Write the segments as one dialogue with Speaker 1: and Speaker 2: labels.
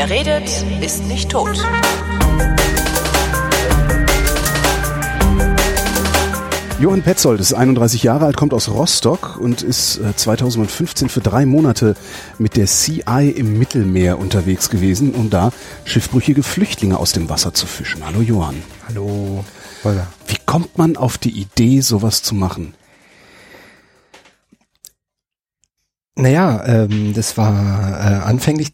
Speaker 1: Wer redet, ist nicht tot.
Speaker 2: Johann Petzold ist 31 Jahre alt, kommt aus Rostock und ist 2015 für 3 Monate mit der CI im Mittelmeer unterwegs gewesen, um da schiffbrüchige Flüchtlinge aus dem Wasser zu fischen. Hallo Johann.
Speaker 3: Hallo Holger.
Speaker 2: Wie kommt man auf die Idee, sowas zu machen?
Speaker 3: Naja, das war anfänglich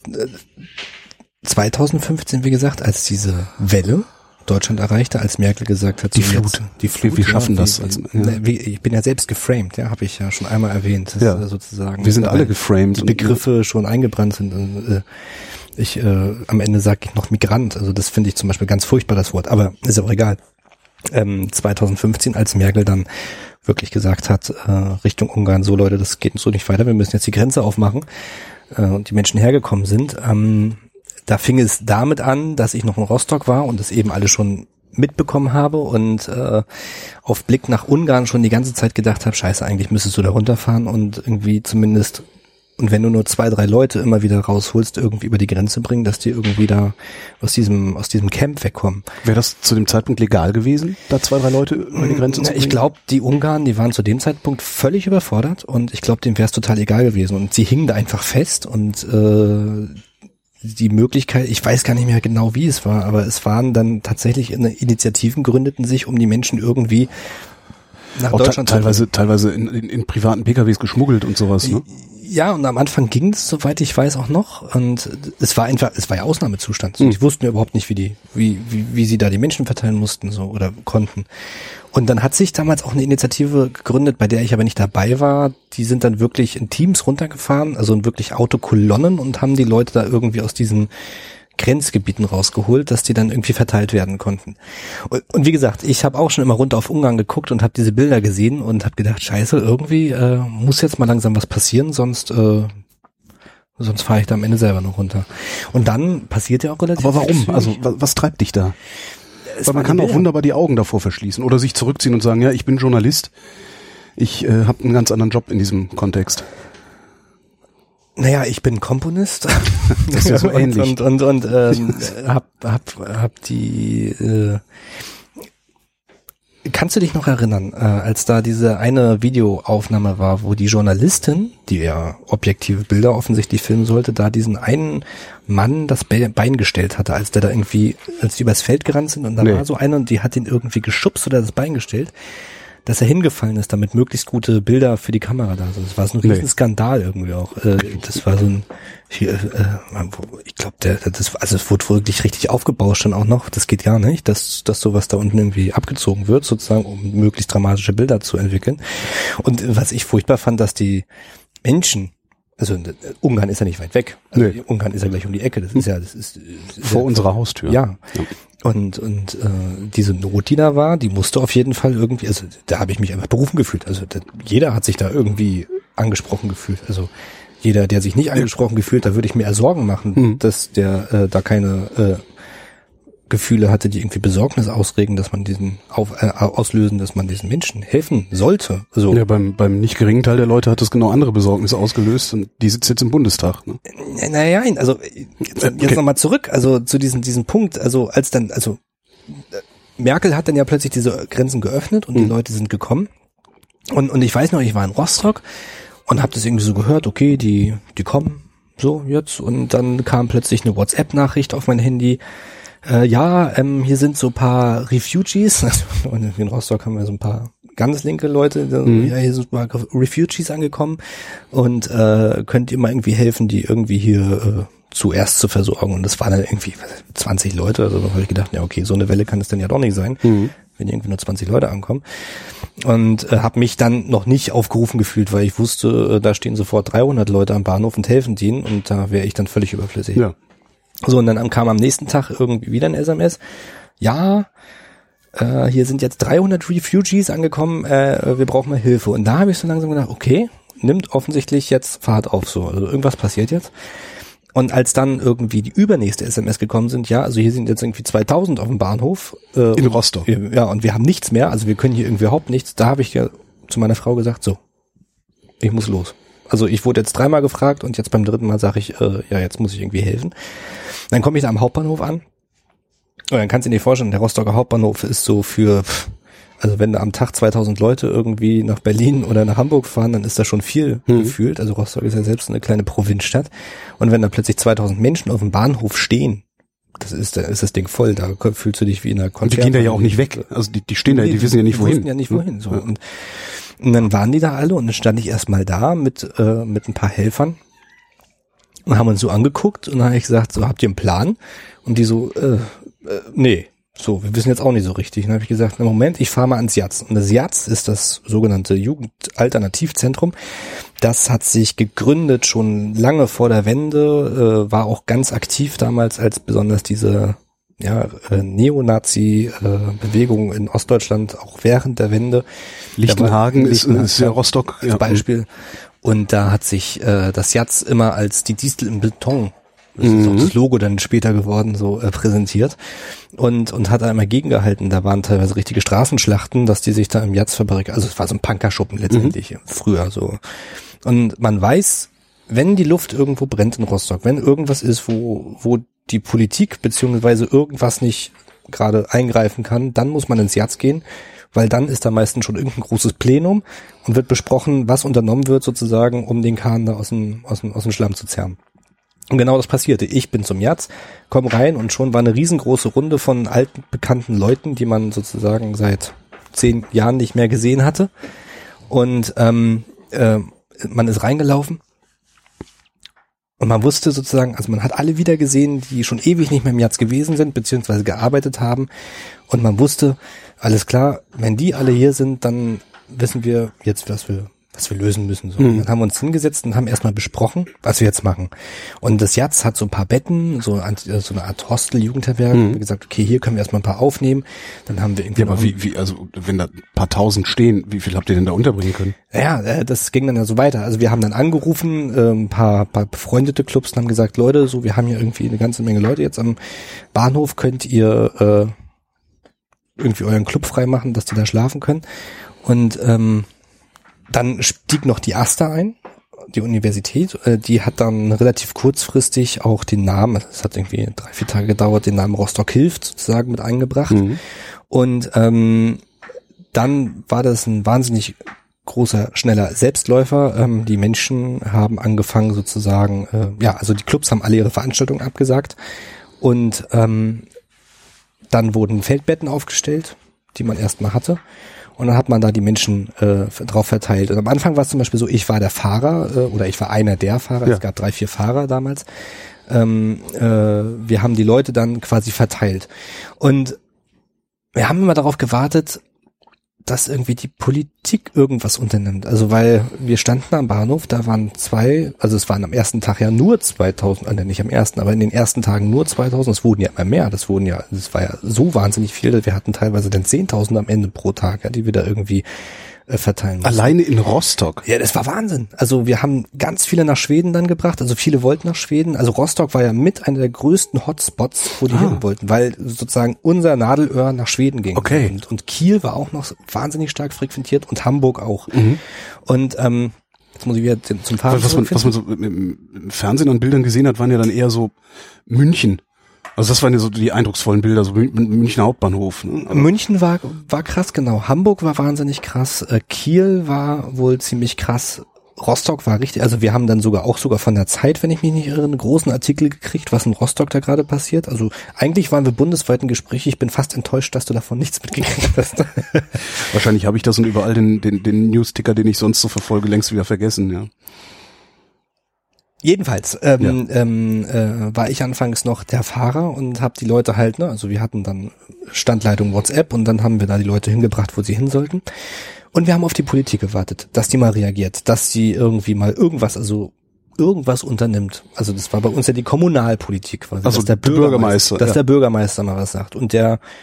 Speaker 3: 2015, wie gesagt, als diese Welle Deutschland erreichte, als Merkel gesagt hat,
Speaker 2: die Flut. Wir schaffen das.
Speaker 3: Ich bin ja selbst geframed, ja, habe ich ja schon einmal erwähnt. Das ist sozusagen.
Speaker 2: Wir sind alle geframed.
Speaker 3: Die Begriffe schon eingebrannt sind. Und, am Ende sage ich noch Migrant. Also das finde ich zum Beispiel ganz furchtbar, das Wort. Aber ist auch egal. 2015, als Merkel dann wirklich gesagt hat, Richtung Ungarn, so Leute, das geht so nicht weiter, wir müssen jetzt die Grenze aufmachen, und die Menschen hergekommen sind, da fing es damit an, dass ich noch in Rostock war und das eben alle schon mitbekommen habe und auf Blick nach Ungarn schon die ganze Zeit gedacht habe, scheiße, eigentlich müsstest du da runterfahren und irgendwie zumindest, und wenn du nur 2, 3 Leute immer wieder rausholst, irgendwie über die Grenze bringen, dass die irgendwie da aus diesem Camp wegkommen.
Speaker 2: Wäre das zu dem Zeitpunkt legal gewesen, da 2, 3 Leute über die Grenze zu bringen?
Speaker 3: Ich glaube, die Ungarn, die waren zu dem Zeitpunkt völlig überfordert und ich glaube, denen wäre es total egal gewesen und sie hingen da einfach fest und die Möglichkeit, ich weiß gar nicht mehr genau, wie es war, aber es waren dann tatsächlich Initiativen gründeten sich, um die Menschen irgendwie nach
Speaker 2: auch
Speaker 3: Deutschland
Speaker 2: teilweise in privaten PKWs geschmuggelt und sowas, ne?
Speaker 3: Ja, und am Anfang ging es, soweit ich weiß, auch noch. Und es war ja Ausnahmezustand. So, die wussten ja überhaupt nicht, wie sie da die Menschen verteilen mussten, so, oder konnten. Und dann hat sich damals auch eine Initiative gegründet, bei der ich aber nicht dabei war. Die sind dann wirklich in Teams runtergefahren, also in wirklich Autokolonnen und haben die Leute da irgendwie aus diesen Grenzgebieten rausgeholt, dass die dann irgendwie verteilt werden konnten. Und wie gesagt, ich habe auch schon immer runter auf Ungarn geguckt und habe diese Bilder gesehen und habe gedacht, scheiße, irgendwie muss jetzt mal langsam was passieren, sonst fahre ich da am Ende selber noch runter. Und dann passiert ja auch relativ.
Speaker 2: Aber warum? Also was treibt dich da? Weil man kann auch wunderbar die Augen davor verschließen oder sich zurückziehen und sagen, ja, ich bin Journalist, ich habe einen ganz anderen Job in diesem Kontext.
Speaker 3: Naja, ich bin Komponist.
Speaker 2: Das ist ja so ähnlich.
Speaker 3: Und hab die kannst du dich noch erinnern, als da diese eine Videoaufnahme war, wo die Journalistin, die ja objektive Bilder offensichtlich filmen sollte, da diesen einen Mann das Bein gestellt hatte, als die übers Feld gerannt sind und da war so einer und die hat ihn irgendwie geschubst oder das Bein gestellt, dass er hingefallen ist, damit möglichst gute Bilder für die Kamera da sind. Das war so ein riesen Skandal irgendwie auch. Das war so ein, ich glaube, es wurde wirklich richtig aufgebauscht dann auch noch. Das geht gar nicht, dass sowas da unten irgendwie abgezogen wird, sozusagen, um möglichst dramatische Bilder zu entwickeln. Und was ich furchtbar fand, dass die Menschen, also Ungarn ist ja nicht weit weg. Also Ungarn ist ja gleich um die Ecke. Das ist
Speaker 2: vor unserer Haustür.
Speaker 3: Ja. Und diese Not, die da war, die musste auf jeden Fall irgendwie, also da habe ich mich einfach berufen gefühlt. Also jeder hat sich da irgendwie angesprochen gefühlt. Also jeder, der sich nicht angesprochen gefühlt, da würde ich mir eher Sorgen machen, dass der da keine Gefühle hatte, die irgendwie Besorgnis ausregen, dass man auslösen, dass man diesen Menschen helfen sollte. Also
Speaker 2: ja, beim nicht geringen Teil der Leute hat das genau andere Besorgnisse ausgelöst und die sitzt jetzt im Bundestag. Ne?
Speaker 3: Naja, also jetzt nochmal zurück, also zu diesem Punkt, also Merkel hat dann ja plötzlich diese Grenzen geöffnet und die Leute sind gekommen und ich weiß noch, ich war in Rostock und habe das irgendwie so gehört, okay, die kommen so jetzt und dann kam plötzlich eine WhatsApp-Nachricht auf mein Handy. Hier sind so ein paar Refugees, und in Rostock haben wir so ein paar ganz linke Leute, ja, hier sind ein paar Refugees angekommen und könnt ihr mal irgendwie helfen, die irgendwie hier zuerst zu versorgen. Und das waren dann irgendwie 20 Leute, also da habe ich gedacht, ja okay, so eine Welle kann es dann ja doch nicht sein, wenn irgendwie nur 20 Leute ankommen. Und habe mich dann noch nicht aufgerufen gefühlt, weil ich wusste, da stehen sofort 300 Leute am Bahnhof und helfen denen und da wäre ich dann völlig überflüssig. Ja. So, und dann kam am nächsten Tag irgendwie wieder ein SMS. Ja, hier sind jetzt 300 Refugees angekommen, wir brauchen mal Hilfe. Und da habe ich so langsam gedacht, okay, nimmt offensichtlich jetzt Fahrt auf so. Also irgendwas passiert jetzt. Und als dann irgendwie die übernächste SMS gekommen sind, ja, also hier sind jetzt irgendwie 2000 auf dem Bahnhof.
Speaker 2: In Rostock.
Speaker 3: Ja, und wir haben nichts mehr, also wir können hier irgendwie überhaupt nichts. Da habe ich ja zu meiner Frau gesagt, so, ich muss los. Also ich wurde jetzt 3-mal gefragt und jetzt beim 3. Mal sage ich, ja, jetzt muss ich irgendwie helfen. Dann komme ich da am Hauptbahnhof an. Und dann kannst du dir vorstellen, der Rostocker Hauptbahnhof ist so für, also wenn da am Tag 2000 Leute irgendwie nach Berlin oder nach Hamburg fahren, dann ist das schon viel gefühlt. Also Rostock ist ja selbst eine kleine Provinzstadt. Und wenn da plötzlich 2000 Menschen auf dem Bahnhof stehen, da ist das Ding voll, da fühlst du dich wie in einer Konzert.
Speaker 2: Die gehen da ja auch nicht weg. Also die stehen da, die wissen ja nicht wohin. Die
Speaker 3: wissen ja nicht wohin. So. Und dann waren die da alle und dann stand ich erstmal da mit ein paar Helfern und haben uns so angeguckt und dann habe ich gesagt, so, habt ihr einen Plan? Und die so, nee, so, wir wissen jetzt auch nicht so richtig. Und dann habe ich gesagt, na Moment, ich fahre mal ans JAZ. Und das JAZ ist das sogenannte Jugendalternativzentrum. Das hat sich gegründet schon lange vor der Wende, war auch ganz aktiv damals, als besonders diese Neonazi-Bewegung in Ostdeutschland auch während der Wende.
Speaker 2: Lichtenhagen ist ja Rostock
Speaker 3: als Beispiel. Und da hat sich das JAZ immer als die Distel im Beton, das ist auch das Logo dann später geworden, so präsentiert und hat da immer gegengehalten. Da waren teilweise richtige Straßenschlachten, dass die sich da im JAZ verbarrikadiert. Also es war so ein Punkerschuppen letztendlich, früher so. Und man weiß, wenn die Luft irgendwo brennt in Rostock, wenn irgendwas ist, wo die Politik beziehungsweise irgendwas nicht gerade eingreifen kann, dann muss man ins JAZ gehen, weil dann ist da meistens schon irgendein großes Plenum und wird besprochen, was unternommen wird sozusagen, um den Kahn da aus dem Schlamm zu zerren. Und genau das passierte. Ich bin zum JAZ, komm rein und schon war eine riesengroße Runde von alten, bekannten Leuten, die man sozusagen seit 10 Jahren nicht mehr gesehen hatte. Und man ist reingelaufen und man wusste sozusagen, also man hat alle wieder gesehen, die schon ewig nicht mehr im JAZ gewesen sind, beziehungsweise gearbeitet haben. Und man wusste, alles klar, wenn die alle hier sind, dann wissen wir jetzt, was wir lösen müssen. So. Dann haben wir uns hingesetzt und haben erstmal besprochen, was wir jetzt machen. Und das JAZ hat so ein paar Betten, so eine Art Hostel, Jugendherberge. Wir gesagt, okay, hier können wir erstmal ein paar aufnehmen. Dann haben wir irgendwie.
Speaker 2: Ja, aber wie, also wenn da ein paar tausend stehen, wie viel habt ihr denn da unterbringen können?
Speaker 3: Ja, das ging dann ja so weiter. Also wir haben dann angerufen, ein paar befreundete Clubs und haben gesagt, Leute, so, wir haben hier irgendwie eine ganze Menge Leute jetzt am Bahnhof, könnt ihr irgendwie euren Club frei machen, dass die da schlafen können. Und dann stieg noch die AStA ein, die Universität, die hat dann relativ kurzfristig auch den Namen, es hat irgendwie 3-4 Tage gedauert, den Namen Rostock hilft sozusagen mit eingebracht. Und dann war das ein wahnsinnig großer, schneller Selbstläufer. Die Menschen haben angefangen sozusagen, also die Clubs haben alle ihre Veranstaltungen abgesagt und dann wurden Feldbetten aufgestellt, die man erstmal hatte. Und dann hat man da die Menschen drauf verteilt. Und am Anfang war es zum Beispiel so, ich war der Fahrer oder ich war einer der Fahrer. Es gab 3-4 Fahrer damals. Wir haben die Leute dann quasi verteilt. Und wir haben immer darauf gewartet, dass irgendwie die Politik irgendwas unternimmt. Also weil wir standen am Bahnhof, da waren es waren am ersten Tag ja nur 2000, nicht am ersten, aber in den ersten Tagen nur 2000, es wurden ja immer mehr, das war ja so wahnsinnig viel, wir hatten teilweise dann 10.000 am Ende pro Tag, ja, die wir da irgendwie verteilen mussten.
Speaker 2: Alleine in Rostock?
Speaker 3: Ja, das war Wahnsinn. Also wir haben ganz viele nach Schweden dann gebracht, also viele wollten nach Schweden, also Rostock war ja mit einer der größten Hotspots, wo die hin wollten, weil sozusagen unser Nadelöhr nach Schweden ging.
Speaker 2: Okay.
Speaker 3: Und Kiel war auch noch wahnsinnig stark frequentiert und Hamburg auch. Und jetzt muss ich wieder zum Fahren.
Speaker 2: Was man so im Fernsehen an Bildern gesehen hat, waren ja dann eher so München. Also das waren ja so die eindrucksvollen Bilder, so Münchner Hauptbahnhof. Ne?
Speaker 3: München war krass, genau. Hamburg war wahnsinnig krass. Kiel war wohl ziemlich krass. Rostock war richtig, also wir haben dann sogar von der Zeit, wenn ich mich nicht irre, einen großen Artikel gekriegt, was in Rostock da gerade passiert. Also eigentlich waren wir bundesweit in Gesprächen. Ich bin fast enttäuscht, dass du davon nichts mitgekriegt hast.
Speaker 2: Wahrscheinlich habe ich das und überall den News-Ticker, den ich sonst so verfolge, längst wieder vergessen, ja.
Speaker 3: Jedenfalls war ich anfangs noch der Fahrer und habe die Leute halt, also wir hatten dann Standleitung WhatsApp und dann haben wir da die Leute hingebracht, wo sie hin sollten. Und wir haben auf die Politik gewartet, dass die mal reagiert, dass sie irgendwie mal irgendwas unternimmt. Also das war bei uns ja die Kommunalpolitik quasi.
Speaker 2: Also der Bürgermeister.
Speaker 3: Dass der Bürgermeister mal was sagt. Und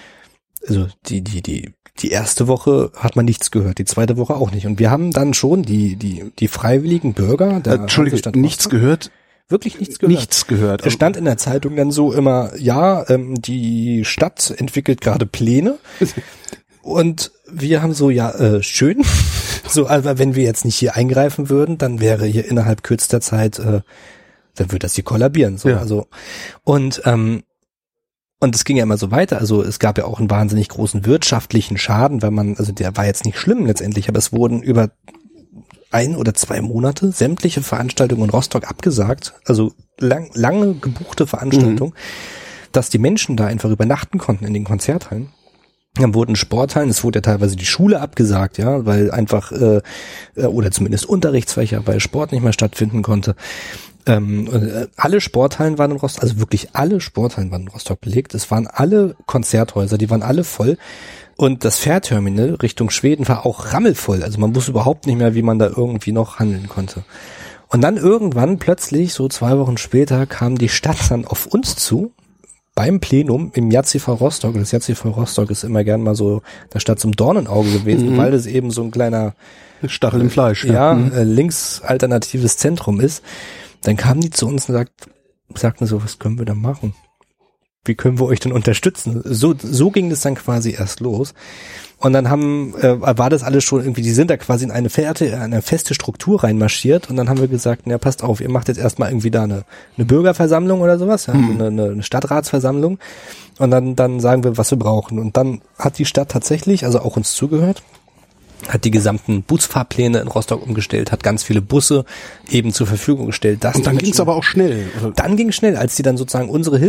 Speaker 3: die erste Woche hat man nichts gehört, die zweite Woche auch nicht. Und wir haben dann schon die freiwilligen Bürger der
Speaker 2: Entschuldigung, nichts gehört?
Speaker 3: Wirklich nichts gehört.
Speaker 2: Nichts gehört.
Speaker 3: Es stand in der Zeitung dann so immer, die Stadt entwickelt gerade Pläne. Und wir haben so, schön. So, aber wenn wir jetzt nicht hier eingreifen würden, dann wäre hier innerhalb kürzester Zeit, dann würde das hier kollabieren. So,
Speaker 2: ja.
Speaker 3: Also und es ging ja immer so weiter. Also es gab ja auch einen wahnsinnig großen wirtschaftlichen Schaden, weil der war jetzt nicht schlimm letztendlich, aber es wurden über 1 oder 2 Monate sämtliche Veranstaltungen in Rostock abgesagt, also lange gebuchte Veranstaltungen, dass die Menschen da einfach übernachten konnten in den Konzerthallen. Dann wurden Sporthallen, es wurde ja teilweise die Schule abgesagt, ja, weil einfach, oder zumindest Unterrichtsfächer, weil Sport nicht mehr stattfinden konnte. Alle Sporthallen waren in Rostock, also wirklich alle Sporthallen waren in Rostock belegt. Es waren alle Konzerthäuser, die waren alle voll. Und das Fährterminal Richtung Schweden war auch rammelvoll. Also man wusste überhaupt nicht mehr, wie man da irgendwie noch handeln konnte. Und dann irgendwann plötzlich, so 2 Wochen später, kam die Stadt dann auf uns zu, beim Plenum im JCV Rostock. Das JCV Rostock ist immer gern mal so der Stadt zum Dornenauge gewesen, weil das eben so ein kleiner
Speaker 2: Stachel im Fleisch.
Speaker 3: linksalternatives Zentrum ist. Dann kamen die zu uns und sagten so, was können wir da machen? Wie können wir euch denn unterstützen? So ging das dann quasi erst los. Und dann war das alles schon irgendwie, die sind da quasi in eine feste Struktur reinmarschiert. Und dann haben wir gesagt, ja, passt auf, ihr macht jetzt erstmal irgendwie da eine Bürgerversammlung oder sowas, ja, eine Stadtratsversammlung. Und dann sagen wir, was wir brauchen. Und dann hat die Stadt tatsächlich, also auch uns zugehört, hat die gesamten Busfahrpläne in Rostock umgestellt, hat ganz viele Busse eben zur Verfügung gestellt.
Speaker 2: Und dann ging es aber auch schnell.
Speaker 3: Dann ging es schnell, als die dann sozusagen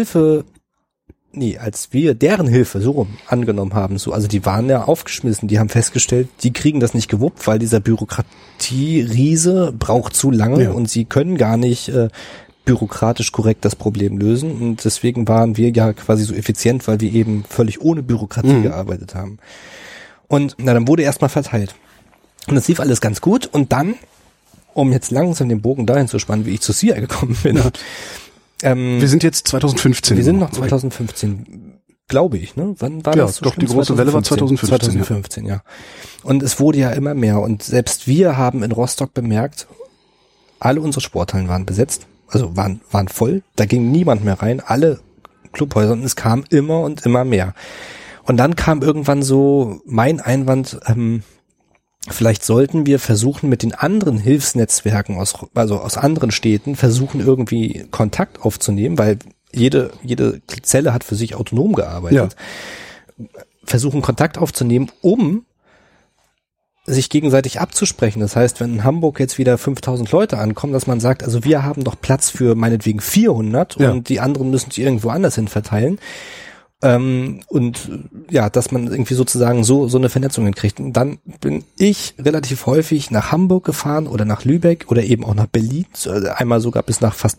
Speaker 3: als wir deren Hilfe so rum angenommen haben, so, also die waren ja aufgeschmissen, die haben festgestellt, die kriegen das nicht gewuppt, weil dieser Bürokratie-Riese braucht zu lange und sie können gar nicht bürokratisch korrekt das Problem lösen und deswegen waren wir ja quasi so effizient, weil wir eben völlig ohne Bürokratie gearbeitet haben. Und dann wurde erstmal verteilt. Und das lief alles ganz gut und dann, um jetzt langsam den Bogen dahin zu spannen, wie ich zu SIA gekommen bin,
Speaker 2: wir sind jetzt 2015.
Speaker 3: Wir sind noch 2015, glaube ich, ne? Wann war das?
Speaker 2: Ja, doch, die große Welle war 2015.
Speaker 3: 2015, ja. Und es wurde ja immer mehr. Und selbst wir haben in Rostock bemerkt, alle unsere Sporthallen waren besetzt, also waren voll. Da ging niemand mehr rein, alle Clubhäuser. Und es kam immer und immer mehr. Und dann kam irgendwann so mein Einwand, vielleicht sollten wir versuchen, mit den anderen Hilfsnetzwerken aus anderen Städten versuchen, irgendwie Kontakt aufzunehmen, weil jede Zelle hat für sich autonom gearbeitet. Ja. Versuchen, Kontakt aufzunehmen, um sich gegenseitig abzusprechen. Das heißt, wenn in Hamburg jetzt wieder 5000 Leute ankommen, dass man sagt, also wir haben doch Platz für meinetwegen 400 und die anderen müssen sich irgendwo anders hin verteilen. Und ja, dass man irgendwie sozusagen so eine Vernetzung hinkriegt. Und dann bin ich relativ häufig nach Hamburg gefahren oder nach Lübeck oder eben auch nach Berlin, einmal sogar bis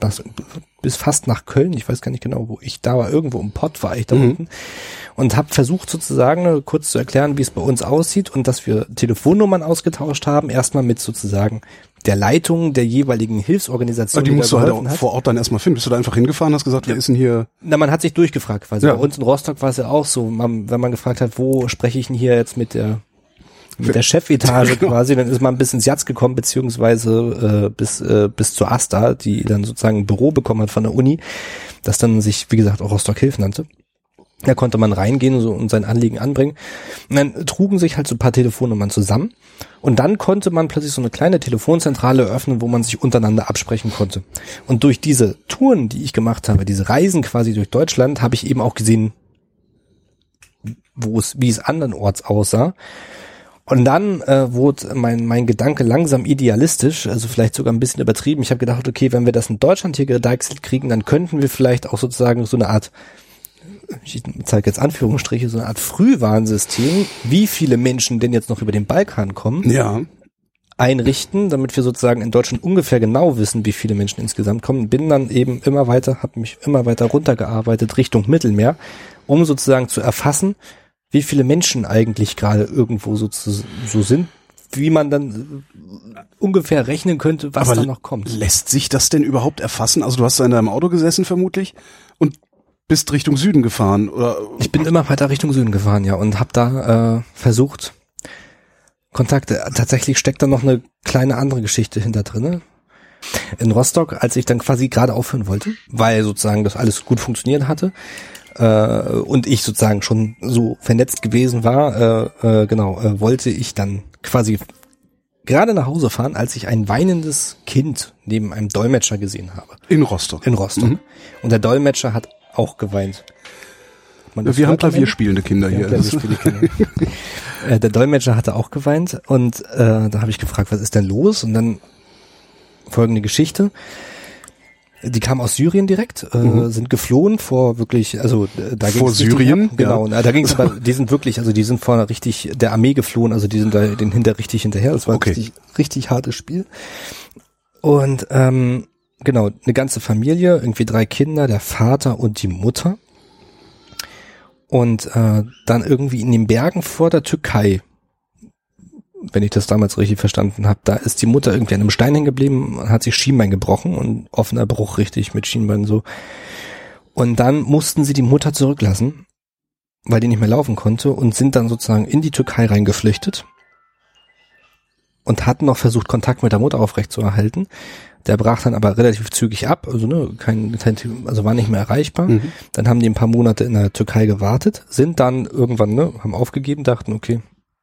Speaker 3: fast nach Köln. Ich weiß gar nicht genau, wo ich da war. Irgendwo im Pott war ich da unten und habe versucht sozusagen kurz zu erklären, wie es bei uns aussieht und dass wir Telefonnummern ausgetauscht haben. Erstmal mit sozusagen der Leitung der jeweiligen Hilfsorganisation.
Speaker 2: Aber die musst du halt auch vor Ort dann erstmal finden. Bist du da einfach hingefahren, hast gesagt, wer ist denn hier?
Speaker 3: Na, man hat sich durchgefragt quasi. Bei uns in Rostock war es ja auch so, wenn man gefragt hat, wo spreche ich denn hier jetzt mit der Chefetage quasi, dann ist man bis ins Jatz gekommen, beziehungsweise bis zur AStA, die dann sozusagen ein Büro bekommen hat von der Uni, das dann sich, wie gesagt, auch Rostock Hilf nannte. Da konnte man reingehen und sein Anliegen anbringen. Und dann trugen sich halt so ein paar Telefonnummern zusammen. Und dann konnte man plötzlich so eine kleine Telefonzentrale eröffnen, wo man sich untereinander absprechen konnte. Und durch diese Touren, die ich gemacht habe, diese Reisen quasi durch Deutschland, habe ich eben auch gesehen, wie es andernorts aussah. Und dann wurde mein Gedanke langsam idealistisch, also vielleicht sogar ein bisschen übertrieben. Ich habe gedacht, okay, wenn wir das in Deutschland hier gedeichselt kriegen, dann könnten wir vielleicht auch sozusagen so eine Art, ich zeige jetzt Anführungsstriche, so eine Art Frühwarnsystem, wie viele Menschen denn jetzt noch über den Balkan kommen, einrichten, damit wir sozusagen in Deutschland ungefähr genau wissen, wie viele Menschen insgesamt kommen. Bin dann eben habe mich immer weiter runtergearbeitet Richtung Mittelmeer, um sozusagen zu erfassen, wie viele Menschen eigentlich gerade irgendwo so sind, wie man dann ungefähr rechnen könnte, was da noch kommt.
Speaker 2: Lässt sich das denn überhaupt erfassen? Also du hast da in deinem Auto gesessen vermutlich und bist Richtung Süden gefahren, oder? Ich bin immer weiter Richtung Süden gefahren, ja, und habe da versucht, Kontakte. Tatsächlich steckt da noch eine kleine andere Geschichte hinter drinne. In Rostock, als ich dann quasi gerade aufhören wollte, weil sozusagen das alles gut funktioniert hatte und ich sozusagen schon so vernetzt gewesen war, wollte ich dann quasi
Speaker 3: gerade nach Hause fahren, als ich ein weinendes Kind neben einem Dolmetscher gesehen habe.
Speaker 2: In Rostock.
Speaker 3: Und der Dolmetscher hat auch geweint.
Speaker 2: Wir haben klavierspielende Kinder hier.
Speaker 3: Der Dolmetscher hatte auch geweint und da habe ich gefragt, was ist denn los? Und dann folgende Geschichte. Die kamen aus Syrien direkt, sind geflohen vor wirklich, also da ging
Speaker 2: vor Syrien,
Speaker 3: genau. Da ging es aber, die sind wirklich, also die sind vor richtig der Armee geflohen, also die sind da richtig hinterher. Das war ein richtig hartes Spiel. Und genau, eine ganze Familie, irgendwie 3 Kinder, der Vater und die Mutter. Und dann irgendwie in den Bergen vor der Türkei, wenn ich das damals richtig verstanden habe, da ist die Mutter irgendwie an einem Stein hängen geblieben und hat sich Schienbein gebrochen und offener Bruch richtig mit Schienbein so. Und dann mussten sie die Mutter zurücklassen, weil die nicht mehr laufen konnte und sind dann sozusagen in die Türkei reingeflüchtet und hatten noch versucht, Kontakt mit der Mutter aufrechtzuerhalten. Der brach dann aber relativ zügig ab, also also war nicht mehr erreichbar. Dann haben die ein paar Monate in der Türkei gewartet, sind dann irgendwann, haben aufgegeben, dachten, okay,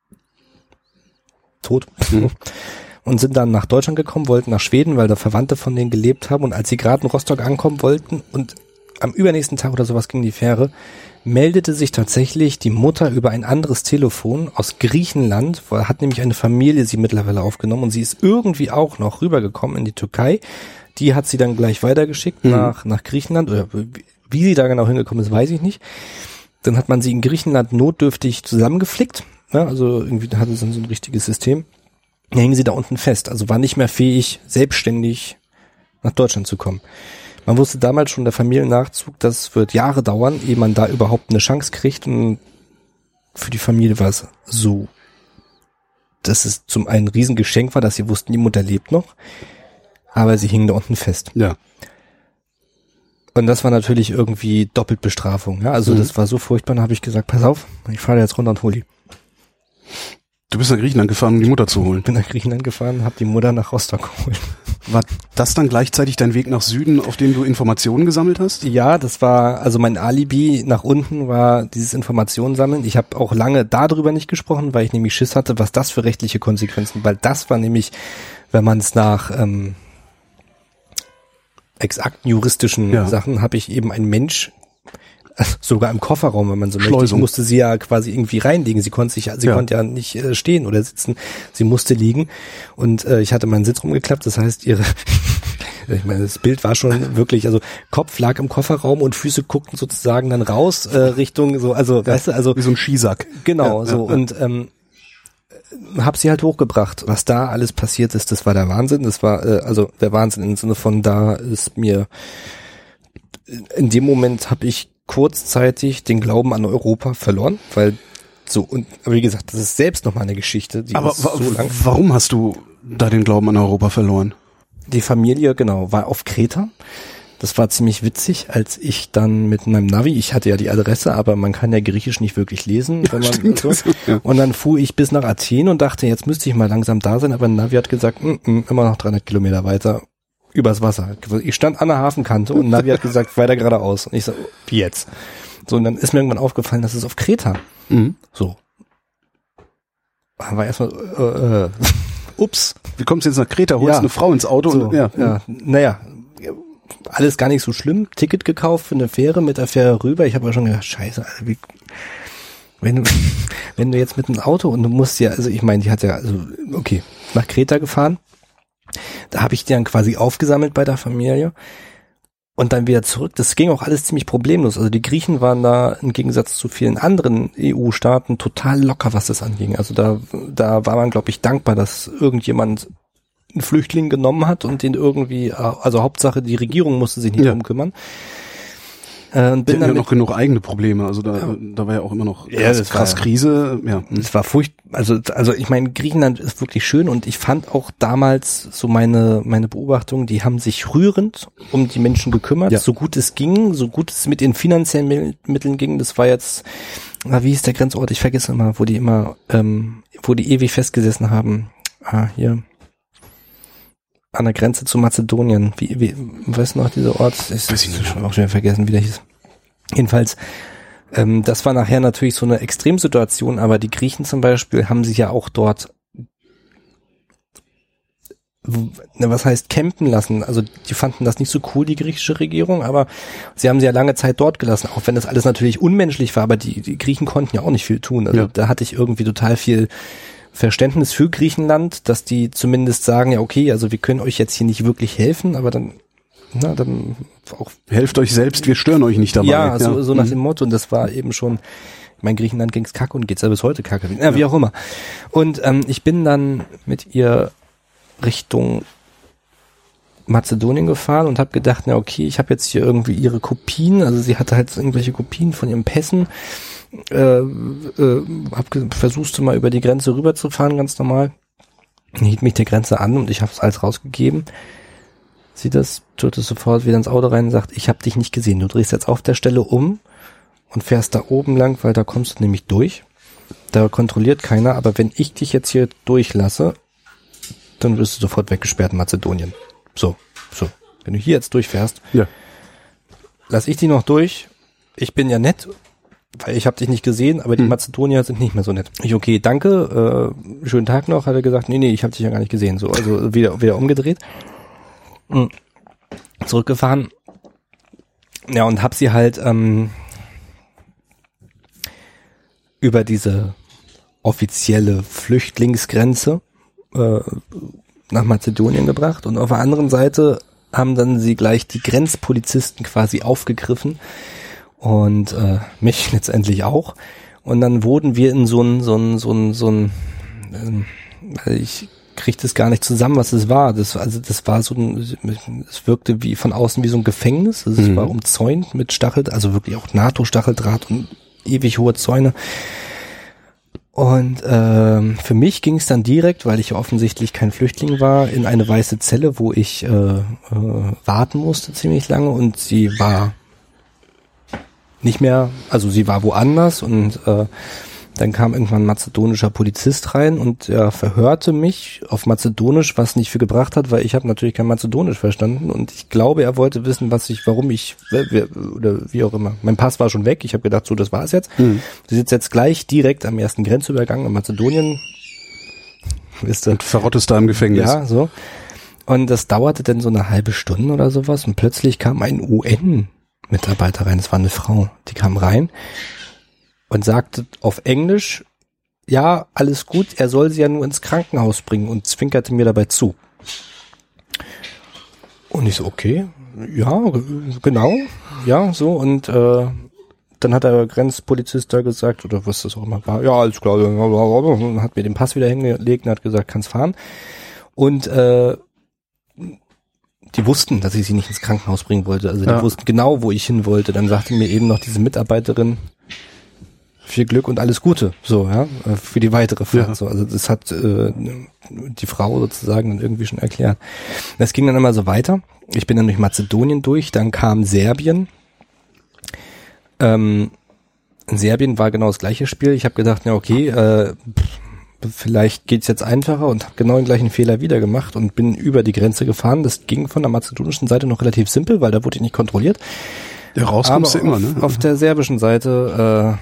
Speaker 3: tot. Und sind dann nach Deutschland gekommen, wollten nach Schweden, weil da Verwandte von denen gelebt haben. Und als sie gerade in Rostock ankommen wollten und am übernächsten Tag oder sowas ging die Fähre, meldete sich tatsächlich die Mutter über ein anderes Telefon aus Griechenland, weil hat nämlich eine Familie sie mittlerweile aufgenommen und sie ist irgendwie auch noch rübergekommen in die Türkei. Die hat sie dann gleich weitergeschickt nach Griechenland, oder wie sie da genau hingekommen ist, weiß ich nicht. Dann hat man sie in Griechenland notdürftig zusammengeflickt. Ja, also irgendwie hatte sie so ein richtiges System. Dann hingen sie da unten fest, also war nicht mehr fähig, selbstständig nach Deutschland zu kommen. Man wusste damals schon, der Familiennachzug, das wird Jahre dauern, ehe man da überhaupt eine Chance kriegt. Und für die Familie war es so, dass es zum einen ein Riesengeschenk war, dass sie wussten, die Mutter lebt noch, aber sie hingen da unten fest.
Speaker 2: Ja.
Speaker 3: Und das war natürlich irgendwie Doppelbestrafung. Ja? Also das war so furchtbar, dann habe ich gesagt, pass auf, ich fahre jetzt runter und hol die.
Speaker 2: Du bist nach Griechenland gefahren, um die Mutter zu holen.
Speaker 3: Bin nach Griechenland gefahren, habe die Mutter nach Rostock geholt.
Speaker 2: War das dann gleichzeitig dein Weg nach Süden, auf dem du Informationen gesammelt hast?
Speaker 3: Ja, das war, also mein Alibi nach unten war dieses Informationen sammeln. Ich habe auch lange darüber nicht gesprochen, weil ich nämlich Schiss hatte, was das für rechtliche Konsequenzen, weil das war nämlich, wenn man es nach exakten juristischen Sachen, habe ich eben einen Mensch, sogar im Kofferraum, wenn man so möchte. Ich musste sie ja quasi irgendwie reinlegen. Sie konnte ja nicht stehen oder sitzen. Sie musste liegen. Und ich hatte meinen Sitz rumgeklappt. Das heißt, ich meine, das Bild war schon wirklich, also Kopf lag im Kofferraum und Füße guckten sozusagen dann raus Richtung so, also weißt du, also
Speaker 2: wie so ein Skisack.
Speaker 3: Genau, und hab sie halt hochgebracht. Was da alles passiert ist, das war der Wahnsinn. Das war also der Wahnsinn im Sinne von, da ist mir in dem Moment habe ich kurzzeitig den Glauben an Europa verloren, weil so, und wie gesagt, das ist selbst nochmal eine Geschichte, die
Speaker 2: aber
Speaker 3: ist so lang.
Speaker 2: Warum hast du da den Glauben an Europa verloren?
Speaker 3: Die Familie, genau, war auf Kreta. Das war ziemlich witzig, als ich dann mit meinem Navi, ich hatte ja die Adresse, aber man kann ja Griechisch nicht wirklich lesen. Wenn man
Speaker 2: Stimmt,
Speaker 3: so. Und dann fuhr ich bis nach Athen und dachte, jetzt müsste ich mal langsam da sein, aber ein Navi hat gesagt, immer noch 300 Kilometer weiter. Übers Wasser. Ich stand an der Hafenkante und Navi hat gesagt, weiter geradeaus. Und ich so, wie jetzt? So, und dann ist mir irgendwann aufgefallen, das ist auf Kreta. So. War erstmal, ups.
Speaker 2: Wie kommst du jetzt nach Kreta, holst eine Frau ins Auto?
Speaker 3: So, naja, alles gar nicht so schlimm. Ticket gekauft für eine Fähre, mit der Fähre rüber. Ich habe ja schon gedacht, scheiße, Alter, wenn du jetzt mit einem Auto und du musst ja, also ich meine, die hat ja, also okay, nach Kreta gefahren. Da habe ich die dann quasi aufgesammelt bei der Familie und dann wieder zurück. Das ging auch alles ziemlich problemlos. Also die Griechen waren da im Gegensatz zu vielen anderen EU-Staaten total locker, was das anging. Also da war man, glaube ich, dankbar, dass irgendjemand einen Flüchtling genommen hat und den irgendwie, also Hauptsache die Regierung musste sich nicht drum kümmern. Und bin
Speaker 2: dann ja noch genug eigene Probleme, also da war ja auch immer noch krass Krise. Ja.
Speaker 3: Das war furchtbar, also ich meine, Griechenland ist wirklich schön und ich fand auch damals so meine Beobachtung, die haben sich rührend um die Menschen gekümmert, so gut es ging, so gut es mit den finanziellen Mitteln ging. Das war jetzt, wie hieß der Grenzort, ich vergesse immer, wo die ewig festgesessen haben, hier an der Grenze zu Mazedonien. Wie weißt du noch, dieser Ort? Ich habe auch schon vergessen, wie der hieß. Jedenfalls, das war nachher natürlich so eine Extremsituation, aber die Griechen zum Beispiel haben sich ja auch dort was heißt campen lassen? Also die fanden das nicht so cool, die griechische Regierung, aber sie haben sie ja lange Zeit dort gelassen, auch wenn das alles natürlich unmenschlich war, aber die Griechen konnten ja auch nicht viel tun. Also da hatte ich irgendwie total viel Verständnis für Griechenland, dass die zumindest sagen, ja okay, also wir können euch jetzt hier nicht wirklich helfen, aber dann auch
Speaker 2: helft euch selbst, wir stören euch nicht dabei.
Speaker 3: Ja, so nach dem Motto, und das war eben schon, mein Griechenland ging's kacke und geht's ja bis heute kacke. Ja, wie auch immer. Und ich bin dann mit ihr Richtung Mazedonien gefahren und habe gedacht, na okay, ich habe jetzt hier irgendwie ihre Kopien, also sie hatte halt irgendwelche Kopien von ihren Pässen, versuchst du mal über die Grenze rüberzufahren, ganz normal. Hielt mich der Grenze an und ich habe es alles rausgegeben. Sieht das, tut es sofort wieder ins Auto rein und sagt, ich habe dich nicht gesehen, du drehst jetzt auf der Stelle um und fährst da oben lang, weil da kommst du nämlich durch. Da kontrolliert keiner, aber wenn ich dich jetzt hier durchlasse, dann wirst du sofort weggesperrt in Mazedonien. So. Wenn du hier jetzt durchfährst, lass ich die noch durch. Ich bin ja nett, weil ich habe dich nicht gesehen, aber die Mazedonier sind nicht mehr so nett. Ich, okay, danke, schönen Tag noch, hat er gesagt, nee, ich habe dich ja gar nicht gesehen. So, also wieder umgedreht. Zurückgefahren. Ja, und hab sie halt über diese offizielle Flüchtlingsgrenze nach Mazedonien gebracht und auf der anderen Seite haben dann sie gleich die Grenzpolizisten quasi aufgegriffen und mich letztendlich auch und dann wurden wir in so ein ich kriege das gar nicht zusammen, was es war. Das war es wirkte wie von außen wie so ein Gefängnis. Also es war umzäunt mit also wirklich auch NATO-Stacheldraht und ewig hohe Zäune. Und für mich ging es dann direkt, weil ich offensichtlich kein Flüchtling war, in eine weiße Zelle, wo ich warten musste ziemlich lange und sie war nicht mehr, also sie war woanders und dann kam irgendwann ein mazedonischer Polizist rein und er verhörte mich auf Mazedonisch, was nicht viel gebracht hat, weil ich habe natürlich kein Mazedonisch verstanden und ich glaube, er wollte wissen, warum ich, oder wie auch immer. Mein Pass war schon weg, ich habe gedacht, so, das war es jetzt. Du sitzt jetzt gleich direkt am ersten Grenzübergang in Mazedonien.
Speaker 2: Und verrottest da im Gefängnis.
Speaker 3: Ja, so. Und das dauerte dann so eine halbe Stunde oder sowas und plötzlich kam ein UN-Mitarbeiter rein, das war eine Frau, die kam rein und sagte auf Englisch, ja, alles gut, er soll sie ja nur ins Krankenhaus bringen und zwinkerte mir dabei zu. Und ich so, okay, ja, genau, ja, so und dann hat der Grenzpolizist da gesagt, oder was das auch immer war, ja, alles klar, und hat mir den Pass wieder hingelegt und hat gesagt, kannst fahren. Und die wussten, dass ich sie nicht ins Krankenhaus bringen wollte, also die wussten genau, wo ich hin wollte. Dann sagte mir eben noch diese Mitarbeiterin, viel Glück und alles Gute, so, ja, für die weitere Fahrt. Ja. So, also das hat die Frau sozusagen dann irgendwie schon erklärt. Das ging dann immer so weiter. Ich bin dann durch Mazedonien durch, dann kam Serbien. In Serbien war genau das gleiche Spiel. Ich habe gedacht, ja okay, vielleicht geht's jetzt einfacher und habe genau den gleichen Fehler wieder gemacht und bin über die Grenze gefahren. Das ging von der mazedonischen Seite noch relativ simpel, weil da wurde ich nicht kontrolliert.
Speaker 2: Ja, rauskommst du immer, ne?
Speaker 3: Auf der serbischen Seite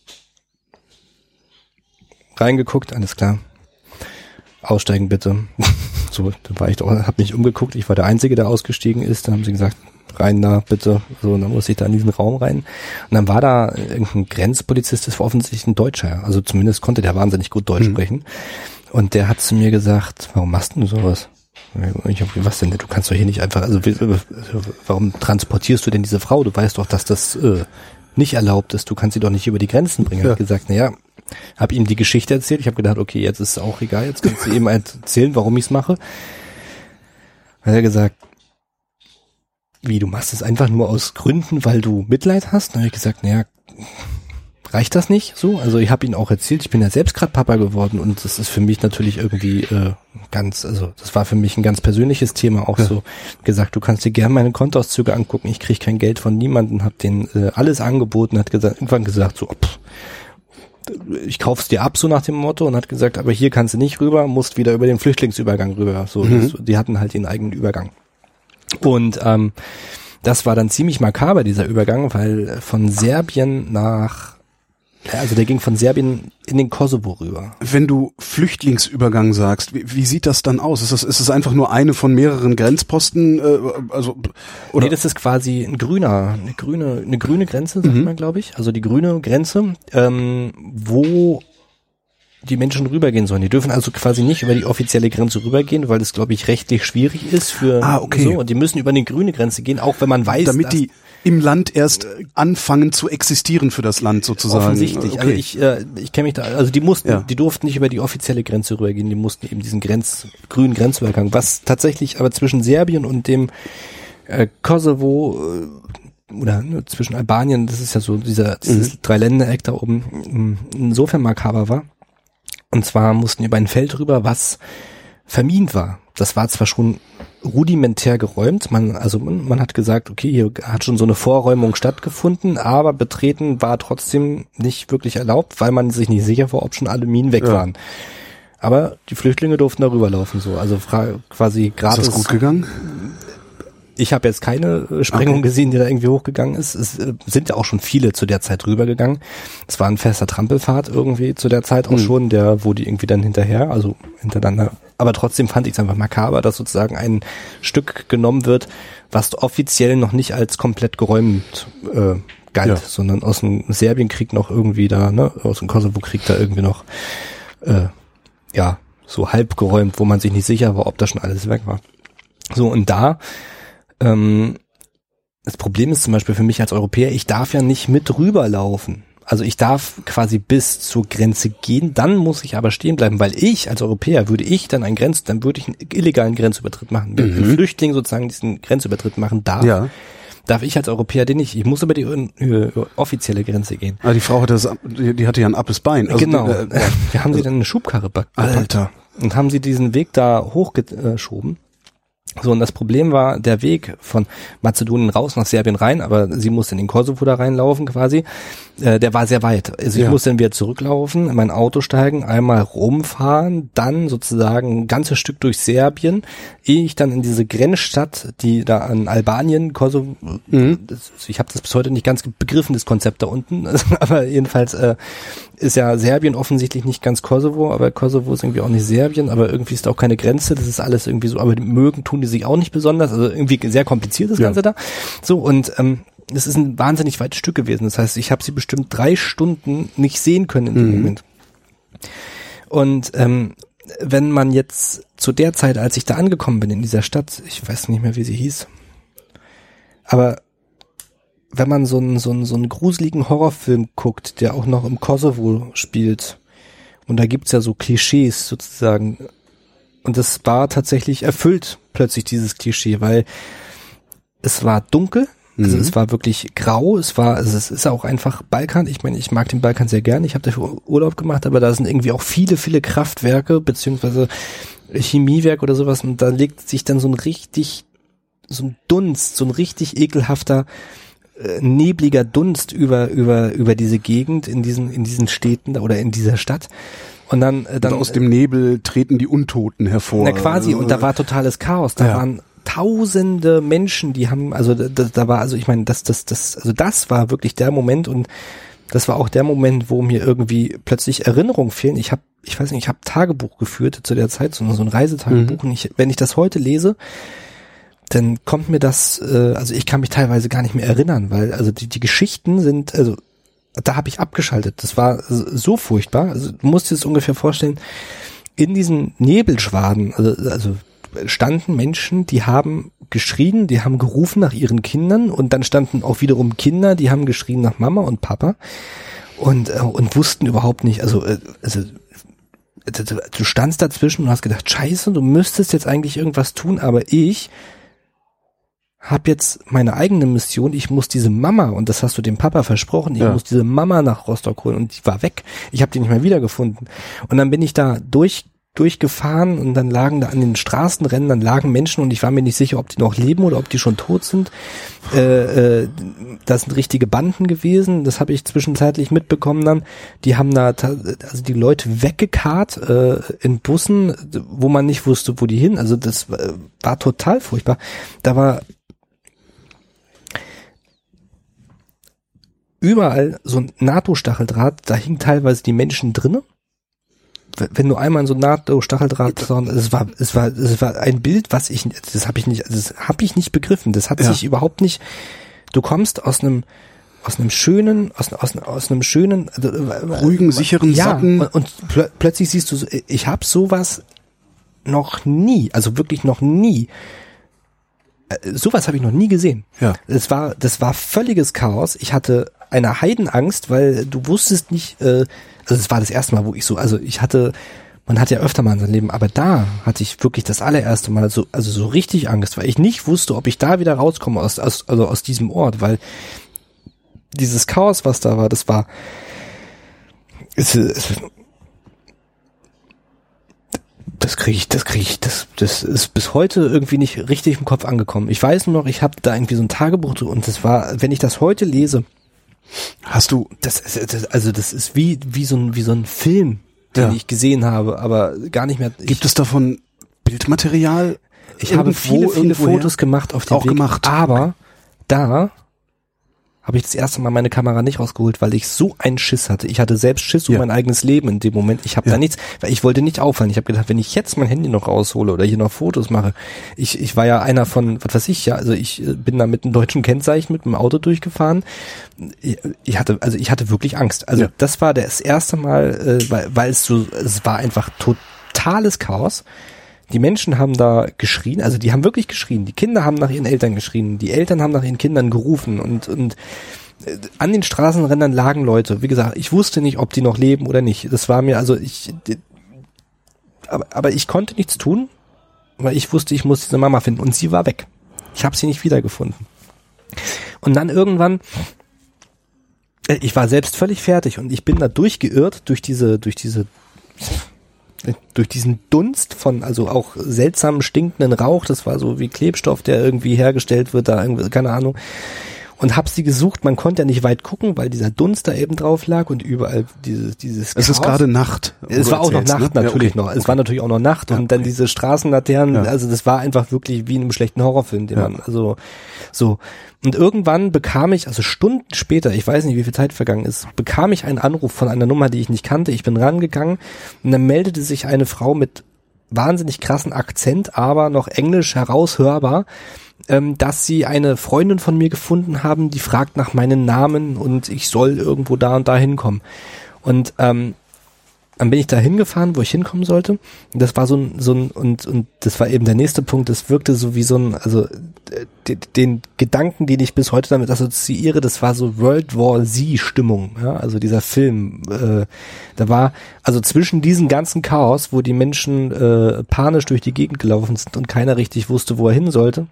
Speaker 3: reingeguckt, alles klar. Aussteigen bitte. So, da war ich doch, hab mich umgeguckt, ich war der Einzige, der ausgestiegen ist. Dann haben sie gesagt, rein da bitte. So, und dann musste ich da in diesen Raum rein. Und dann war da irgendein Grenzpolizist, das war offensichtlich ein Deutscher. Also zumindest konnte der wahnsinnig gut Deutsch sprechen. Und der hat zu mir gesagt, warum machst du sowas? Ich hab, was denn? Du kannst doch hier nicht einfach, also warum transportierst du denn diese Frau? Du weißt doch, dass das nicht erlaubt ist. Du kannst sie doch nicht über die Grenzen bringen. Ja. Ich habe gesagt, naja, habe ihm die Geschichte erzählt. Ich habe gedacht, okay, jetzt ist es auch egal. Jetzt kannst du eben erzählen, warum ich es mache. Hat er gesagt, wie, du machst es einfach nur aus Gründen, weil du Mitleid hast? Dann habe ich gesagt, naja, reicht das nicht so? Also ich habe ihn auch erzählt, ich bin ja selbst gerade Papa geworden und das ist für mich natürlich irgendwie das war für mich ein ganz persönliches Thema auch so. Gesagt, du kannst dir gerne meine Kontoauszüge angucken, ich kriege kein Geld von niemandem, habe denen alles angeboten, hat irgendwann gesagt so, ich kauf's dir ab, so nach dem Motto, und hat gesagt, aber hier kannst du nicht rüber, musst wieder über den Flüchtlingsübergang rüber. So, die hatten halt ihren eigenen Übergang. Und das war dann ziemlich makaber, dieser Übergang, weil von Serbien nach Ja, also der ging von Serbien in den Kosovo rüber.
Speaker 2: Wenn du Flüchtlingsübergang sagst, wie sieht das dann aus? Ist es einfach nur eine von mehreren Grenzposten? Oder?
Speaker 3: Nee, das ist quasi eine grüne Grenze, sagt man, glaube ich. Also die grüne Grenze, wo die Menschen rübergehen sollen. Die dürfen also quasi nicht über die offizielle Grenze rübergehen, weil das, glaube ich, rechtlich schwierig ist für so. Und die müssen über eine grüne Grenze gehen, auch wenn man weiß,
Speaker 2: damit die im Land erst anfangen zu existieren für das Land sozusagen.
Speaker 3: Offensichtlich.
Speaker 2: Okay.
Speaker 3: Also ich kenne mich da, also die durften nicht über die offizielle Grenze rübergehen, die mussten eben diesen grünen Grenzübergang, was tatsächlich aber zwischen Serbien und dem Kosovo oder zwischen Albanien, das ist ja so dieses Dreiländereck da oben, insofern makaber war. Und zwar mussten wir über ein Feld rüber, was vermint war. Das war zwar schon rudimentär geräumt, man hat gesagt, okay, hier hat schon so eine Vorräumung stattgefunden, aber betreten war trotzdem nicht wirklich erlaubt, weil man sich nicht sicher war, ob schon alle Minen weg waren. Aber die Flüchtlinge durften da rüberlaufen, so, also quasi gratis.
Speaker 2: Ist das gut gegangen?
Speaker 3: Ich habe jetzt keine Sprengung gesehen, die da irgendwie hochgegangen ist. Es sind ja auch schon viele zu der Zeit rübergegangen. Es war ein fester Trampelpfad irgendwie zu der Zeit auch schon, wo die irgendwie dann hintereinander. Aber trotzdem fand ich es einfach makaber, dass sozusagen ein Stück genommen wird, was offiziell noch nicht als komplett geräumt galt, sondern aus dem Serbienkrieg noch irgendwie da, aus dem Kosovo-Krieg da irgendwie noch, so halb geräumt, wo man sich nicht sicher war, ob da schon alles weg war. So, und das Problem ist zum Beispiel für mich als Europäer, ich darf ja nicht mit rüberlaufen. Also ich darf quasi bis zur Grenze gehen, dann muss ich aber stehen bleiben, weil ich als Europäer würde ich dann einen illegalen Grenzübertritt machen. Wenn ein Flüchtling sozusagen diesen Grenzübertritt machen darf, darf ich als Europäer den nicht. Ich muss über die offizielle Grenze gehen.
Speaker 2: Ah, die Frau die hatte ja ein abes Bein. Also
Speaker 3: genau. Wir haben sie dann eine Schubkarre gepackt.
Speaker 2: Alter.
Speaker 3: Und haben sie diesen Weg da hochgeschoben. So, und das Problem war, der Weg von Mazedonien raus nach Serbien rein, aber sie musste in den Kosovo da reinlaufen quasi, der war sehr weit. Also ich musste dann wieder zurücklaufen, in mein Auto steigen, einmal rumfahren, dann sozusagen ein ganzes Stück durch Serbien, ehe ich dann in diese Grenzstadt, die da an Albanien, Kosovo, ich habe das bis heute nicht ganz begriffen, das Konzept da unten, aber jedenfalls ist ja Serbien offensichtlich nicht ganz Kosovo, aber Kosovo ist irgendwie auch nicht Serbien, aber irgendwie ist da auch keine Grenze, das ist alles irgendwie so, aber tun die sich auch nicht besonders, also irgendwie sehr kompliziert das Ganze da. So, und das ist ein wahnsinnig weites Stück gewesen, das heißt, ich habe sie bestimmt 3 Stunden nicht sehen können in dem Moment. Und wenn man jetzt zu der Zeit, als ich da angekommen bin in dieser Stadt, ich weiß nicht mehr, wie sie hieß, aber wenn man so einen gruseligen Horrorfilm guckt, der auch noch im Kosovo spielt, und da gibt's ja so Klischees sozusagen, und das war tatsächlich erfüllt plötzlich dieses Klischee, weil es war dunkel, also es war wirklich grau, es ist auch einfach Balkan, ich meine, ich mag den Balkan sehr gern, ich habe dafür Urlaub gemacht, aber da sind irgendwie auch viele Kraftwerke, beziehungsweise Chemiewerk oder sowas, und da legt sich dann so ein Dunst, so ein richtig ekelhafter, nebliger Dunst über diese Gegend in diesen Städten oder in dieser Stadt. Und dann
Speaker 2: aus dem Nebel treten die Untoten hervor.
Speaker 3: Na quasi, und da war totales Chaos. Da waren tausende Menschen, die haben, also da war, also ich meine, das war wirklich der Moment, und das war auch der Moment, wo mir irgendwie plötzlich Erinnerungen fehlen. Ich habe Tagebuch geführt zu der Zeit, so ein Reisetagebuch, und wenn ich das heute lese, dann kommt mir das, also ich kann mich teilweise gar nicht mehr erinnern, weil also die Geschichten sind, also da habe ich abgeschaltet. Das war so furchtbar. Also du musst dir das ungefähr vorstellen, in diesen Nebelschwaden, also standen Menschen, die haben geschrien, die haben gerufen nach ihren Kindern, und dann standen auch wiederum Kinder, die haben geschrien nach Mama und Papa und wussten überhaupt nicht, also du standst dazwischen und hast gedacht, scheiße, du müsstest jetzt eigentlich irgendwas tun, aber ich habe jetzt meine eigene Mission, ich muss diese Mama, und das hast du dem Papa versprochen, ich muss diese Mama nach Rostock holen, und die war weg. Ich habe die nicht mehr wiedergefunden. Und dann bin ich da durchgefahren, und dann lagen da an den Straßenrändern Menschen, und ich war mir nicht sicher, ob die noch leben oder ob die schon tot sind. Das sind richtige Banden gewesen, das habe ich zwischenzeitlich mitbekommen dann. Die haben da also die Leute weggekarrt in Bussen, wo man nicht wusste, wo die hin. Also das war total furchtbar. überall so ein NATO-Stacheldraht, da hingen teilweise die Menschen drinne. Wenn du einmal in so ein NATO-Stacheldraht, es war ein Bild, das habe ich nicht begriffen. Das hat sich überhaupt nicht. Du kommst aus einem schönen,
Speaker 2: ruhigen, sicheren Sacken.
Speaker 3: Und plötzlich siehst du, ich habe sowas noch nie, also wirklich noch nie. Sowas habe ich noch nie gesehen. Ja. Das war völliges Chaos. Ich hatte eine Heidenangst, weil du wusstest nicht, also es war das erste Mal, wo ich so, also man hat ja öfter mal in seinem Leben, aber da hatte ich wirklich das allererste Mal so richtig Angst, weil ich nicht wusste, ob ich da wieder rauskomme aus diesem Ort, weil dieses Chaos, was da war, das ist bis heute irgendwie nicht richtig im Kopf angekommen. Ich weiß nur noch, ich habe da irgendwie so ein Tagebuch und das war, wenn ich das heute lese,
Speaker 2: hast du
Speaker 3: das ist wie so ein Film, den ich gesehen habe, aber gar nicht mehr.
Speaker 2: Gibt es davon Bildmaterial?
Speaker 3: Ich habe viele Fotos gemacht auf dem Weg, aber da habe ich das erste Mal meine Kamera nicht rausgeholt, weil ich so einen Schiss hatte. Ich hatte selbst Schiss um mein eigenes Leben in dem Moment. Ich habe da nichts, weil ich wollte nicht auffallen. Ich habe gedacht, wenn ich jetzt mein Handy noch raushole oder hier noch Fotos mache, ich war ja einer von, was weiß ich, ja, also ich bin da mit einem deutschen Kennzeichen mit dem Auto durchgefahren. Ich hatte wirklich Angst. Also das war das erste Mal, weil es war einfach totales Chaos. Die Menschen haben da geschrien, also die haben wirklich geschrien. Die Kinder haben nach ihren Eltern geschrien, die Eltern haben nach ihren Kindern gerufen und an den Straßenrändern lagen Leute. Wie gesagt, ich wusste nicht, ob die noch leben oder nicht. Das war mir, aber ich konnte nichts tun, weil ich wusste, ich muss diese Mama finden und sie war weg. Ich habe sie nicht wiedergefunden. Und dann irgendwann, ich war selbst völlig fertig und ich bin da durchgeirrt durch diesen Dunst von, also auch seltsam stinkenden Rauch, das war so wie Klebstoff, der irgendwie hergestellt wird, da irgendwie, keine Ahnung, und hab sie gesucht, man konnte ja nicht weit gucken, weil dieser Dunst da eben drauf lag und überall dieses Chaos.
Speaker 2: Es ist gerade Nacht.
Speaker 3: Es war auch noch Nacht, natürlich noch. Es war natürlich auch noch Nacht und dann diese Straßenlaternen, also das war einfach wirklich wie in einem schlechten Horrorfilm, den man, also so. Und irgendwann bekam ich, also Stunden später, ich weiß nicht, wie viel Zeit vergangen ist, bekam ich einen Anruf von einer Nummer, die ich nicht kannte. Ich bin rangegangen und dann meldete sich eine Frau mit wahnsinnig krassen Akzent, aber noch Englisch heraushörbar, dass sie eine Freundin von mir gefunden haben, die fragt nach meinem Namen und ich soll irgendwo da und da hinkommen. Und dann bin ich da hingefahren, wo ich hinkommen sollte. Und das war und das war eben der nächste Punkt, das wirkte so wie also den Gedanken, den ich bis heute damit assoziiere, das war so World War Z Stimmung, ja, also dieser Film, da war, also zwischen diesem ganzen Chaos, wo die Menschen panisch durch die Gegend gelaufen sind und keiner richtig wusste, wo er hin sollte,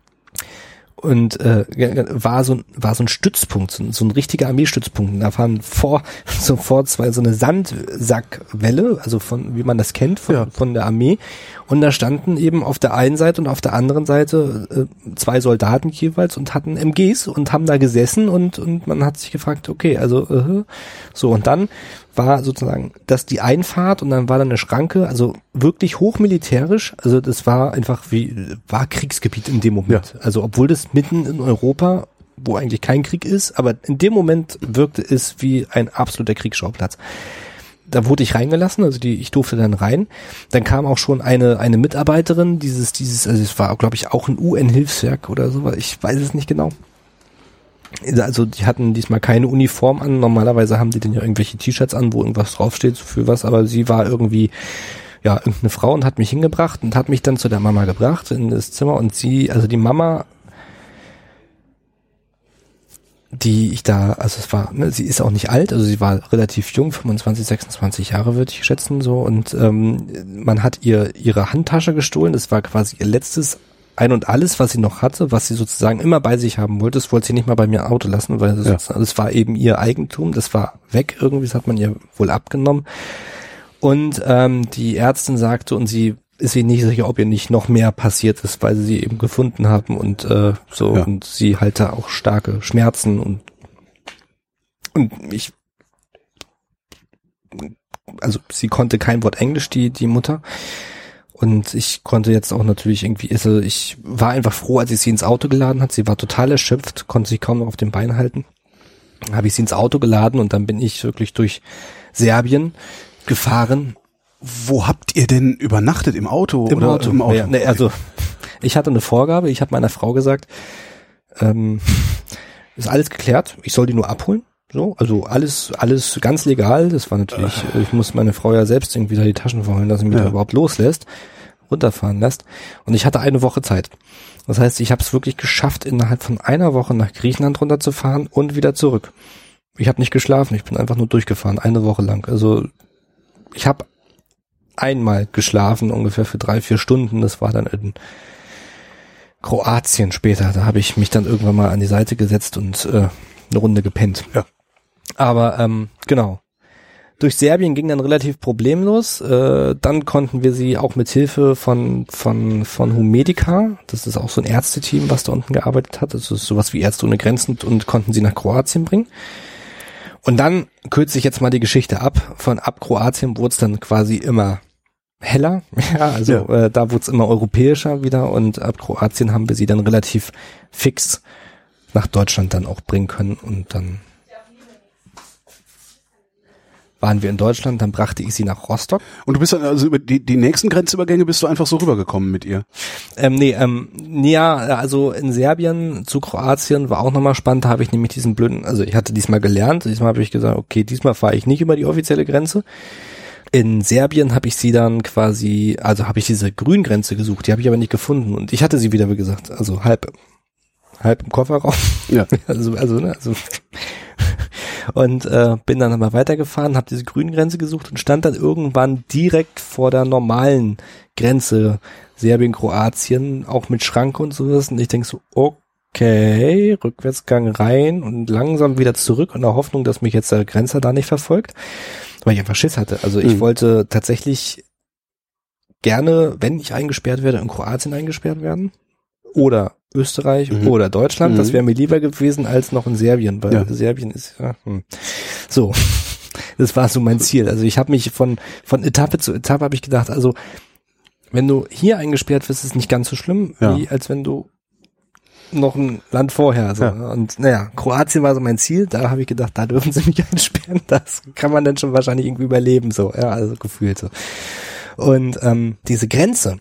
Speaker 3: und war so ein Stützpunkt, so ein richtiger Armeestützpunkt. Da waren sofort so eine Sandsackwelle, also wie man das kennt von der Armee. Und da standen eben auf der einen Seite und auf der anderen Seite 2 Soldaten jeweils und hatten MGs und haben da gesessen und man hat sich gefragt, okay, also so, und dann war sozusagen das die Einfahrt und dann war da eine Schranke, also wirklich hochmilitärisch, also das war einfach war Kriegsgebiet in dem Moment. Ja. Also obwohl das mitten in Europa, wo eigentlich kein Krieg ist, aber in dem Moment wirkte es wie ein absoluter Kriegsschauplatz. Da wurde ich reingelassen, also ich durfte dann rein. Dann kam auch schon eine Mitarbeiterin, also es war, glaube ich, auch ein UN-Hilfswerk oder so, ich weiß es nicht genau. Also die hatten diesmal keine Uniform an, normalerweise haben die dann ja irgendwelche T-Shirts an, wo irgendwas draufsteht, für was, aber sie war irgendwie, ja, irgendeine Frau und hat mich hingebracht und hat mich dann zu der Mama gebracht in das Zimmer und sie, also die Mama, die ich da, also es war, ne, sie ist auch nicht alt, also sie war relativ jung, 25, 26 Jahre würde ich schätzen, so, und man hat ihr ihre Handtasche gestohlen, das war quasi ihr letztes Ein und Alles, was sie noch hatte, was sie sozusagen immer bei sich haben wollte, das wollte sie nicht mal bei mir im Auto lassen, weil das war eben ihr Eigentum, das war weg irgendwie, das hat man ihr wohl abgenommen. Und die Ärztin sagte, und sie ist sich nicht sicher, ob ihr nicht noch mehr passiert ist, weil sie eben gefunden haben und und sie halt da auch starke Schmerzen und also sie konnte kein Wort Englisch, die Mutter. Und ich konnte jetzt auch natürlich irgendwie, also ich war einfach froh, als ich sie ins Auto geladen hat. Sie war total erschöpft, konnte sich kaum noch auf den Beinen halten. Habe ich sie ins Auto geladen und dann bin ich wirklich durch Serbien gefahren.
Speaker 2: Wo habt ihr denn übernachtet? Im Auto?
Speaker 3: Im Auto. Ja, nee, also ich hatte eine Vorgabe, ich habe meiner Frau gesagt, ist alles geklärt, ich soll die nur abholen. So, also alles ganz legal. Das war natürlich, ich muss meine Frau ja selbst irgendwie da die Taschen verholen, dass sie mich da überhaupt loslässt, runterfahren lässt. Und ich hatte eine Woche Zeit. Das heißt, ich habe es wirklich geschafft, innerhalb von einer Woche nach Griechenland runterzufahren und wieder zurück. Ich habe nicht geschlafen, ich bin einfach nur durchgefahren, eine Woche lang. Also ich habe einmal geschlafen, ungefähr für 3-4 Stunden. Das war dann in Kroatien später. Da habe ich mich dann irgendwann mal an die Seite gesetzt und eine Runde gepennt. Ja. Aber genau. Durch Serbien ging dann relativ problemlos. Dann konnten wir sie auch mit Hilfe von Humedica, das ist auch so ein Ärzteteam, was da unten gearbeitet hat, das ist sowas wie Ärzte ohne Grenzen, und konnten sie nach Kroatien bringen. Und dann kürze ich jetzt mal die Geschichte ab. Von ab Kroatien wurde es dann quasi immer heller. Ja, also da wurde es immer europäischer wieder, und ab Kroatien haben wir sie dann relativ fix nach Deutschland dann auch bringen können, und dann waren wir in Deutschland, dann brachte ich sie nach Rostock.
Speaker 2: Und du bist dann, also über die nächsten Grenzübergänge bist du einfach so rübergekommen mit ihr?
Speaker 3: Also in Serbien zu Kroatien war auch nochmal spannend, da habe ich nämlich diesen blöden, also ich hatte diesmal gelernt, diesmal habe ich gesagt, okay, diesmal fahre ich nicht über die offizielle Grenze. In Serbien habe ich sie dann quasi, also habe ich diese Grüngrenze gesucht, die habe ich aber nicht gefunden, und ich hatte sie wieder, wie gesagt, also halb im Kofferraum. Ja. Also und bin dann aber weitergefahren, habe diese Grüngrenze gesucht und stand dann irgendwann direkt vor der normalen Grenze Serbien, Kroatien, auch mit Schranke und sowas, und ich denke so, okay, Rückwärtsgang rein und langsam wieder zurück in der Hoffnung, dass mich jetzt der Grenzer da nicht verfolgt, weil ich einfach Schiss hatte. Also ich wollte tatsächlich gerne, wenn ich eingesperrt werde, in Kroatien eingesperrt werden oder Österreich oder Deutschland. Das wäre mir lieber gewesen als noch in Serbien, weil Serbien ist so. Das war so mein Ziel. Also ich habe mich von Etappe zu Etappe habe ich gedacht, also wenn du hier eingesperrt wirst, ist es nicht ganz so schlimm, wie als wenn du noch ein Land vorher. So. Ja. Und Kroatien war so mein Ziel. Da habe ich gedacht, da dürfen sie mich einsperren. Das kann man dann schon wahrscheinlich irgendwie überleben. So, ja, also gefühlt so. Und diese Grenze,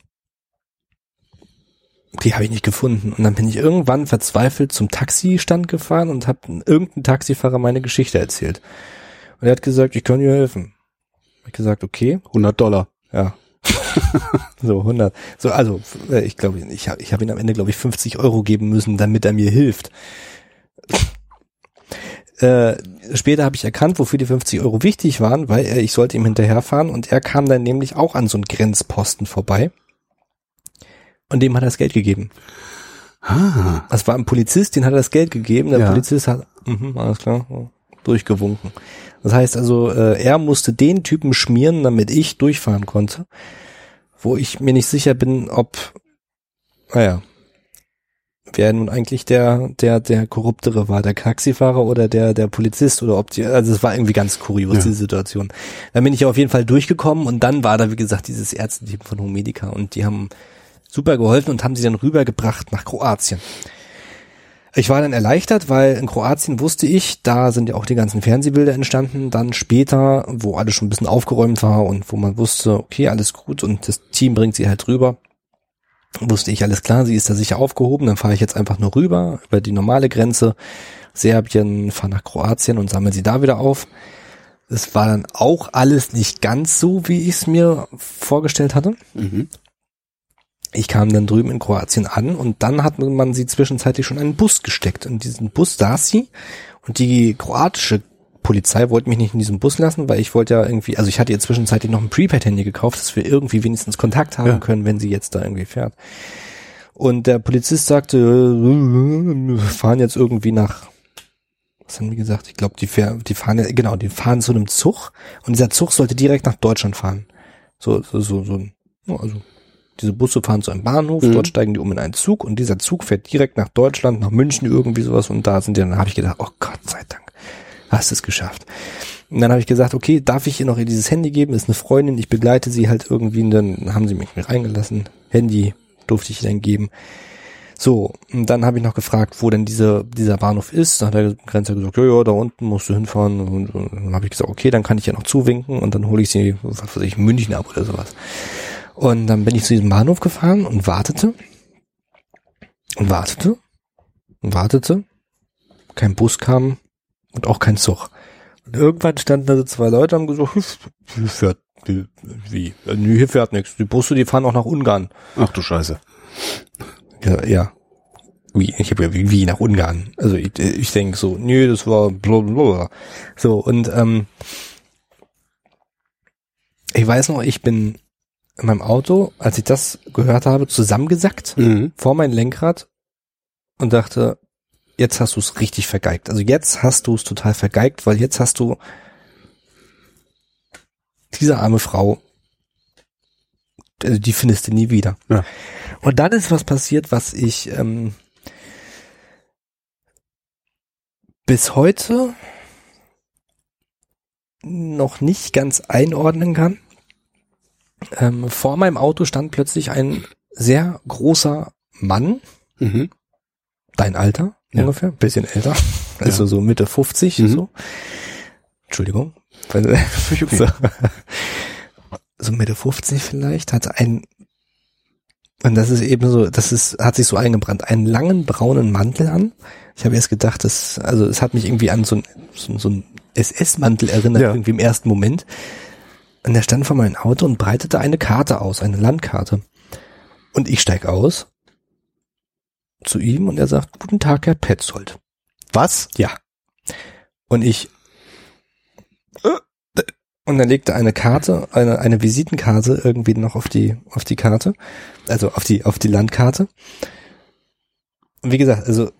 Speaker 3: die habe ich nicht gefunden. Und dann bin ich irgendwann verzweifelt zum Taxistand gefahren und habe irgendeinem Taxifahrer meine Geschichte erzählt. Und er hat gesagt, ich kann dir helfen. Ich habe gesagt, okay.
Speaker 2: $100.
Speaker 3: Ja. So, 100. So, also, ich glaube, ich habe ihn am Ende, glaube ich, 50 € geben müssen, damit er mir hilft. Später habe ich erkannt, wofür die 50 € wichtig waren, weil ich sollte ihm hinterherfahren, und er kam dann nämlich auch an so einen Grenzposten vorbei. Und dem hat er das Geld gegeben.
Speaker 2: Ah.
Speaker 3: Das war ein Polizist, den hat er das Geld gegeben. Der Polizist hat, alles klar, durchgewunken. Das heißt also, er musste den Typen schmieren, damit ich durchfahren konnte. Wo ich mir nicht sicher bin, ob, wer nun eigentlich der Korruptere war, der Taxifahrer oder der Polizist, oder ob also es war irgendwie ganz kurios, diese Situation. Dann bin ich auf jeden Fall durchgekommen, und dann war da, wie gesagt, dieses Ärzteteam von Humedica, und die haben super geholfen und haben sie dann rübergebracht nach Kroatien. Ich war dann erleichtert, weil in Kroatien wusste ich, da sind ja auch die ganzen Fernsehbilder entstanden, dann später, wo alles schon ein bisschen aufgeräumt war und wo man wusste, okay, alles gut, und das Team bringt sie halt rüber, wusste ich, alles klar, sie ist da sicher aufgehoben, dann fahre ich jetzt einfach nur rüber, über die normale Grenze, Serbien, fahre nach Kroatien und sammle sie da wieder auf. Es war dann auch alles nicht ganz so, wie ich es mir vorgestellt hatte. Ich kam dann drüben in Kroatien an, und dann hat man sie zwischenzeitlich schon in einen Bus gesteckt. Und in diesem Bus saß sie, und die kroatische Polizei wollte mich nicht in diesem Bus lassen, weil ich wollte ja irgendwie, also ich hatte ihr zwischenzeitlich noch ein Prepaid-Handy gekauft, dass wir irgendwie wenigstens Kontakt haben können, wenn sie jetzt da irgendwie fährt. Und der Polizist sagte, wir fahren jetzt irgendwie nach, was haben die gesagt? Ich glaube, die fahren zu einem Zug, und dieser Zug sollte direkt nach Deutschland fahren. Also diese Busse fahren zu einem Bahnhof, dort steigen die um in einen Zug, und dieser Zug fährt direkt nach Deutschland, nach München, irgendwie sowas, und da sind die, dann habe ich gedacht, oh Gott sei Dank, hast es geschafft. Und dann habe ich gesagt, okay, darf ich ihr noch dieses Handy geben? Ist eine Freundin, ich begleite sie halt irgendwie, und dann haben sie mich reingelassen. Handy durfte ich ihr dann geben. So, und dann habe ich noch gefragt, wo denn dieser Bahnhof ist. Dann hat der Grenzer gesagt, ja, da unten musst du hinfahren. Und dann habe ich gesagt, okay, dann kann ich ja noch zuwinken und dann hole ich sie, was weiß ich, München ab oder sowas. Und dann bin ich zu diesem Bahnhof gefahren und wartete. Kein Bus kam und auch kein Zug. Und irgendwann standen da so 2 Leute und haben gesagt, hier fährt nichts. Die Busse, die fahren auch nach Ungarn.
Speaker 2: Ach du Scheiße.
Speaker 3: Ja. Wie nach Ungarn. Also ich denke so, nö, das war blablabla. So, und ich weiß noch, ich bin in meinem Auto, als ich das gehört habe, zusammengesackt vor mein Lenkrad und dachte, jetzt hast du es richtig vergeigt. Also jetzt hast du es total vergeigt, weil jetzt hast du diese arme Frau, also die findest du nie wieder.
Speaker 2: Ja.
Speaker 3: Und dann ist was passiert, was ich bis heute noch nicht ganz einordnen kann. Vor meinem Auto stand plötzlich ein sehr großer Mann, dein Alter ungefähr, bisschen älter, also so Mitte 50, so. Entschuldigung. So Mitte 50 vielleicht, hat und das ist eben so, hat sich so eingebrannt, einen langen braunen Mantel an. Ich habe erst gedacht, es hat mich irgendwie an so ein SS-Mantel erinnert, irgendwie im ersten Moment. Und der stand vor meinem Auto und breitete eine Karte aus, eine Landkarte. Und ich steig aus zu ihm und er sagt, guten Tag, Herr Petzold.
Speaker 2: Was?
Speaker 3: Ja. Und und er legte eine Karte, eine Visitenkarte irgendwie noch auf die Karte, also auf die Landkarte. Und wie gesagt, also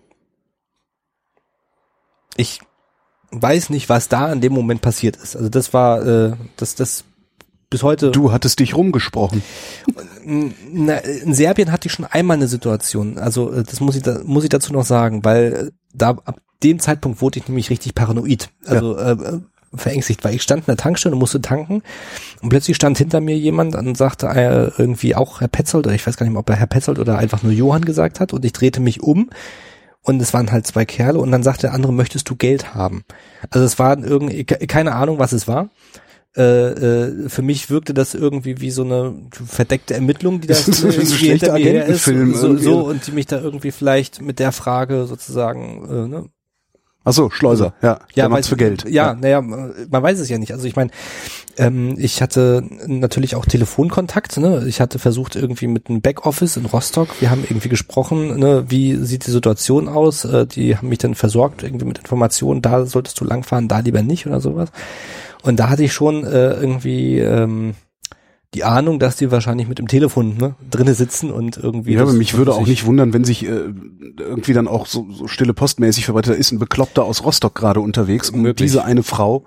Speaker 3: ich weiß nicht, was da in dem Moment passiert ist. Also das war das bis heute.
Speaker 2: Du hattest dich rumgesprochen.
Speaker 3: In Serbien hatte ich schon einmal eine Situation. Also das muss ich dazu noch sagen, weil da ab dem Zeitpunkt wurde ich nämlich richtig paranoid. Also verängstigt, weil ich stand in der Tankstelle und musste tanken und plötzlich stand hinter mir jemand und sagte irgendwie auch Herr Petzold, oder ich weiß gar nicht mehr, ob er Herr Petzold oder einfach nur Johann gesagt hat, und ich drehte mich um und es waren halt 2 Kerle und dann sagte der andere, möchtest du Geld haben? Also es war irgendwie, keine Ahnung, was es war. Für mich wirkte das irgendwie wie so eine verdeckte Ermittlung, die da irgendwie hinter mir her ist, so und die mich da irgendwie vielleicht mit der Frage sozusagen,
Speaker 2: Ach so, Schleuser, ja, macht's für Geld.
Speaker 3: Ja, naja, man weiß es ja nicht. Also ich meine, ich hatte natürlich auch Telefonkontakt, ne? Ich hatte versucht irgendwie mit einem Backoffice in Rostock, wir haben irgendwie gesprochen, ne? Wie sieht die Situation aus? Die haben mich dann versorgt irgendwie mit Informationen, da solltest du langfahren, da lieber nicht oder sowas. Und da hatte ich schon irgendwie die Ahnung, dass die wahrscheinlich mit dem Telefon drinnen sitzen und irgendwie.
Speaker 2: Ja, aber mich würde auch nicht wundern, wenn sich irgendwie dann auch so stille postmäßig verbreitet, da ist ein Bekloppter aus Rostock gerade unterwegs, um diese eine Frau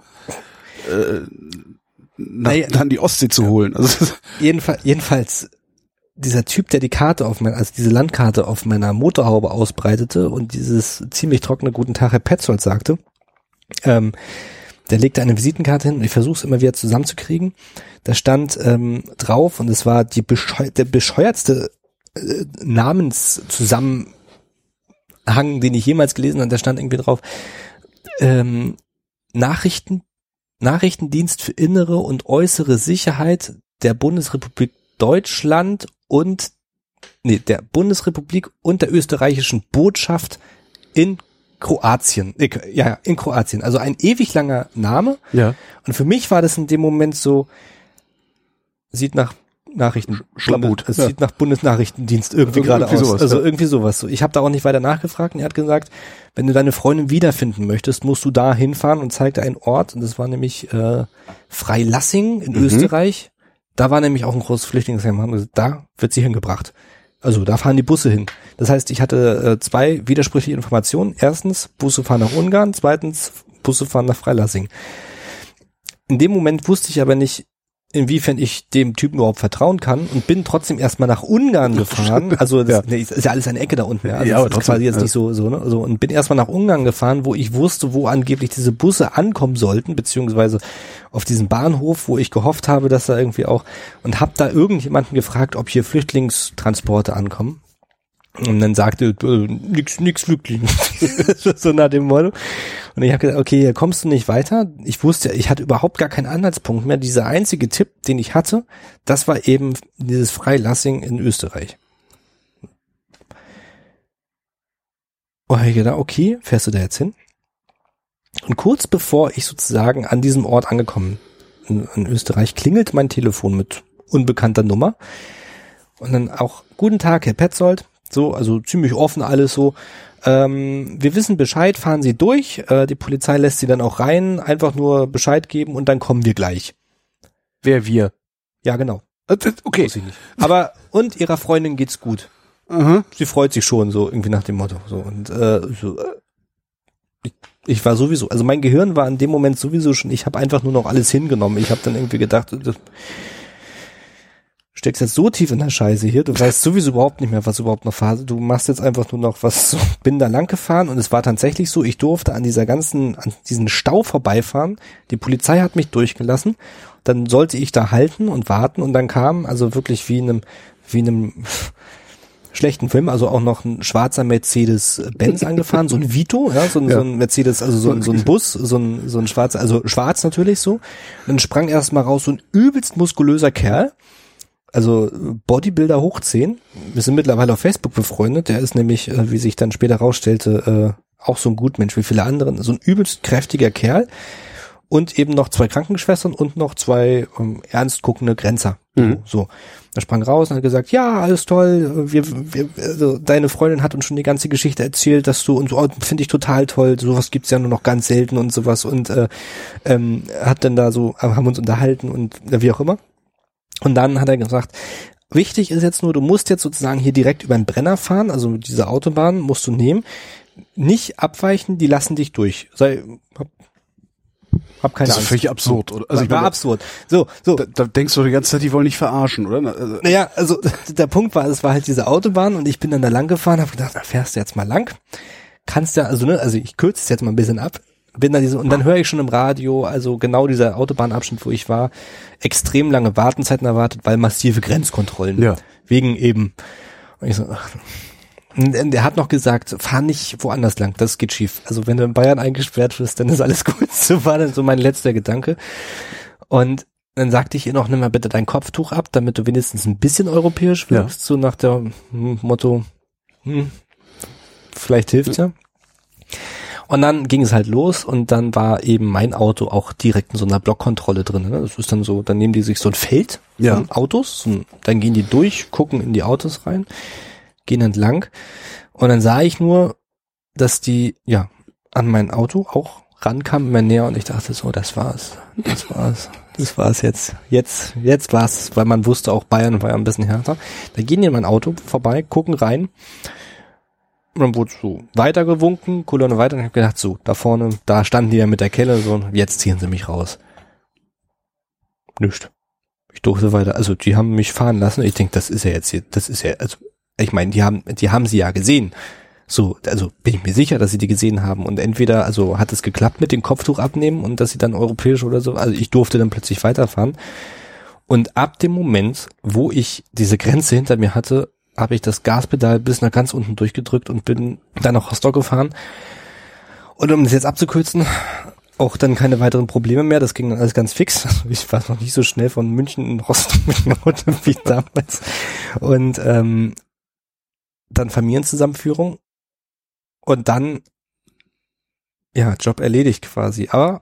Speaker 2: dann die Ostsee zu holen. Also
Speaker 3: jedenfalls dieser Typ, der die Karte diese Landkarte auf meiner Motorhaube ausbreitete und dieses ziemlich trockene Guten Tag, Herr Petzold sagte, der legte eine Visitenkarte hin und ich versuche es immer wieder zusammenzukriegen. Da stand drauf und es war der bescheuertste Namenszusammenhang, den ich jemals gelesen habe. Da stand irgendwie drauf Nachrichtendienst für innere und äußere Sicherheit der Bundesrepublik Deutschland der Bundesrepublik und der österreichischen Botschaft in Kroatien. In Kroatien. Also ein ewig langer Name.
Speaker 2: Ja.
Speaker 3: Und für mich war das in dem Moment so, sieht nach
Speaker 2: Schlabut.
Speaker 3: Es sieht nach Bundesnachrichtendienst irgendwie gerade aus.
Speaker 2: Sowas,
Speaker 3: also irgendwie sowas. Ich habe da auch nicht weiter nachgefragt und er hat gesagt, wenn du deine Freundin wiederfinden möchtest, musst du da hinfahren und zeigte einen Ort und das war nämlich Freilassing in Österreich. Da war nämlich auch ein großes Flüchtlingsheim. Haben gesagt, da wird sie hingebracht. Also da fahren die Busse hin. Das heißt, ich hatte 2 widersprüchliche Informationen. Erstens, Busse fahren nach Ungarn. Zweitens, Busse fahren nach Freilassing. In dem Moment wusste ich aber nicht, inwiefern ich dem Typen überhaupt vertrauen kann und bin trotzdem erstmal nach Ungarn gefahren. Also das ist ja alles eine Ecke da unten. Ja, also
Speaker 2: ja, aber
Speaker 3: das ist quasi jetzt nicht so, ne? So, und bin erstmal nach Ungarn gefahren, wo ich wusste, wo angeblich diese Busse ankommen sollten, beziehungsweise auf diesem Bahnhof, wo ich gehofft habe, dass da irgendwie auch, und habe da irgendjemanden gefragt, ob hier Flüchtlingstransporte ankommen. Und dann sagte, nix wirklich. So nach dem Motto. Und ich habe gesagt, okay, hier kommst du nicht weiter. Ich wusste, ich hatte überhaupt gar keinen Anhaltspunkt mehr. Dieser einzige Tipp, den ich hatte, das war eben dieses Freilassing in Österreich. Und habe ich gedacht, okay, fährst du da jetzt hin? Und kurz bevor ich sozusagen an diesem Ort angekommen in Österreich, klingelt mein Telefon mit unbekannter Nummer. Und dann auch, guten Tag, Herr Petzold. So, also ziemlich offen alles so. Wir wissen Bescheid, fahren Sie durch. Die Polizei lässt Sie dann auch rein. Einfach nur Bescheid geben und dann kommen wir gleich.
Speaker 2: Wer wir?
Speaker 3: Ja, genau.
Speaker 2: Okay.
Speaker 3: Weiß ich nicht. Aber, und Ihrer Freundin geht's gut. Sie freut sich schon, so irgendwie nach dem Motto. So. Und ich war sowieso, also mein Gehirn war in dem Moment sowieso schon, ich habe einfach nur noch alles hingenommen. Ich habe dann irgendwie gedacht, du steckst jetzt so tief in der Scheiße hier, du weißt sowieso überhaupt nicht mehr, was überhaupt noch Phase, du machst jetzt einfach nur noch was, so, bin da lang gefahren und es war tatsächlich so, ich durfte an diesen Stau vorbeifahren, die Polizei hat mich durchgelassen, dann sollte ich da halten und warten und dann kam, also wirklich wie in einem schlechten Film, also auch noch ein schwarzer Mercedes-Benz angefahren, so ein Vito, ja, so ein Mercedes, also so ein Bus, so ein schwarzer, also schwarz natürlich so. Und dann sprang erstmal raus so ein übelst muskulöser Kerl, also Bodybuilder hoch 10. Wir sind mittlerweile auf Facebook befreundet, der ist nämlich, wie sich dann später rausstellte, auch so ein Gutmensch wie viele andere, so ein übelst kräftiger Kerl und eben noch 2 Krankenschwestern und noch 2 ernst guckende Grenzer. So. Er sprang raus und hat gesagt, ja, alles toll, also deine Freundin hat uns schon die ganze Geschichte erzählt, dass du, und so, finde ich total toll, sowas gibt's ja nur noch ganz selten und sowas und hat dann da so, haben uns unterhalten und wie auch immer. Und dann hat er gesagt, wichtig ist jetzt nur, du musst jetzt sozusagen hier direkt über den Brenner fahren, also diese Autobahn musst du nehmen, nicht abweichen, die lassen dich durch. Hab keine Angst.
Speaker 2: Das ist völlig absurd, oder? Also
Speaker 3: war absurd. So.
Speaker 2: Da denkst du die ganze Zeit, die wollen nicht verarschen, oder?
Speaker 3: Naja, also der Punkt war, es war halt diese Autobahn und ich bin dann da lang gefahren, habe gedacht, da fährst du jetzt mal lang. Kannst ja, also ich kürze es jetzt mal ein bisschen ab. Bin da und dann höre ich schon im Radio, also genau dieser Autobahnabschnitt, wo ich war, extrem lange Wartenzeiten erwartet, weil massive Grenzkontrollen. Ja. Wegen eben. Und ich so, und er hat noch gesagt, fahr nicht woanders lang, das geht schief. Also wenn du in Bayern eingesperrt wirst, dann ist alles gut. So war dann so mein letzter Gedanke. Und dann sagte ich ihr noch, nimm mal bitte dein Kopftuch ab, damit du wenigstens ein bisschen europäisch wirkst, so nach der Motto, vielleicht hilft's ja. Und dann ging es halt los und dann war eben mein Auto auch direkt in so einer Blockkontrolle drin. Ne? Das ist dann so, dann nehmen die sich so ein Feld von Autos, dann gehen die durch, gucken in die Autos rein, gehen entlang und dann sah ich nur, dass die an mein Auto auch rankamen, immer näher und ich dachte so, das war's jetzt war's, weil man wusste auch, Bayern war ja ein bisschen härter. Da gehen die in mein Auto vorbei, gucken rein und dann wurde so weitergewunken, Kolonne weiter und ich habe gedacht, so, da vorne, da standen die ja mit der Kelle so, jetzt ziehen sie mich raus. Nicht. Ich durfte weiter, also die haben mich fahren lassen, ich denke, das ist ja jetzt hier, also ich meine, die haben sie ja gesehen. So, also bin ich mir sicher, dass sie die gesehen haben und entweder, also hat es geklappt mit dem Kopftuch abnehmen und dass sie dann europäisch oder so, also ich durfte dann plötzlich weiterfahren und ab dem Moment, wo ich diese Grenze hinter mir hatte, habe ich das Gaspedal bis nach ganz unten durchgedrückt und bin dann nach Rostock gefahren und um das jetzt abzukürzen, auch dann keine weiteren Probleme mehr, das ging dann alles ganz fix, also ich war noch nicht so schnell von München in Rostock mit dem Auto wie damals und dann Familienzusammenführung und dann, Job erledigt quasi. Aber,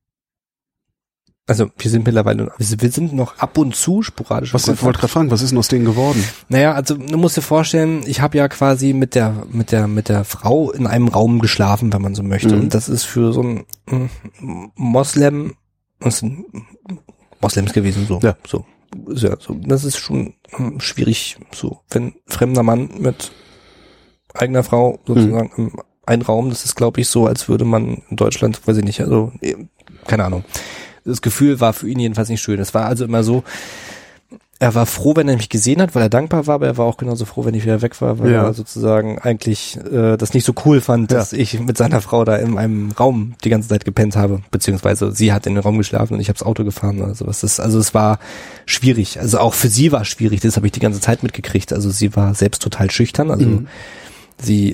Speaker 3: also wir sind mittlerweile, wir sind noch ab und zu sporadisch.
Speaker 2: Ich wollte gerade fragen, was ist denn aus denen geworden?
Speaker 3: Naja, also du musst dir vorstellen, ich habe ja quasi mit der Frau in einem Raum geschlafen, wenn man so möchte. Und das ist für so ein Moslem, Moslems gewesen, so. Ja. So. Ja, so, das ist schon schwierig, so, wenn fremder Mann mit eigener Frau sozusagen im einen Raum, das ist, glaube ich, so, als würde man in Deutschland, weiß ich nicht, also, keine Ahnung. Das Gefühl war für ihn jedenfalls nicht schön. Es war also immer so, Er war froh, wenn er mich gesehen hat, weil er dankbar war, aber er war auch genauso froh, wenn ich wieder weg war, weil er sozusagen eigentlich das nicht so cool fand, dass ich mit seiner Frau da in einem Raum die ganze Zeit gepennt habe, beziehungsweise sie hat in den Raum geschlafen und ich habe das Auto gefahren oder sowas. Es war schwierig. Also auch für sie war es schwierig, das habe ich die ganze Zeit mitgekriegt. Also sie war selbst total schüchtern, also sie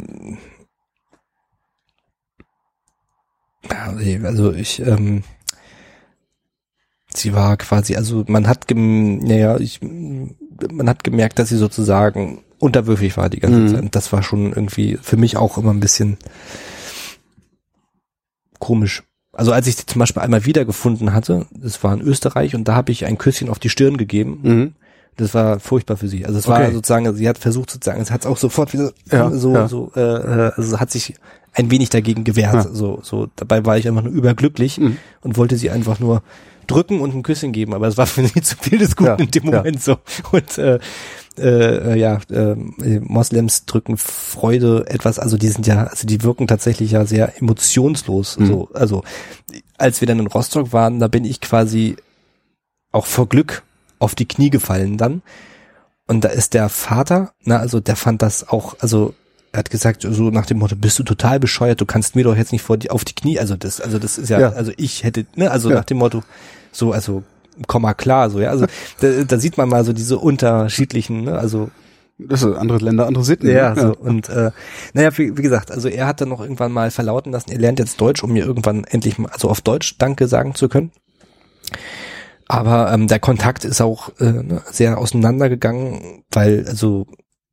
Speaker 3: sie war quasi, also man hat gemerkt, dass sie sozusagen unterwürfig war die ganze Zeit. Und das war schon irgendwie für mich auch immer ein bisschen komisch. Also als ich sie zum Beispiel einmal wiedergefunden hatte, das war in Österreich und da habe ich ein Küsschen auf die Stirn gegeben. Das war furchtbar für sie. Also es war sozusagen, sie hat versucht sozusagen, es hat auch sofort wieder also hat sich ein wenig dagegen gewehrt. So dabei war ich einfach nur überglücklich und wollte sie einfach nur drücken und ein Küsschen geben, aber es war für sie zu viel des Guten in dem Moment so. Und Moslems drücken Freude etwas, also die sind die wirken tatsächlich ja sehr emotionslos. So, also als wir dann in Rostock waren, da bin ich quasi auch vor Glück auf die Knie gefallen dann. Und da ist der Vater, also der fand das auch, also er hat gesagt, so nach dem Motto, bist du total bescheuert, du kannst mir doch jetzt nicht auf die Knie, also das ist ja, also ich hätte, nach dem Motto, so, also, komm mal klar, so, ja, also da sieht man mal so diese unterschiedlichen, also
Speaker 2: das sind andere Länder, andere Sitten.
Speaker 3: Ja, so, und wie gesagt, also er hat dann noch irgendwann mal verlauten lassen, er lernt jetzt Deutsch, um mir irgendwann endlich mal, also auf Deutsch Danke sagen zu können. Aber der Kontakt ist auch sehr auseinandergegangen, weil, also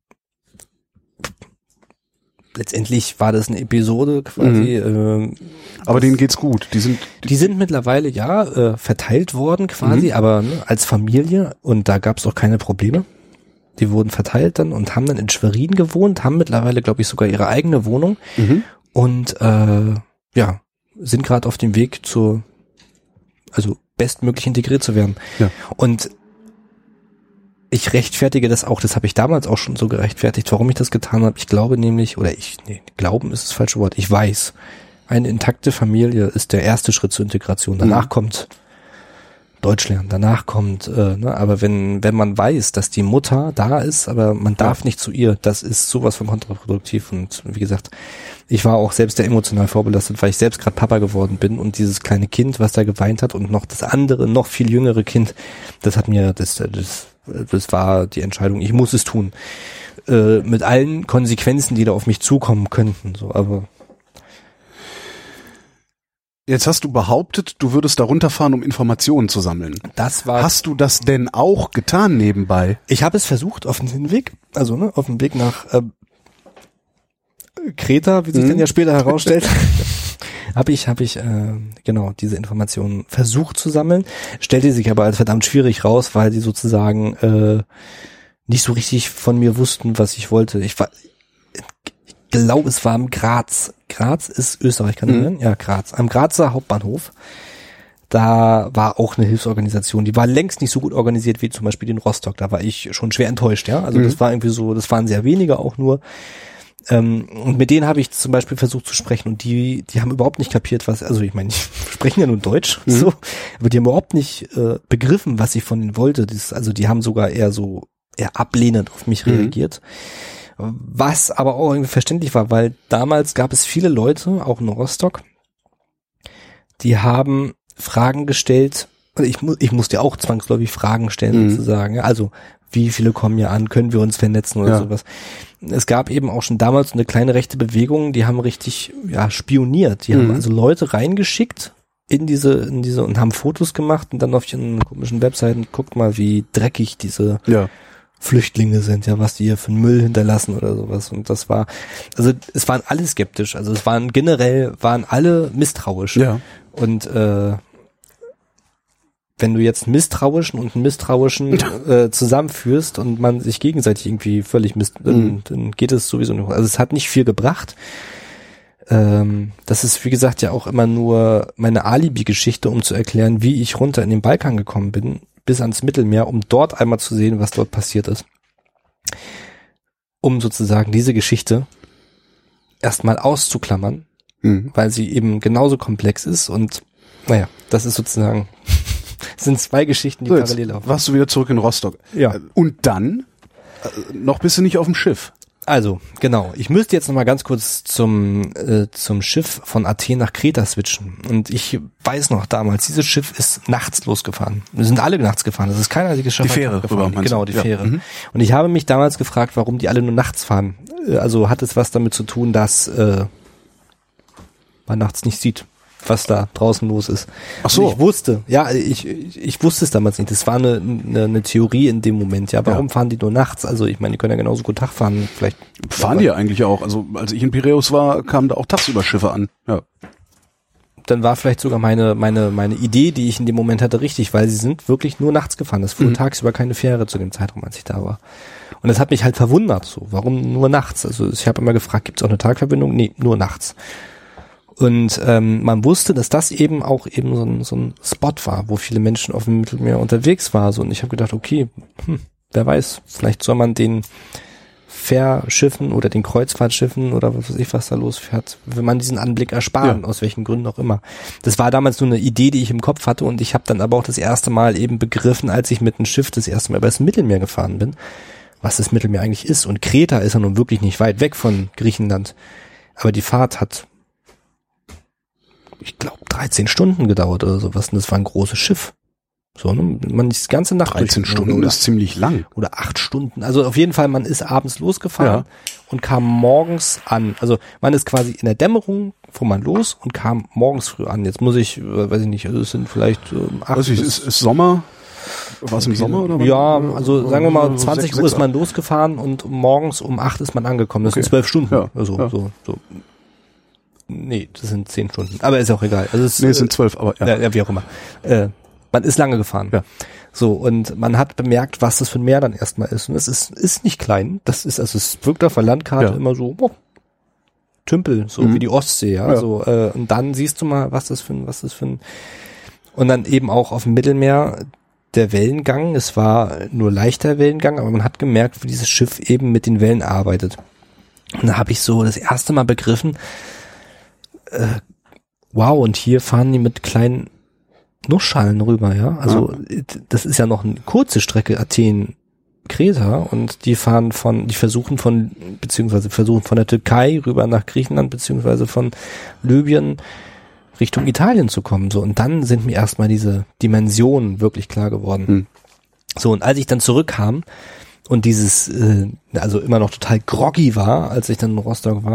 Speaker 3: letztendlich war das eine Episode quasi.
Speaker 2: Aber denen geht's gut.
Speaker 3: Die sind mittlerweile verteilt worden quasi, aber als Familie und da gab's auch keine Probleme. Die wurden verteilt dann und haben dann in Schwerin gewohnt, haben mittlerweile, glaube ich, sogar ihre eigene Wohnung und sind gerade auf dem Weg also bestmöglich integriert zu werden. Ja. Und ich rechtfertige das auch, das habe ich damals auch schon so gerechtfertigt, warum ich das getan habe. Ich glaube nämlich, glauben ist das falsche Wort, ich weiß, eine intakte Familie ist der erste Schritt zur Integration. Danach kommt Deutsch lernen, danach kommt, aber wenn man weiß, dass die Mutter da ist, aber man darf nicht zu ihr, das ist sowas von kontraproduktiv und wie gesagt, ich war auch selbst sehr emotional vorbelastet, weil ich selbst gerade Papa geworden bin und dieses kleine Kind, was da geweint hat und noch das andere, noch viel jüngere Kind, das hat mir, das war die Entscheidung, ich muss es tun. Mit allen Konsequenzen, die da auf mich zukommen könnten, so, aber.
Speaker 2: Jetzt hast du behauptet, du würdest da runterfahren, um Informationen zu sammeln. Hast du das denn auch getan nebenbei?
Speaker 3: Ich habe es versucht auf dem Hinweg, also auf dem Weg nach Kreta, wie sich dann ja später herausstellt, habe ich diese Informationen versucht zu sammeln, stellte sich aber als verdammt schwierig raus, weil die sozusagen nicht so richtig von mir wussten, was ich wollte. Ich glaube, es war im Graz. Graz ist Österreich, kann ich sagen? Ja, Graz. Am Grazer Hauptbahnhof. Da war auch eine Hilfsorganisation. Die war längst nicht so gut organisiert wie zum Beispiel in Rostock. Da war ich schon schwer enttäuscht, ja. Also das war irgendwie so, das waren sehr wenige auch nur. Und mit denen habe ich zum Beispiel versucht zu sprechen und die haben überhaupt nicht kapiert, also ich meine, die sprechen ja nur Deutsch, so, aber die haben überhaupt nicht begriffen, was ich von denen wollte. Also die haben sogar eher ablehnend auf mich reagiert. Was aber auch irgendwie verständlich war, weil damals gab es viele Leute, auch in Rostock, die haben Fragen gestellt, ich muss dir auch zwangsläufig Fragen stellen sozusagen, also wie viele kommen hier an, können wir uns vernetzen oder sowas. Es gab eben auch schon damals eine kleine rechte Bewegung, die haben richtig spioniert, die haben also Leute reingeschickt in diese und haben Fotos gemacht und dann auf ihren komischen Webseiten, guckt mal, wie dreckig diese Flüchtlinge sind, ja, was die hier für einen Müll hinterlassen oder sowas. Und das war, also es waren alle skeptisch, also es waren alle misstrauisch. Ja. Und wenn du jetzt einen Misstrauischen und einen Misstrauischen zusammenführst und man sich gegenseitig irgendwie völlig dann geht es sowieso nicht. Also es hat nicht viel gebracht. Das ist, wie gesagt, ja auch immer nur meine Alibi-Geschichte, um zu erklären, wie ich runter in den Balkan gekommen bin, bis ans Mittelmeer, um dort einmal zu sehen, was dort passiert ist. Um sozusagen diese Geschichte erstmal auszuklammern, weil sie eben genauso komplex ist und das ist sozusagen Es sind zwei Geschichten, die
Speaker 2: So, jetzt
Speaker 3: parallel laufen.
Speaker 2: warst du wieder zurück in Rostock.
Speaker 3: Ja.
Speaker 2: Und dann? Noch bist du nicht auf dem Schiff.
Speaker 3: Also, genau. Ich müsste jetzt nochmal ganz kurz zum Schiff von Athen nach Kreta switchen. Und ich weiß noch damals, dieses Schiff ist nachts losgefahren. Wir sind alle nachts gefahren. Das ist kein einziges Schiff.
Speaker 2: Die Fähre rüber, meinst du?
Speaker 3: Genau, die Fähre.
Speaker 2: Mhm.
Speaker 3: Und ich habe mich damals gefragt, warum die alle nur nachts fahren. Also hat es was damit zu tun, dass man nachts nicht sieht, was da draußen los ist.
Speaker 2: Ach so.
Speaker 3: Und ich wusste es damals nicht. Das war eine Theorie in dem Moment. Ja, warum fahren die nur nachts? Also ich meine, die können ja genauso gut Tag fahren. Vielleicht
Speaker 2: fahren die ja eigentlich auch. Also als ich in Piräus war, kamen da auch tagsüber Schiffe an. Ja.
Speaker 3: Dann war vielleicht sogar meine Idee, die ich in dem Moment hatte, richtig, weil sie sind wirklich nur nachts gefahren. Es fuhr tagsüber keine Fähre zu dem Zeitraum, als ich da war. Und das hat mich halt verwundert, so. Warum nur nachts? Also ich habe immer gefragt, gibt es auch eine Tagverbindung? Nee, nur nachts. Und man wusste, dass das eben auch eben so ein Spot war, wo viele Menschen auf dem Mittelmeer unterwegs waren. So. Und ich habe gedacht, okay, wer weiß, vielleicht soll man den Fährschiffen oder den Kreuzfahrtschiffen oder was weiß ich, was da losfährt, wenn man diesen Anblick ersparen, aus welchen Gründen auch immer. Das war damals nur eine Idee, die ich im Kopf hatte, und ich habe dann aber auch das erste Mal eben begriffen, als ich mit einem Schiff das erste Mal über das Mittelmeer gefahren bin, was das Mittelmeer eigentlich ist. Und Kreta ist ja nun wirklich nicht weit weg von Griechenland. Aber die Fahrt hat, ich glaube, 13 Stunden gedauert oder sowas. Und das war ein großes Schiff. So, ne? Man ist die ganze Nacht
Speaker 2: 13 Stunden ist ziemlich lang.
Speaker 3: Oder 8 Stunden. Also auf jeden Fall, man ist abends losgefahren und kam morgens an. Also man ist quasi in der Dämmerung, fuhr man los und kam morgens früh an. Jetzt muss ich, weiß ich nicht, also es sind vielleicht 8
Speaker 2: Weiß ich, ist Sommer? War es im Sommer oder?
Speaker 3: Ja, also sagen wir mal
Speaker 2: 6,
Speaker 3: 20 Uhr ist man losgefahren und morgens um 8 ist man angekommen. Das sind 12 Stunden.
Speaker 2: Ja.
Speaker 3: Also, so. Nee, das sind 10 Stunden. Aber ist auch egal. Also es
Speaker 2: sind 12, aber
Speaker 3: ja, wie auch immer. Man ist lange gefahren. Ja. So, und man hat bemerkt, was das für ein Meer dann erstmal ist. Und es ist nicht klein. Das ist, also es wirkt auf der Landkarte immer so, Tümpel, so wie die Ostsee, ja. So, und dann siehst du mal, was das für ein, und dann eben auch auf dem Mittelmeer der Wellengang. Es war nur leichter Wellengang, aber man hat gemerkt, wie dieses Schiff eben mit den Wellen arbeitet. Und da habe ich so das erste Mal begriffen, wow, und hier fahren die mit kleinen Nussschalen rüber, ja. Also das ist ja noch eine kurze Strecke Athen-Kreta, und die versuchen von der Türkei rüber nach Griechenland, beziehungsweise von Libyen Richtung Italien zu kommen. So, und dann sind mir erstmal diese Dimensionen wirklich klar geworden. So, und als ich dann zurückkam und dieses, also immer noch total groggy war, als ich dann in Rostock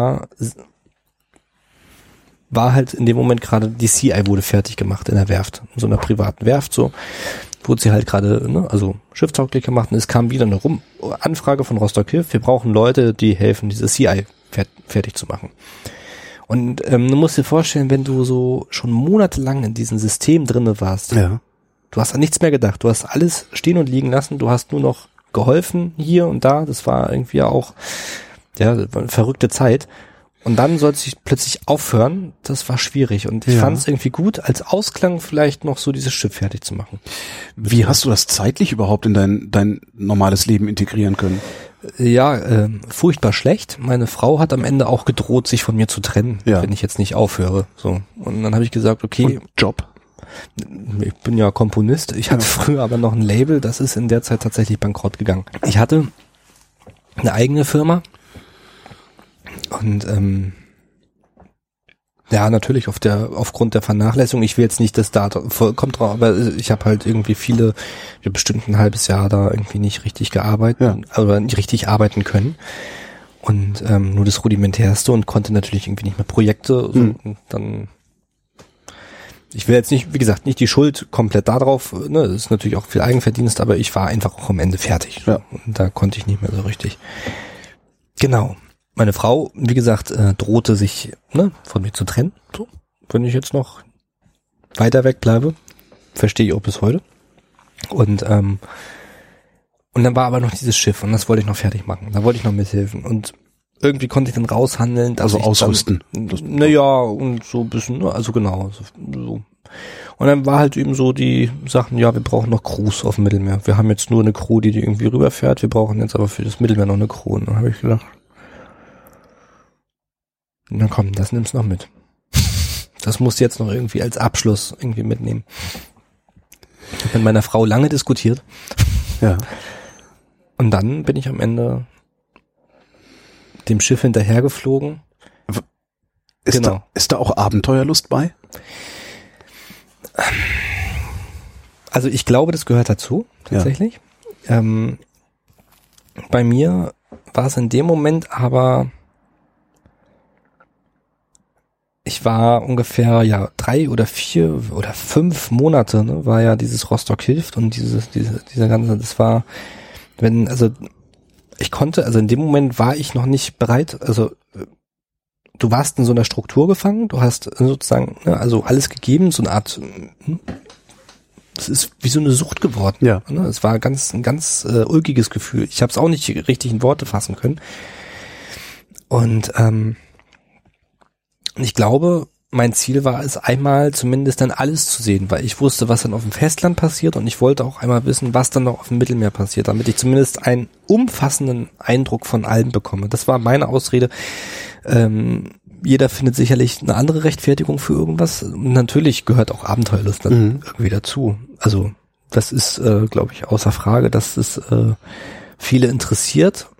Speaker 3: war halt in dem Moment gerade, die CI wurde fertig gemacht in der Werft, in so einer privaten Werft, so, wurde sie halt gerade, also schifftauglich gemacht, und es kam wieder eine Anfrage von Rostock Hilf, wir brauchen Leute, die helfen, diese CI fertig zu machen. Und du musst dir vorstellen, wenn du so schon monatelang in diesem System drinne warst, du hast an nichts mehr gedacht, du hast alles stehen und liegen lassen, du hast nur noch geholfen hier und da, das war irgendwie auch, eine verrückte Zeit. Und dann sollte ich plötzlich aufhören, das war schwierig, und ich fand es irgendwie gut, als Ausklang vielleicht noch so dieses Schiff fertig zu machen.
Speaker 2: Wie hast du das zeitlich überhaupt in dein normales Leben integrieren können?
Speaker 3: Ja, furchtbar schlecht. Meine Frau hat am Ende auch gedroht, sich von mir zu trennen, wenn ich jetzt nicht aufhöre. So. Und dann habe ich gesagt, okay.
Speaker 2: Und Job?
Speaker 3: Ich bin ja Komponist. Ich hatte früher aber noch ein Label, das ist in der Zeit tatsächlich bankrott gegangen. Ich hatte eine eigene Firma. Und natürlich aufgrund der Vernachlässigung, ich will jetzt nicht das Datum kommt drauf, aber ich habe halt irgendwie bestimmt ein halbes Jahr da irgendwie nicht richtig gearbeitet oder nicht richtig arbeiten können, und nur das Rudimentärste, und konnte natürlich irgendwie nicht mehr Projekte so, und dann, ich will jetzt nicht, wie gesagt, nicht die Schuld komplett darauf, ne, das ist natürlich auch viel Eigenverdienst, aber ich war einfach auch am Ende fertig, und da konnte ich nicht mehr so richtig. Genau. Meine Frau, wie gesagt, drohte sich von mir zu trennen. So, wenn ich jetzt noch weiter weg bleibe, verstehe ich auch bis heute. Und dann war aber noch dieses Schiff, und das wollte ich noch fertig machen. Da wollte ich noch mithelfen. Und irgendwie konnte ich dann raushandeln. Dass
Speaker 2: also ausrüsten.
Speaker 3: Und so ein bisschen, also genau. So. Und dann war halt eben so die Sachen, wir brauchen noch Crews auf dem Mittelmeer. Wir haben jetzt nur eine Crew, die irgendwie rüberfährt. Wir brauchen jetzt aber für das Mittelmeer noch eine Crew. Und dann habe ich gedacht, na komm, das nimmst noch mit. Das musst du jetzt noch irgendwie als Abschluss irgendwie mitnehmen. Ich habe mit meiner Frau lange diskutiert.
Speaker 2: Ja.
Speaker 3: Und dann bin ich am Ende dem Schiff hinterhergeflogen.
Speaker 2: Ist da auch Abenteuerlust bei?
Speaker 3: Also ich glaube, das gehört dazu, tatsächlich. Ja. Bei mir war es in dem Moment aber, ich war ungefähr 3 oder 4 oder 5 Monate, ne, war ja dieses Rostock hilft und dieser ganze, das war, ich konnte, also in dem Moment war ich noch nicht bereit, also du warst in so einer Struktur gefangen, du hast sozusagen, ne, also alles gegeben, so eine Art, es ist wie so eine Sucht geworden. Ja. Ne? Es war ein ganz ulkiges Gefühl. Ich habe es auch nicht richtig in Worte fassen können. Und ich glaube, mein Ziel war es, einmal zumindest dann alles zu sehen, weil ich wusste, was dann auf dem Festland passiert und ich wollte auch einmal wissen, was dann noch auf dem Mittelmeer passiert, damit ich zumindest einen umfassenden Eindruck von allem bekomme. Das war meine Ausrede. Jeder findet sicherlich eine andere Rechtfertigung für irgendwas. Und natürlich gehört auch Abenteuerlust dann irgendwie dazu. Also das ist, glaube ich, außer Frage, dass es viele interessiert,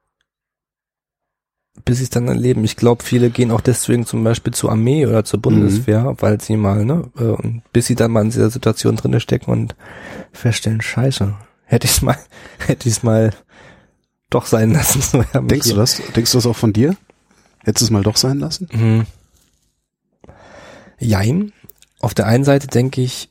Speaker 3: bis sie es dann erleben. Ich glaube, viele gehen auch deswegen zum Beispiel zur Armee oder zur Bundeswehr, weil sie mal, und bis sie dann mal in dieser Situation drinne stecken und feststellen, scheiße, hätte ich es mal doch sein lassen.
Speaker 2: Denkst du das auch von dir? Hättest du es mal doch sein lassen?
Speaker 3: Jein. Auf der einen Seite denke ich,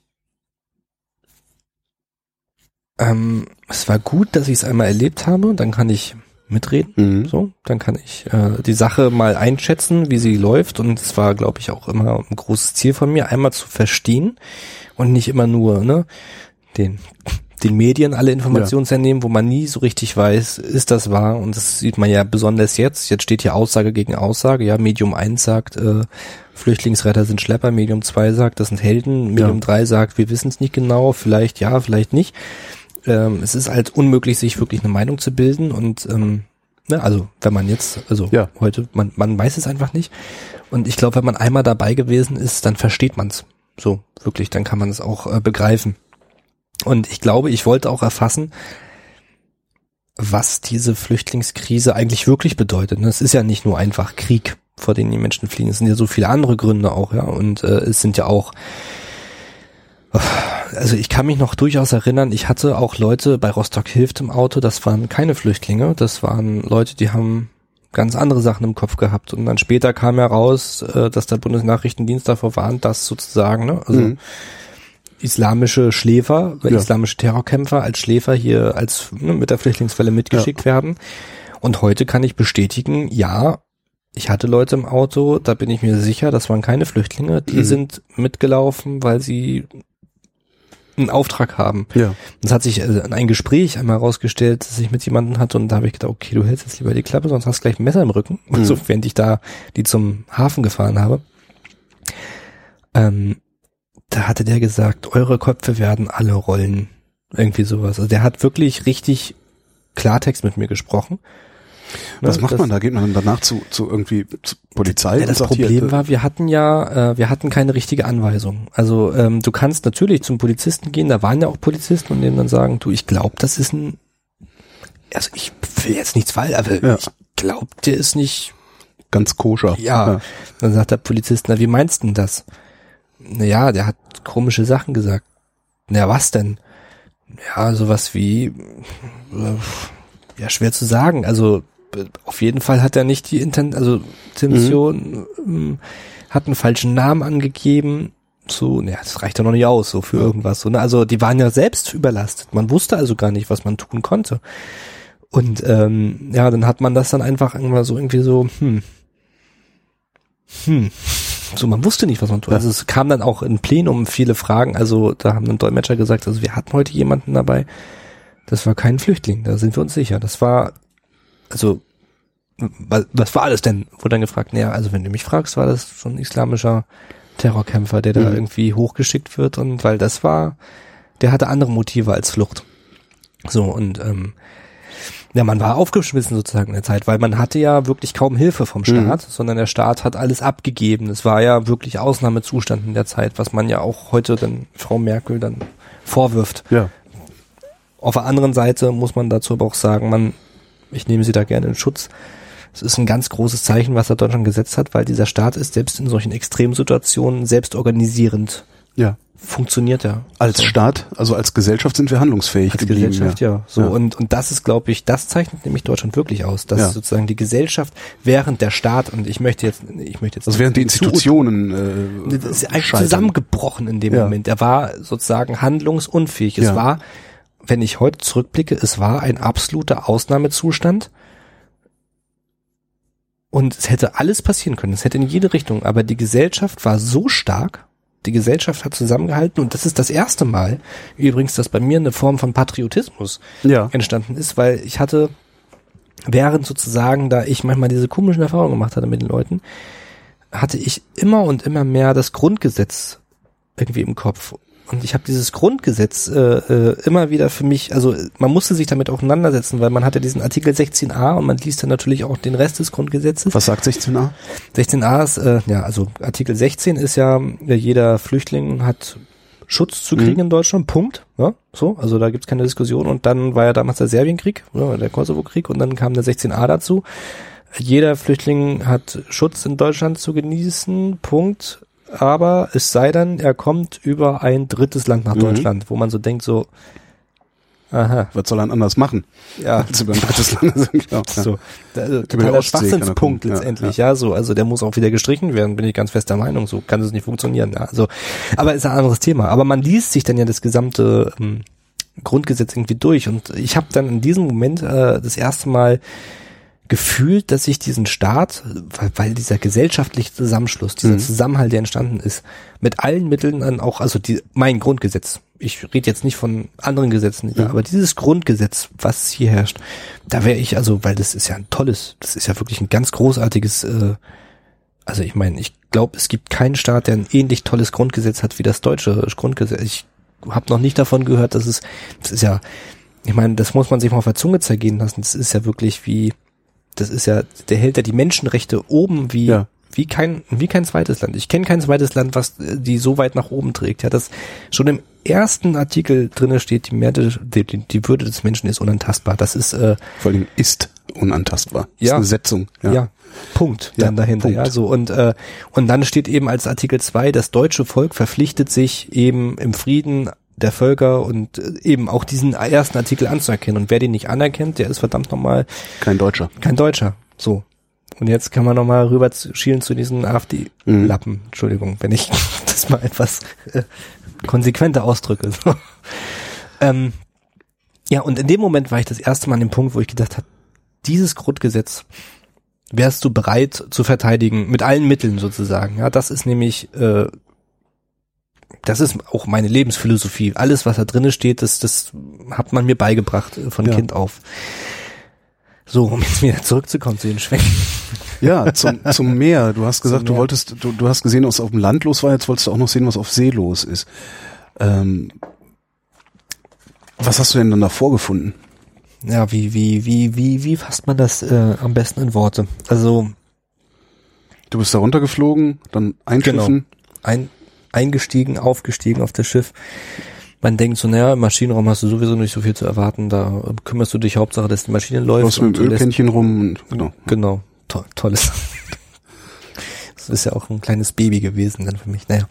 Speaker 3: es war gut, dass ich es einmal erlebt habe, dann kann ich mitreden, so, dann kann ich die Sache mal einschätzen, wie sie läuft, und es war, glaube ich, auch immer ein großes Ziel von mir, einmal zu verstehen und nicht immer nur, den Medien alle Informationen zu entnehmen, wo man nie so richtig weiß, ist das wahr, und das sieht man ja besonders jetzt steht hier Aussage gegen Aussage, ja, Medium 1 sagt, Flüchtlingsretter sind Schlepper, Medium 2 sagt, das sind Helden, Medium 3 sagt, wir wissen es nicht genau, vielleicht ja, vielleicht nicht. Es ist halt unmöglich, sich wirklich eine Meinung zu bilden, und also wenn man jetzt, heute, man weiß es einfach nicht, und ich glaube, wenn man einmal dabei gewesen ist, dann versteht man es, so, wirklich, dann kann man es auch begreifen. Und ich glaube, ich wollte auch erfassen, was diese Flüchtlingskrise eigentlich wirklich bedeutet. Es ist ja nicht nur einfach Krieg, vor dem die Menschen fliehen. Es sind ja so viele andere Gründe auch, ja. Und es sind ja auch, also ich kann mich noch durchaus erinnern, ich hatte auch Leute bei Rostock hilft im Auto, das waren keine Flüchtlinge, das waren Leute, die haben ganz andere Sachen im Kopf gehabt. Und dann später kam heraus, dass der Bundesnachrichtendienst davor warnt, dass sozusagen, islamische Schläfer, islamische Terrorkämpfer als Schläfer hier mit der Flüchtlingswelle mitgeschickt werden. Und heute kann ich bestätigen, ja, ich hatte Leute im Auto, da bin ich mir sicher, das waren keine Flüchtlinge, die sind mitgelaufen, weil sie einen Auftrag haben. Ja. Das hat sich in ein Gespräch einmal herausgestellt, dass ich mit jemandem hatte, und da habe ich gedacht, okay, du hältst jetzt lieber die Klappe, sonst hast du gleich ein Messer im Rücken, so, während ich da die zum Hafen gefahren habe. Da hatte der gesagt, eure Köpfe werden alle rollen. Irgendwie sowas. Also der hat wirklich richtig Klartext mit mir gesprochen.
Speaker 2: Was macht man da? Geht man dann danach zu Polizei?
Speaker 3: Ja, das Problem war, wir hatten keine richtige Anweisung. Also du kannst natürlich zum Polizisten gehen, da waren ja auch Polizisten, und denen dann sagen, du, ich glaube, das ist also ich will jetzt nichts falsch, aber ich glaube, der ist nicht
Speaker 2: ganz koscher.
Speaker 3: Ja. Dann sagt der Polizist, na, wie meinst du denn das? Naja, der hat komische Sachen gesagt. Na, was denn? Ja, sowas wie, schwer zu sagen. Also, auf jeden Fall hat er nicht die Intention, hat einen falschen Namen angegeben. So, das reicht ja noch nicht aus, so für irgendwas. So, ne? Also, die waren ja selbst überlastet. Man wusste also gar nicht, was man tun konnte. Und, dann hat man das dann einfach irgendwie so, so, man wusste nicht, was man tut. Also es kam dann auch in Plenum viele Fragen, also da haben dann Dolmetscher gesagt, also wir hatten heute jemanden dabei, das war kein Flüchtling, da sind wir uns sicher. Das war, also, was war das denn? Wurde dann gefragt, also wenn du mich fragst, war das schon ein islamischer Terrorkämpfer, der da irgendwie hochgeschickt wird, und weil der hatte andere Motive als Flucht. So, und man war aufgeschmissen sozusagen in der Zeit, weil man hatte ja wirklich kaum Hilfe vom Staat, sondern der Staat hat alles abgegeben. Es war ja wirklich Ausnahmezustand in der Zeit, was man ja auch heute dann Frau Merkel dann vorwirft.
Speaker 2: Ja.
Speaker 3: Auf der anderen Seite muss man dazu aber auch sagen, ich nehme sie da gerne in Schutz. Es ist ein ganz großes Zeichen, was da Deutschland gesetzt hat, weil dieser Staat ist selbst in solchen Extremsituationen selbst organisierend.
Speaker 2: Ja.
Speaker 3: Funktioniert ja.
Speaker 2: Als Staat, also als Gesellschaft sind wir handlungsfähig
Speaker 3: als
Speaker 2: geblieben.
Speaker 3: Gesellschaft, ja. So,
Speaker 2: Ja.
Speaker 3: und das ist, glaube ich, das zeichnet nämlich Deutschland wirklich aus, dass sozusagen die Gesellschaft während der Staat, und ich möchte jetzt
Speaker 2: Also während die Institutionen
Speaker 3: das ist eigentlich
Speaker 2: scheitern.
Speaker 3: zusammengebrochen in dem Moment. Er war sozusagen handlungsunfähig. Es war, wenn ich heute zurückblicke, es war ein absoluter Ausnahmezustand. Und es hätte alles passieren können. Es hätte in jede Richtung. Aber die Gesellschaft war so stark. Die Gesellschaft hat zusammengehalten. Und das ist das erste Mal, übrigens, dass bei mir eine Form von Patriotismus entstanden ist, weil ich hatte, während sozusagen, da ich manchmal diese komischen Erfahrungen gemacht hatte mit den Leuten, hatte ich immer und immer mehr das Grundgesetz irgendwie im Kopf. Und ich habe dieses Grundgesetz immer wieder für mich, also man musste sich damit auseinandersetzen, weil man hatte diesen Artikel 16a und man liest dann natürlich auch den Rest des Grundgesetzes.
Speaker 2: Was sagt 16a?
Speaker 3: 16a ist, also Artikel 16 ist ja, jeder Flüchtling hat Schutz zu kriegen in Deutschland, Punkt. Ja, so, also da gibt's keine Diskussion. Und dann war ja damals der Serbienkrieg, der Kosovo-Krieg, und dann kam der 16a dazu. Jeder Flüchtling hat Schutz in Deutschland zu genießen, Punkt. Aber es sei dann, er kommt über ein drittes Land nach Deutschland, wo man so denkt, so, aha.
Speaker 2: Was soll er anders machen?
Speaker 3: Ja.
Speaker 2: Als über ein drittes Land sind, klar.
Speaker 3: So, totaler Schwachsinnspunkt letztendlich, ja, so, also der muss auch wieder gestrichen werden, bin ich ganz fester Meinung, so kann es nicht funktionieren, ja, also, aber ist ein anderes Thema. Aber man liest sich dann ja das gesamte Grundgesetz irgendwie durch, und ich habe dann in diesem Moment das erste Mal gefühlt, dass ich diesen Staat, weil dieser gesellschaftliche Zusammenschluss, dieser Zusammenhalt, der entstanden ist, mit allen Mitteln dann auch, also mein Grundgesetz, ich rede jetzt nicht von anderen Gesetzen, aber dieses Grundgesetz, was hier herrscht, da wäre ich, also, weil das ist ja ein tolles, das ist ja wirklich ein ganz großartiges, also ich meine, ich glaube, es gibt keinen Staat, der ein ähnlich tolles Grundgesetz hat wie das deutsche Grundgesetz. Ich habe noch nicht davon gehört, das ist ja, ich meine, das muss man sich mal auf der Zunge zergehen lassen, das ist ja wirklich der hält ja die Menschenrechte oben wie kein zweites Land. Ich kenne kein zweites Land, was die so weit nach oben trägt. Ja, das schon im ersten Artikel drinne steht, die Würde des Menschen ist unantastbar. Das ist
Speaker 2: vor allem ist unantastbar. Das ist eine Setzung.
Speaker 3: Ja. Punkt. Dann dahinter. Punkt. Ja, so und dann steht eben als Artikel 2, das deutsche Volk verpflichtet sich eben im Frieden der Völker und eben auch diesen ersten Artikel anzuerkennen. Und wer den nicht anerkennt, der ist verdammt nochmal
Speaker 2: kein Deutscher.
Speaker 3: So. Und jetzt kann man nochmal rüber schielen zu diesen AfD-Lappen. Entschuldigung, wenn ich das mal etwas konsequenter ausdrücke. So. Ja, und in dem Moment war ich das erste Mal an dem Punkt, wo ich gedacht habe, dieses Grundgesetz wärst du bereit zu verteidigen, mit allen Mitteln sozusagen. Ja, das ist nämlich das ist auch meine Lebensphilosophie. Alles, was da drinnen steht, das hat man mir beigebracht von Kind auf. So, um jetzt wieder zurückzukommen zu den Schwächen.
Speaker 2: Ja, zum Meer. Du hast gesagt, du hast gesehen, was auf dem Land los war, jetzt wolltest du auch noch sehen, was auf See los ist. Was hast du denn dann da vorgefunden?
Speaker 3: Ja, wie fasst man das am besten in Worte? Also
Speaker 2: du bist da runtergeflogen, dann einschiffen.
Speaker 3: Genau. Eingestiegen, aufgestiegen auf das Schiff. Man denkt so, naja, im Maschinenraum hast du sowieso nicht so viel zu erwarten, da kümmerst du dich Hauptsache, dass die Maschine läuft.
Speaker 2: Du mit dem Ölkännchen rum. Und,
Speaker 3: genau. Tolles. Das ist ja auch ein kleines Baby gewesen dann für mich. Naja.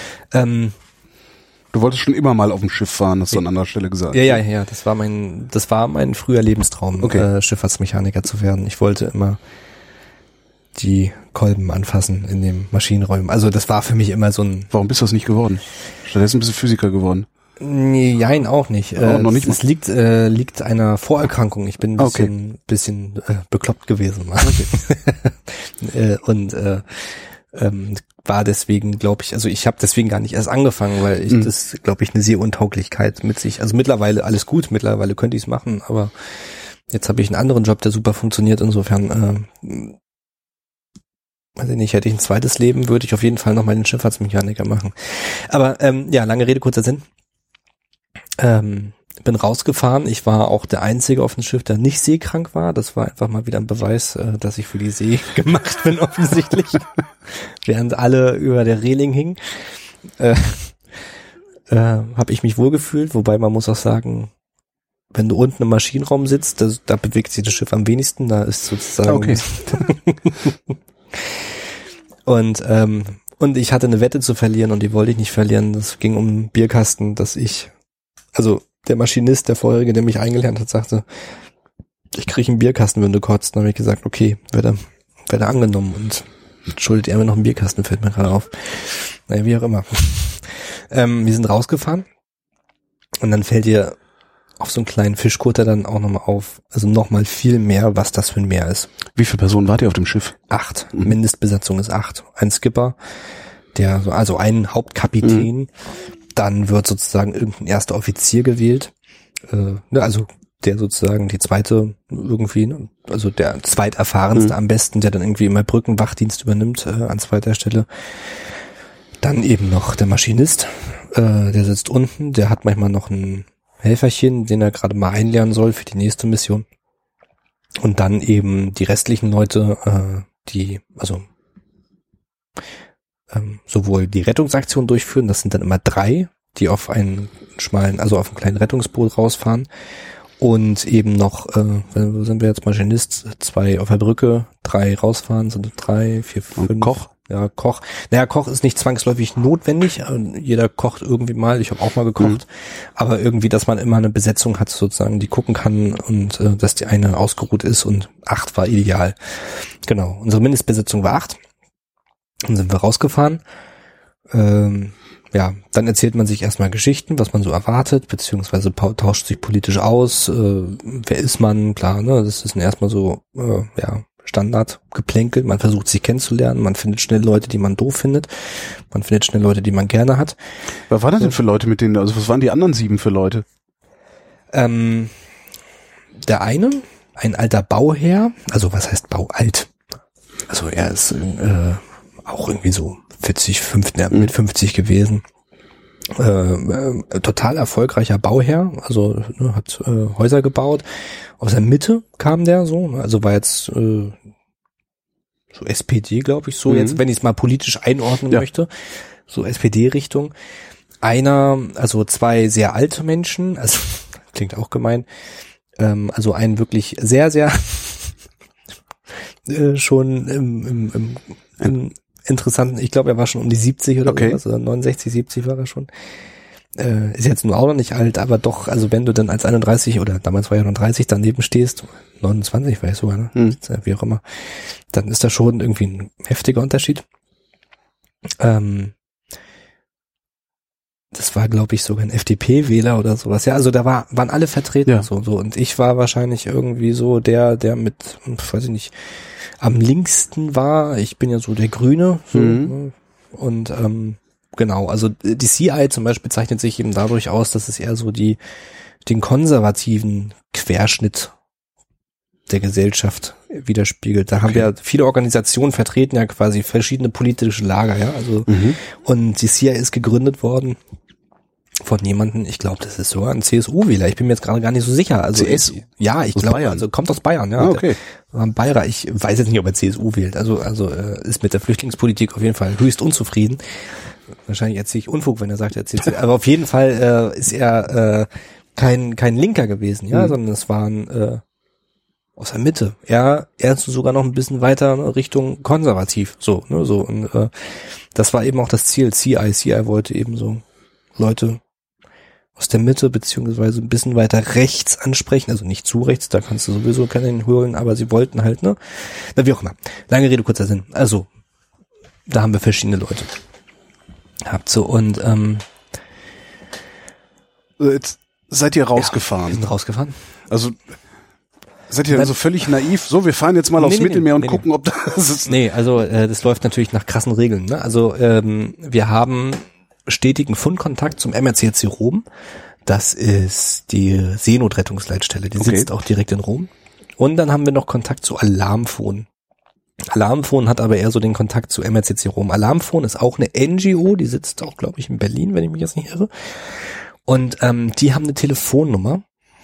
Speaker 2: Du wolltest schon immer mal auf dem Schiff fahren, hast du an anderer Stelle gesagt.
Speaker 3: Ja. Das war mein früher Lebenstraum, Schifffahrtsmechaniker zu werden. Ich wollte immer die Kolben anfassen in den Maschinenräumen. Also das war für mich immer so ein...
Speaker 2: Warum bist du das nicht geworden? Stattdessen bist du Physiker geworden.
Speaker 3: Nee, nein, auch nicht.
Speaker 2: Noch nicht
Speaker 3: es liegt einer Vorerkrankung. Ich bin ein bisschen bekloppt gewesen. Okay. Und war deswegen, glaube ich, also ich habe deswegen gar nicht erst angefangen, weil ich das, glaube ich, eine Seeuntauglichkeit mit sich, also mittlerweile alles gut, mittlerweile könnte ich es machen, aber jetzt habe ich einen anderen Job, der super funktioniert, insofern weiß ich nicht, hätte ich ein zweites Leben, würde ich auf jeden Fall noch mal den Schifffahrtsmechaniker machen. Aber lange Rede, kurzer Sinn. Bin rausgefahren. Ich war auch der Einzige auf dem Schiff, der nicht seekrank war. Das war einfach mal wieder ein Beweis, dass ich für die See gemacht bin, offensichtlich. Während alle über der Reling hingen. habe ich mich wohlgefühlt, wobei man muss auch sagen, wenn du unten im Maschinenraum sitzt, da bewegt sich das Schiff am wenigsten, da ist sozusagen...
Speaker 2: Okay.
Speaker 3: Und ich hatte eine Wette zu verlieren und die wollte ich nicht verlieren. Das ging um einen Bierkasten, also der Maschinist, der vorherige, der mich eingelernt hat, sagte, ich kriege einen Bierkasten, wenn du kotzt. Dann habe ich gesagt, okay, werde angenommen und schuldet er mir noch einen Bierkasten, fällt mir gerade auf. Naja, wie auch immer. Wir sind rausgefahren und dann fällt dir auf so einen kleinen Fischkutter dann auch nochmal auf, also nochmal viel mehr, was das für ein Meer ist.
Speaker 2: Wie viele Personen wart ihr auf dem Schiff?
Speaker 3: 8. Mindestbesatzung ist 8. Ein Skipper, also ein Hauptkapitän, dann wird sozusagen irgendein erster Offizier gewählt, also der sozusagen die zweite irgendwie, also der zweiterfahrenste am besten, der dann irgendwie immer Brückenwachdienst übernimmt an zweiter Stelle. Dann eben noch der Maschinist, der sitzt unten, der hat manchmal noch ein Helferchen, den er gerade mal einlernen soll für die nächste Mission. Und dann eben die restlichen Leute, die sowohl die Rettungsaktion durchführen, das sind dann immer 3, die auf einen auf einen kleinen Rettungsboot rausfahren. Und eben noch, wo sind wir jetzt, Maschinist, 2 auf der Brücke, 3 rausfahren, sind 3, 4, 5.
Speaker 2: Und Koch?
Speaker 3: Ja, Koch. Naja, Koch ist nicht zwangsläufig notwendig. Jeder kocht irgendwie mal. Ich habe auch mal gekocht. Aber irgendwie, dass man immer eine Besetzung hat, sozusagen, die gucken kann und dass die eine ausgeruht ist und 8 war ideal. Genau. Unsere Mindestbesetzung war 8. Dann sind wir rausgefahren. Ja, dann erzählt man sich erstmal Geschichten, was man so erwartet, beziehungsweise tauscht sich politisch aus. Wer ist man? Klar, ne? Das ist erstmal so, Standardgeplänkel. Man versucht sich kennenzulernen. Man findet schnell Leute, die man doof findet. Man findet schnell Leute, die man gerne hat.
Speaker 2: Was waren das denn für Leute mit denen? Also was waren die anderen 7 für Leute?
Speaker 3: Der eine, ein alter Bauherr. Also was heißt baualt? Also er ist auch irgendwie so mit 50 gewesen. Total erfolgreicher Bauherr, also hat Häuser gebaut. Aus der Mitte kam der so, also war jetzt so SPD, glaube ich, so jetzt, wenn ich es mal politisch einordnen möchte, so SPD-Richtung. Also 2 sehr alte Menschen, also klingt auch gemein, also ein wirklich sehr, sehr schon im interessanten, ich glaube, er war schon um die 70 oder sowas, oder 69, 70 war er schon. Ist jetzt nur auch noch nicht alt, aber doch, also wenn du dann als 31 oder damals war ja noch 30 daneben stehst, 29 war ich sogar, ne? Wie auch immer, dann ist das schon irgendwie ein heftiger Unterschied. Das war, glaube ich, sogar ein FDP-Wähler oder sowas. Ja, also da waren alle vertreten so und ich war wahrscheinlich irgendwie so der mit, weiß ich nicht, am linksten war. Ich bin ja so der Grüne und genau, also die CI zum Beispiel zeichnet sich eben dadurch aus, dass es eher so den konservativen Querschnitt der Gesellschaft widerspiegelt. Da haben wir viele Organisationen vertreten, ja quasi verschiedene politische Lager, ja, also und die CIA ist gegründet worden von jemandem, ich glaube, das ist sogar ein CSU-Wähler, ich bin mir jetzt gerade gar nicht so sicher. Also
Speaker 2: CSU?
Speaker 3: Ja, ich glaube, also kommt aus Bayern, ja.
Speaker 2: Ah, okay.
Speaker 3: Ein Bayer, ich weiß jetzt nicht, ob er CSU wählt, also ist mit der Flüchtlingspolitik auf jeden Fall höchst unzufrieden. Wahrscheinlich erzähle ich Unfug, wenn er sagt, er CSU, aber auf jeden Fall ist er kein Linker gewesen, ja, sondern es waren aus der Mitte. Er ist sogar noch ein bisschen weiter Richtung konservativ, und das war eben auch das Ziel. CI wollte eben so Leute aus der Mitte beziehungsweise ein bisschen weiter rechts ansprechen, also nicht zu rechts, da kannst du sowieso keinen holen, aber sie wollten halt, ne? Na, wie auch immer. Lange Rede, kurzer Sinn. Also, da haben wir verschiedene Leute.
Speaker 2: Jetzt seid ihr rausgefahren.
Speaker 3: Wir sind rausgefahren.
Speaker 2: Also seid ihr dann so völlig naiv? So, wir fahren jetzt mal aufs Mittelmeer und gucken, ob das ist.
Speaker 3: Nee, also das läuft natürlich nach krassen Regeln. Ne? Also wir haben stetigen Fundkontakt zum MRCC Rom. Das ist die Seenotrettungsleitstelle. Die sitzt auch direkt in Rom. Und dann haben wir noch Kontakt zu Alarmphone. Alarmphone hat aber eher so den Kontakt zu MRCC Rom. Alarmphone ist auch eine NGO, die sitzt auch, glaube ich, in Berlin, wenn ich mich jetzt nicht irre. Und die haben eine Telefonnummer,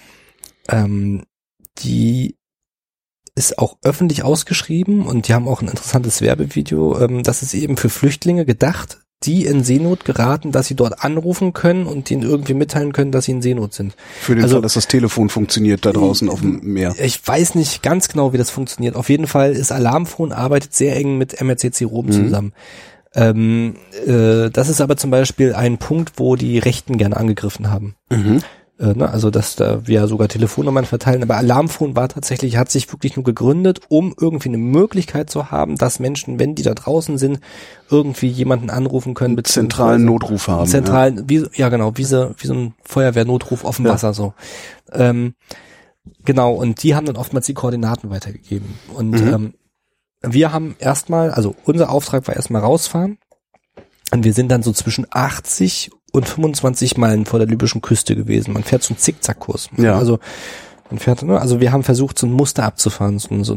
Speaker 3: die ist auch öffentlich ausgeschrieben und die haben auch ein interessantes Werbevideo. Das ist eben für Flüchtlinge gedacht, die in Seenot geraten, dass sie dort anrufen können und ihnen irgendwie mitteilen können, dass sie in Seenot sind.
Speaker 2: Für den Fall, dass das Telefon funktioniert da draußen auf dem Meer.
Speaker 3: Ich weiß nicht ganz genau, wie das funktioniert. Auf jeden Fall ist Alarmphone arbeitet sehr eng mit MRCC Rom zusammen. Das ist aber zum Beispiel ein Punkt, wo die Rechten gerne angegriffen haben. Also dass da wir sogar Telefonnummern verteilen, aber Alarmphone hat sich wirklich nur gegründet, um irgendwie eine Möglichkeit zu haben, dass Menschen, wenn die da draußen sind, irgendwie jemanden anrufen können.
Speaker 2: Zentralen Notruf haben.
Speaker 3: Wie so ein Feuerwehrnotruf auf dem Wasser so. Genau, und die haben dann oftmals die Koordinaten weitergegeben. Und wir haben unser Auftrag war erstmal rausfahren und wir sind dann so zwischen 80 und 25 Meilen vor der libyschen Küste gewesen. Man fährt so einen Zickzackkurs.
Speaker 2: Ja.
Speaker 3: Also wir haben versucht, so ein Muster abzufahren,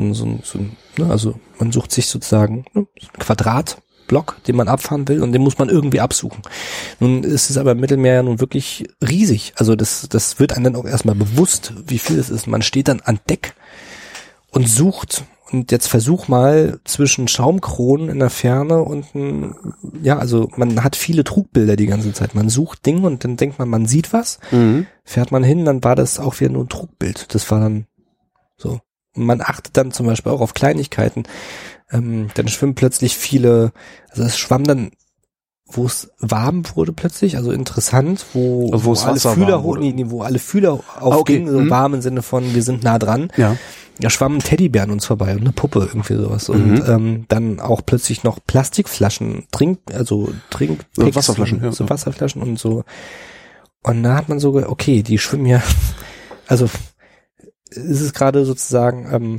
Speaker 3: also man sucht sich sozusagen einen Quadratblock, den man abfahren will und den muss man irgendwie absuchen. Nun ist es aber im Mittelmeer ja nun wirklich riesig. Also das wird einem dann auch erstmal bewusst, wie viel es ist. Man steht dann an Deck und sucht. Und jetzt versuch mal zwischen Schaumkronen in der Ferne und also man hat viele Trugbilder die ganze Zeit. Man sucht Dinge und dann denkt man sieht was. Fährt man hin, dann war das auch wieder nur ein Trugbild. Das war dann so. Und man achtet dann zum Beispiel auch auf Kleinigkeiten. Dann schwimmen plötzlich es schwamm dann, wo es warm wurde plötzlich, also interessant, wo alle Fühler wo alle Fühler aufgingen, so warm im Sinne von, wir sind nah dran.
Speaker 2: Ja.
Speaker 3: Da schwammen Teddybär an uns vorbei und eine Puppe, irgendwie sowas. Und dann auch plötzlich noch Plastikflaschen,
Speaker 2: Wasserflaschen,
Speaker 3: so Wasserflaschen und so. Und da hat man so, okay, die schwimmen ja, also ist es gerade sozusagen ein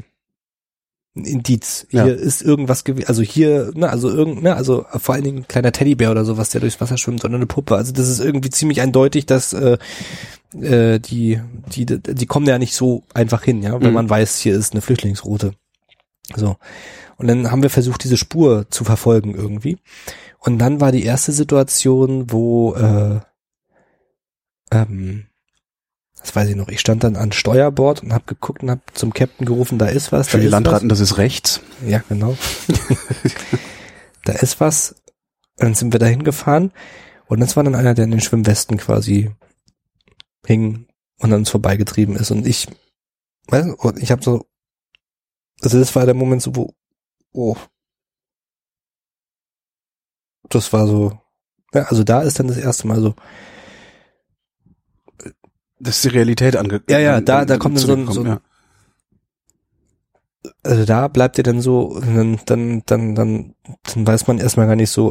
Speaker 3: Indiz. Hier ist irgendwas gewesen, also vor allen Dingen ein kleiner Teddybär oder sowas, der durchs Wasser schwimmt, sondern eine Puppe. Also das ist irgendwie ziemlich eindeutig, dass die kommen ja nicht so einfach hin, ja, wenn man weiß, hier ist eine Flüchtlingsroute. So. Und dann haben wir versucht, diese Spur zu verfolgen irgendwie. Und dann war die erste Situation, wo das weiß ich noch, ich stand dann an Steuerbord und habe geguckt und habe zum Captain gerufen, da ist was.
Speaker 2: Für die Landratten, das ist rechts.
Speaker 3: Ja, genau. Da ist was. Und dann sind wir da hingefahren und das war dann einer, der in den Schwimmwesten quasi hing und an uns vorbeigetrieben ist. Und ich habe so, also das war der Moment so, das war so, also da ist dann das erste Mal so,
Speaker 2: das ist die Realität angekommen.
Speaker 3: Ja, da kommt dann so ein also da bleibt ihr dann so, dann weiß man erstmal gar nicht so,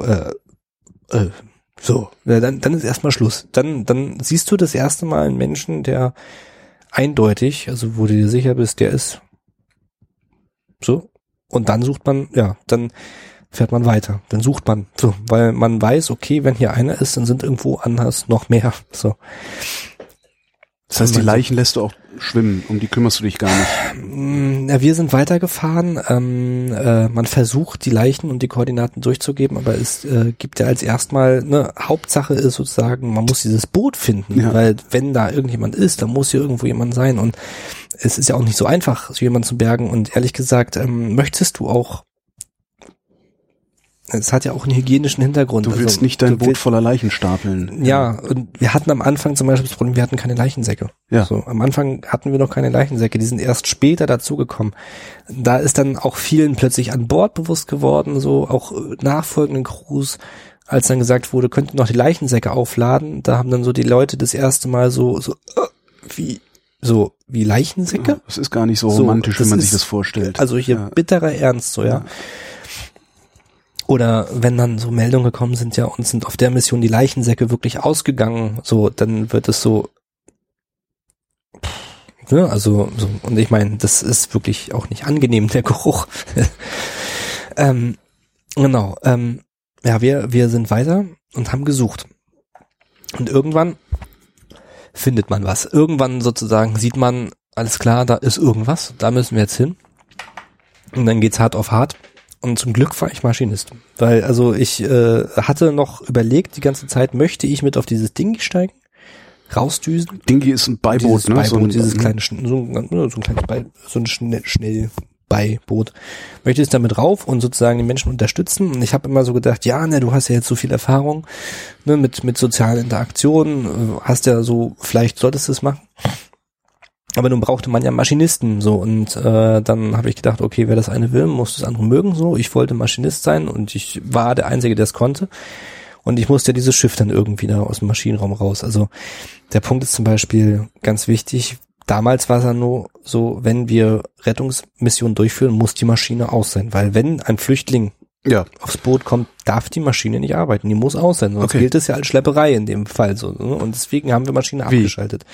Speaker 3: so, ja, dann ist erstmal Schluss. Dann siehst du das erste Mal einen Menschen, der eindeutig, also wo du dir sicher bist, der ist so, und dann sucht man, dann fährt man weiter, dann sucht man, so, weil man weiß, okay, wenn hier einer ist, dann sind irgendwo anders noch mehr, so.
Speaker 2: Das heißt, die Leichen lässt du auch schwimmen, um die kümmerst du dich gar nicht.
Speaker 3: Ja, wir sind weitergefahren. Man versucht, die Leichen und die Koordinaten durchzugeben, aber es gibt ja als erstmal, Hauptsache ist sozusagen, man muss dieses Boot finden, weil wenn da irgendjemand ist, dann muss hier irgendwo jemand sein und es ist ja auch nicht so einfach, so jemanden zu bergen und ehrlich gesagt, möchtest du auch, es hat ja auch einen hygienischen Hintergrund.
Speaker 2: Du willst nicht dein Boot voller Leichen stapeln.
Speaker 3: Ja, und wir hatten am Anfang zum Beispiel das Problem, wir hatten keine Leichensäcke.
Speaker 2: Ja.
Speaker 3: So, am Anfang hatten wir noch keine Leichensäcke, die sind erst später dazugekommen. Da ist dann auch vielen plötzlich an Bord bewusst geworden, so auch nachfolgenden Crews, als dann gesagt wurde, könnt ihr noch die Leichensäcke aufladen, da haben dann so die Leute das erste Mal wie Leichensäcke?
Speaker 2: Das ist gar nicht so romantisch, wie man sich das vorstellt.
Speaker 3: Also hier bitterer Ernst, so, ja. Oder wenn dann so Meldungen gekommen sind, ja, uns sind auf der Mission die Leichensäcke wirklich ausgegangen, so, dann wird es so, also, so, und ich meine, das ist wirklich auch nicht angenehm, der Geruch. Genau, wir sind weiter und haben gesucht. Und irgendwann findet man was. Irgendwann sozusagen sieht man, alles klar, da ist irgendwas, da müssen wir jetzt hin. Und dann geht's hart auf hart. Und zum Glück war ich Maschinist. Weil, also ich hatte noch überlegt, die ganze Zeit, möchte ich mit auf dieses Dingi steigen? Rausdüsen?
Speaker 2: Dingi ist ein Beiboot,
Speaker 3: dieses Beiboot, dieses kleine, so ein kleines Beiboot, so ein schnell, Beiboot, möchtest damit rauf und sozusagen die Menschen unterstützen. Und ich habe immer so gedacht, ja, ne, du hast ja jetzt so viel Erfahrung, ne, mit sozialen Interaktionen, hast ja so, vielleicht solltest du es machen. Aber nun brauchte man ja Maschinisten, so, und dann habe ich gedacht, okay, wer das eine will, muss das andere mögen, so. Ich wollte Maschinist sein und ich war der Einzige, der es konnte. Und ich musste dieses Schiff dann irgendwie da aus dem Maschinenraum raus. Also der Punkt ist zum Beispiel ganz wichtig. Damals war es ja nur so, wenn wir Rettungsmissionen durchführen, muss die Maschine aus sein. Weil wenn ein Flüchtling aufs Boot kommt, darf die Maschine nicht arbeiten. Die muss aus sein. Sonst gilt es ja als Schlepperei in dem Fall. So, und deswegen haben wir Maschine abgeschaltet.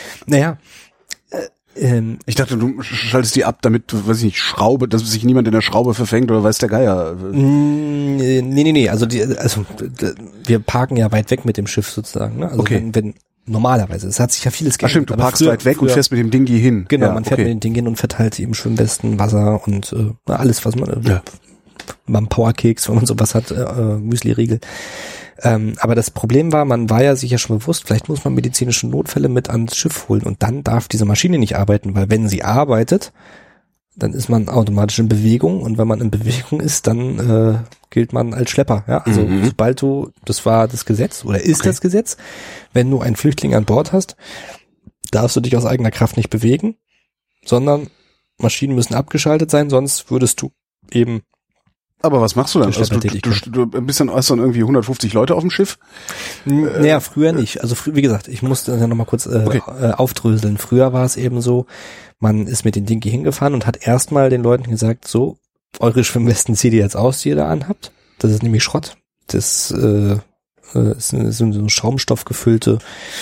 Speaker 2: Ich dachte, du schaltest die ab, damit, weiß ich nicht, Schraube, dass sich niemand in der Schraube verfängt oder weiß der Geier.
Speaker 3: Nee. Also wir parken ja weit weg mit dem Schiff sozusagen. Ne? Also wenn normalerweise, es hat sich ja vieles geändert.
Speaker 2: Stimmt, du parkst weit weg und fährst mit dem Dingi hin.
Speaker 3: Genau, man fährt mit dem Dingi hin und verteilt eben Schwimmwesten, Wasser und alles, was man beim Powerkeks, wenn man sowas hat, Müsli-Riegel. Aber das Problem war, man war ja sich ja schon bewusst, vielleicht muss man medizinische Notfälle mit ans Schiff holen und dann darf diese Maschine nicht arbeiten, weil wenn sie arbeitet, dann ist man automatisch in Bewegung und wenn man in Bewegung ist, dann gilt man als Schlepper. Ja? Also sobald das war das Gesetz oder ist das Gesetz, wenn du einen Flüchtling an Bord hast, darfst du dich aus eigener Kraft nicht bewegen, sondern Maschinen müssen abgeschaltet sein, sonst würdest du eben.
Speaker 2: Aber was machst du dann? Also du bist dann, hast dann irgendwie 150 Leute auf dem Schiff?
Speaker 3: Naja, früher nicht. Also wie gesagt, ich musste dann nochmal kurz aufdröseln. Früher war es eben so, man ist mit den Dingi hingefahren und hat erstmal den Leuten gesagt, so, eure Schwimmwesten zieht ihr jetzt aus, die ihr da anhabt. Das ist nämlich Schrott. Das ist so eine schaumstoffgefüllte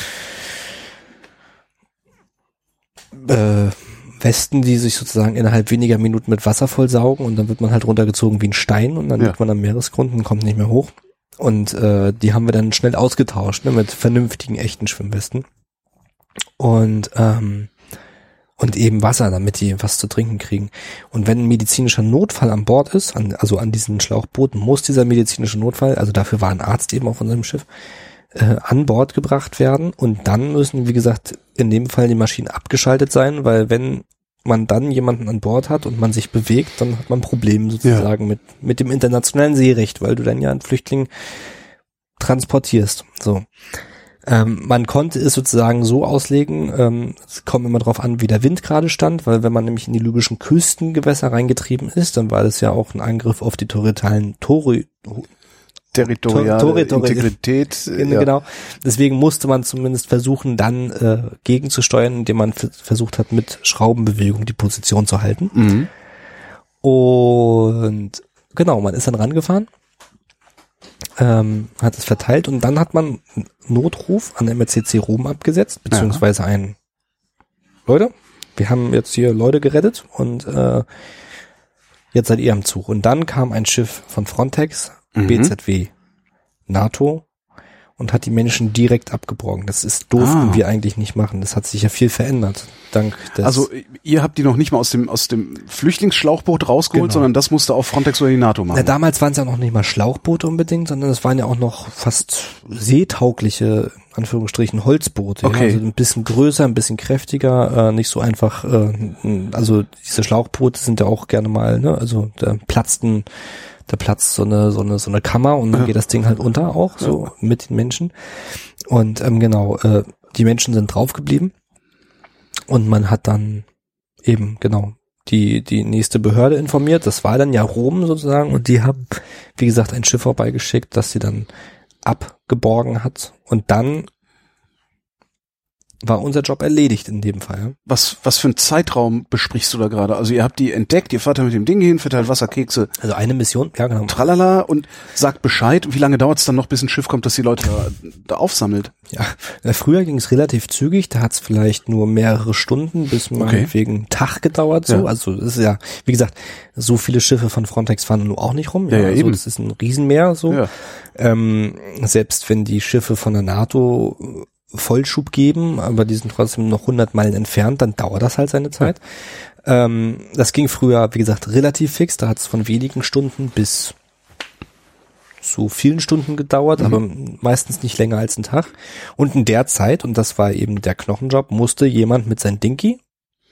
Speaker 3: Westen, die sich sozusagen innerhalb weniger Minuten mit Wasser vollsaugen und dann wird man halt runtergezogen wie ein Stein und dann liegt man am Meeresgrund und kommt nicht mehr hoch. Und die haben wir dann schnell ausgetauscht, ne, mit vernünftigen, echten Schwimmwesten. Und eben Wasser, damit die was zu trinken kriegen. Und wenn ein medizinischer Notfall an Bord ist, also an diesen Schlauchbooten, muss dieser medizinische Notfall, also dafür war ein Arzt eben auf unserem Schiff, an Bord gebracht werden und dann müssen, wie gesagt, in dem Fall die Maschinen abgeschaltet sein, weil wenn man dann jemanden an Bord hat und man sich bewegt, dann hat man Probleme sozusagen mit dem internationalen Seerecht, weil du dann ja einen Flüchtling transportierst. So. Man konnte es sozusagen so auslegen, es kommt immer drauf an, wie der Wind gerade stand, weil wenn man nämlich in die libyschen Küstengewässer reingetrieben ist, dann war das ja auch ein Angriff auf die territoriale Integrität. Genau. Deswegen musste man zumindest versuchen, dann gegenzusteuern, indem man versucht hat, mit Schraubenbewegung die Position zu halten. Und genau, man ist dann rangefahren, hat es verteilt und dann hat man einen Notruf an MRCC Rom abgesetzt, beziehungsweise einen, Leute, wir haben jetzt hier Leute gerettet und jetzt seid ihr am Zug. Und dann kam ein Schiff von Frontex, BZW, NATO und hat die Menschen direkt abgeborgen. Das ist durften wir eigentlich nicht machen. Das hat sich ja viel verändert. Dank des.
Speaker 2: Also ihr habt die noch nicht mal aus dem Flüchtlingsschlauchboot rausgeholt, sondern das musste auch Frontex oder die NATO machen.
Speaker 3: Na, damals waren es ja noch nicht mal Schlauchboote unbedingt, sondern es waren ja auch noch fast seetaugliche, Anführungsstrichen, Holzboote.
Speaker 2: Okay.
Speaker 3: Ja? Also ein bisschen größer, ein bisschen kräftiger, nicht so einfach, also diese Schlauchboote sind ja auch gerne mal, ne, also da platzt so eine Kammer und dann geht das Ding halt unter auch, so mit den Menschen. Und genau, die Menschen sind drauf geblieben und man hat dann eben, genau, die nächste Behörde informiert. Das war dann ja Rom sozusagen und die haben, wie gesagt, ein Schiff vorbeigeschickt, das sie dann abgeborgen hat und dann war unser Job erledigt in dem Fall.
Speaker 2: Was für einen Zeitraum besprichst du da gerade? Also ihr habt die entdeckt, ihr fahrt da mit dem Ding hin, verteilt Wasserkekse.
Speaker 3: Also eine Mission, ja genau.
Speaker 2: Tralala und sagt Bescheid. Wie lange dauert es dann noch, bis ein Schiff kommt, das die Leute da aufsammelt?
Speaker 3: Ja, früher ging es relativ zügig, da hat es vielleicht nur mehrere Stunden, bis wegen Tag gedauert so. Ja. Also das ist ja, wie gesagt, so viele Schiffe von Frontex fahren nur auch nicht rum. Ja, also, eben. Das ist ein Riesenmeer so. Ja. Selbst wenn die Schiffe von der NATO Vollschub geben, aber die sind trotzdem noch 100 Meilen entfernt, dann dauert das halt seine Zeit. Ja. Das ging früher, wie gesagt, relativ fix, da hat es von wenigen Stunden bis zu vielen Stunden gedauert, aber meistens nicht länger als einen Tag. Und in der Zeit, und das war eben der Knochenjob, musste jemand mit seinem Dingi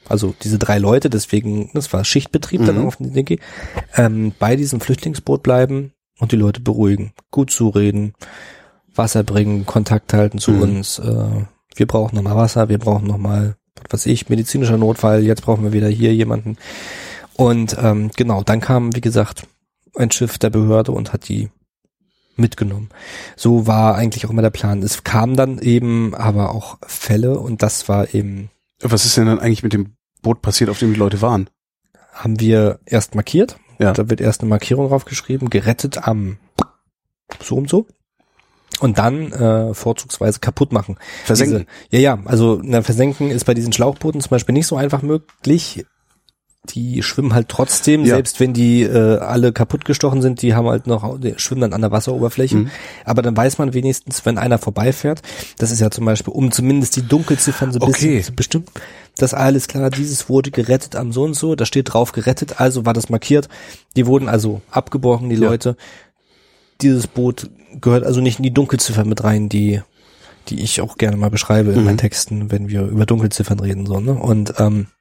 Speaker 3: also diese 3 Leute, deswegen, das war Schichtbetrieb dann auf dem Dingi, bei diesem Flüchtlingsboot bleiben und die Leute beruhigen, gut zureden, Wasser bringen, Kontakt halten zu uns, wir brauchen nochmal Wasser, wir brauchen nochmal, was weiß ich, medizinischer Notfall, jetzt brauchen wir wieder hier jemanden. Und genau, dann kam, wie gesagt, ein Schiff der Behörde und hat die mitgenommen. So war eigentlich auch immer der Plan. Es kamen dann eben aber auch Fälle und das war eben...
Speaker 2: Was ist denn dann eigentlich mit dem Boot passiert, auf dem die Leute waren?
Speaker 3: Haben wir erst markiert.
Speaker 2: Ja.
Speaker 3: Da wird erst eine Markierung draufgeschrieben, gerettet am so und so. Und dann vorzugsweise kaputt machen.
Speaker 2: Versenken?
Speaker 3: Also versenken ist bei diesen Schlauchbooten zum Beispiel nicht so einfach möglich. Die schwimmen halt trotzdem, selbst wenn die alle kaputtgestochen sind, die schwimmen dann an der Wasseroberfläche. Aber dann weiß man wenigstens, wenn einer vorbeifährt, das ist ja zum Beispiel, um zumindest die Dunkelziffern so ein bisschen zu bestimmen, dass alles klar, dieses wurde gerettet am so und so, da steht drauf gerettet, also war das markiert. Die wurden also abgebrochen, die Leute. Dieses Boot gehört also nicht in die Dunkelziffer mit rein, die ich auch gerne mal beschreibe in meinen Texten, wenn wir über Dunkelziffern reden, so, ne? Und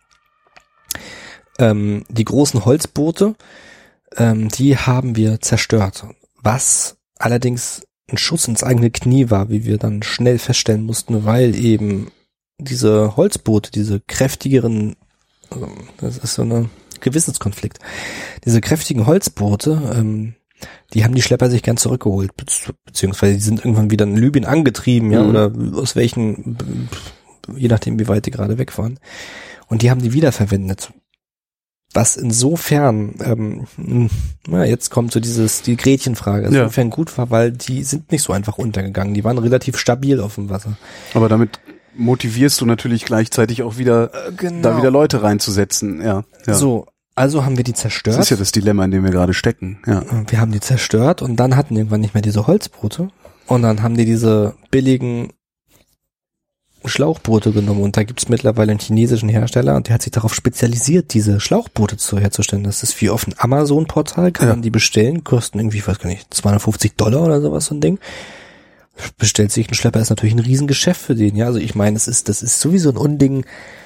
Speaker 3: die großen Holzboote, die haben wir zerstört, was allerdings ein Schuss ins eigene Knie war, wie wir dann schnell feststellen mussten, weil eben diese Holzboote, diese kräftigeren, das ist so ein Gewissenskonflikt, diese kräftigen Holzboote, die haben die Schlepper sich gern zurückgeholt, beziehungsweise die sind irgendwann wieder in Libyen angetrieben, oder aus welchen, je nachdem wie weit die gerade weg waren, und die haben die wiederverwendet. Was insofern, jetzt kommt so die Gretchenfrage, insofern gut war, weil die sind nicht so einfach untergegangen, die waren relativ stabil auf dem Wasser.
Speaker 2: Aber damit motivierst du natürlich gleichzeitig auch wieder, da wieder Leute reinzusetzen, ja.
Speaker 3: So, also haben wir die zerstört.
Speaker 2: Das ist ja das Dilemma, in dem wir gerade stecken, ja.
Speaker 3: Wir haben die zerstört und dann hatten irgendwann nicht mehr diese Holzboote und dann haben die diese billigen Schlauchboote genommen und da gibt es mittlerweile einen chinesischen Hersteller und der hat sich darauf spezialisiert, diese Schlauchboote herzustellen. Das ist wie auf dem Amazon-Portal, kann man die bestellen, kosten irgendwie, ich weiß gar nicht, $250 oder sowas, so ein Ding. Bestellt sich ein Schlepper, ist natürlich ein Riesengeschäft für den, ja. Also ich meine, das ist sowieso ein Unding,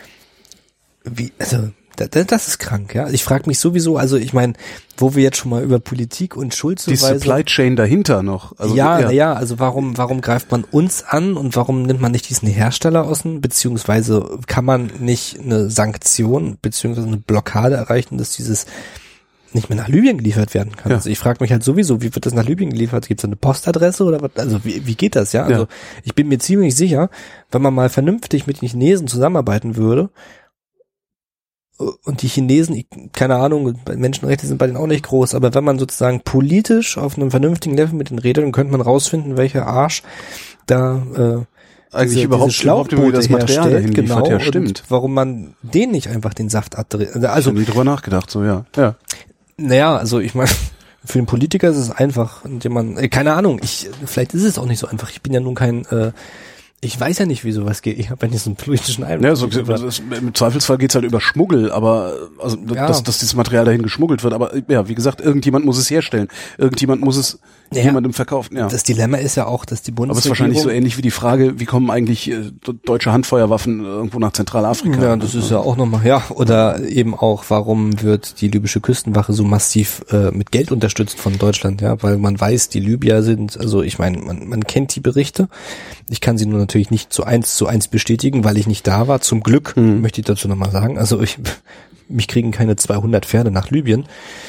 Speaker 3: das ist krank, ja. Ich frage mich sowieso, also ich meine, wo wir jetzt schon mal über Politik und Schuldzuweisung...
Speaker 2: Die Supply Chain dahinter noch. Also,
Speaker 3: also warum greift man uns an und warum nimmt man nicht diesen Hersteller außen, beziehungsweise kann man nicht eine Sanktion, beziehungsweise eine Blockade erreichen, dass dieses nicht mehr nach Libyen geliefert werden kann. Ja. Also ich frage mich halt sowieso, wie wird das nach Libyen geliefert? Gibt es eine Postadresse oder was? Also wie geht das, ja? Also ich bin mir ziemlich sicher, wenn man mal vernünftig mit den Chinesen zusammenarbeiten würde, und die Chinesen, keine Ahnung, Menschenrechte sind bei denen auch nicht groß, aber wenn man sozusagen politisch auf einem vernünftigen Level mit denen redet, dann könnte man rausfinden, welcher Arsch da
Speaker 2: eigentlich überhaupt das Material dahin liefert, ja, stimmt.
Speaker 3: Und warum man denen nicht einfach den Saft abdreht. Also,
Speaker 2: ich habe nie drüber nachgedacht, so, ja.
Speaker 3: Naja, also ich meine, für den Politiker ist es einfach, indem man, keine Ahnung, vielleicht ist es auch nicht so einfach. Ich bin ja nun kein ich weiß ja nicht, wie sowas geht. Ich habe ja nicht so einen politischen Einblick.
Speaker 2: Ja, im Zweifelsfall geht's halt über Schmuggel, aber also dass dieses Material dahin geschmuggelt wird. Aber ja, wie gesagt, irgendjemand muss es herstellen. Irgendjemand muss es jemandem verkaufen. Ja.
Speaker 3: Das Dilemma ist ja auch, dass die Bundesregierung...
Speaker 2: Aber es ist wahrscheinlich so ähnlich wie die Frage, wie kommen eigentlich deutsche Handfeuerwaffen irgendwo nach Zentralafrika?
Speaker 3: Ja, das ist ja auch nochmal, oder eben auch, warum wird die libysche Küstenwache so massiv mit Geld unterstützt von Deutschland, ja, weil man weiß, die Libyer sind, also ich meine, man kennt die Berichte. Ich kann sie nur natürlich nicht zu 1:1 bestätigen, weil ich nicht da war. Zum Glück, möchte ich dazu nochmal sagen. Also mich kriegen keine 200 Pferde nach Libyen.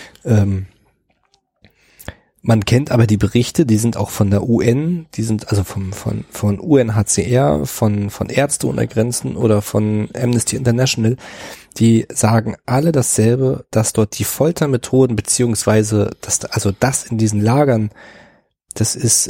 Speaker 3: Man kennt aber die Berichte, die sind auch von der UN, die sind also von UNHCR, von Ärzte ohne Grenzen oder von Amnesty International, die sagen alle dasselbe, dass dort die Foltermethoden beziehungsweise das in diesen Lagern, das ist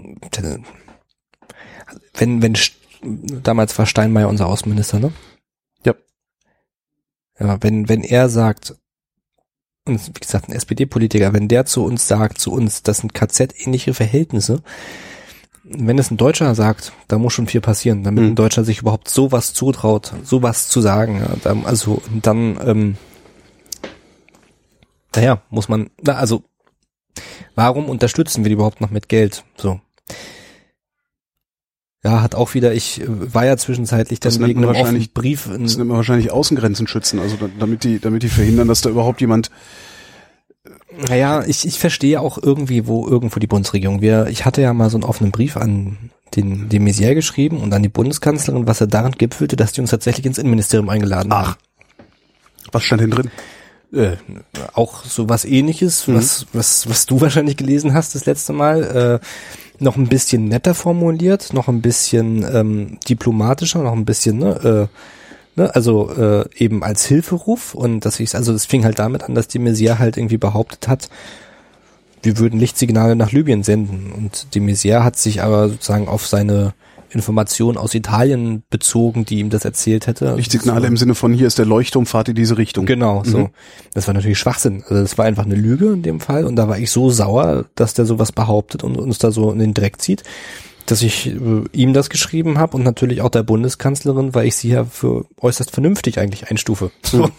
Speaker 3: wenn damals war Steinmeier unser Außenminister, ne?
Speaker 2: Ja.
Speaker 3: Ja, wenn er sagt, und wie gesagt, ein SPD-Politiker, wenn der zu uns sagt, das sind KZ-ähnliche Verhältnisse, wenn es ein Deutscher sagt, da muss schon viel passieren, damit ein Deutscher sich überhaupt sowas zutraut, sowas zu sagen. Ja, muss man, warum unterstützen wir die überhaupt noch mit Geld? So. Ja, hat auch wieder, ich war ja zwischenzeitlich dann wegen einem offenen Brief.
Speaker 2: Das nennt man wahrscheinlich Außengrenzen schützen, also damit die verhindern, dass da überhaupt jemand...
Speaker 3: Naja, ich verstehe auch irgendwo die Bundesregierung. Ich hatte ja mal so einen offenen Brief an den de Maizière geschrieben und an die Bundeskanzlerin, was er daran gipfelte, dass die uns tatsächlich ins Innenministerium eingeladen haben.
Speaker 2: Was stand denn drin?
Speaker 3: Auch so was Ähnliches, was du wahrscheinlich gelesen hast das letzte Mal, noch ein bisschen netter formuliert, noch ein bisschen diplomatischer, noch ein bisschen, eben als Hilferuf, und das fing halt damit an, dass die Maizière halt irgendwie behauptet hat, wir würden Lichtsignale nach Libyen senden, und de Maizière hat sich aber sozusagen auf seine Informationen aus Italien bezogen, die ihm das erzählt hätte.
Speaker 2: Lichtsignale im Sinne von, hier ist der Leuchtturm, fahrt in diese Richtung.
Speaker 3: Genau, so. Das war natürlich Schwachsinn. Also das war einfach eine Lüge in dem Fall, und da war ich so sauer, dass der sowas behauptet und uns da so in den Dreck zieht, dass ich ihm das geschrieben habe und natürlich auch der Bundeskanzlerin, weil ich sie ja für äußerst vernünftig eigentlich einstufe. So.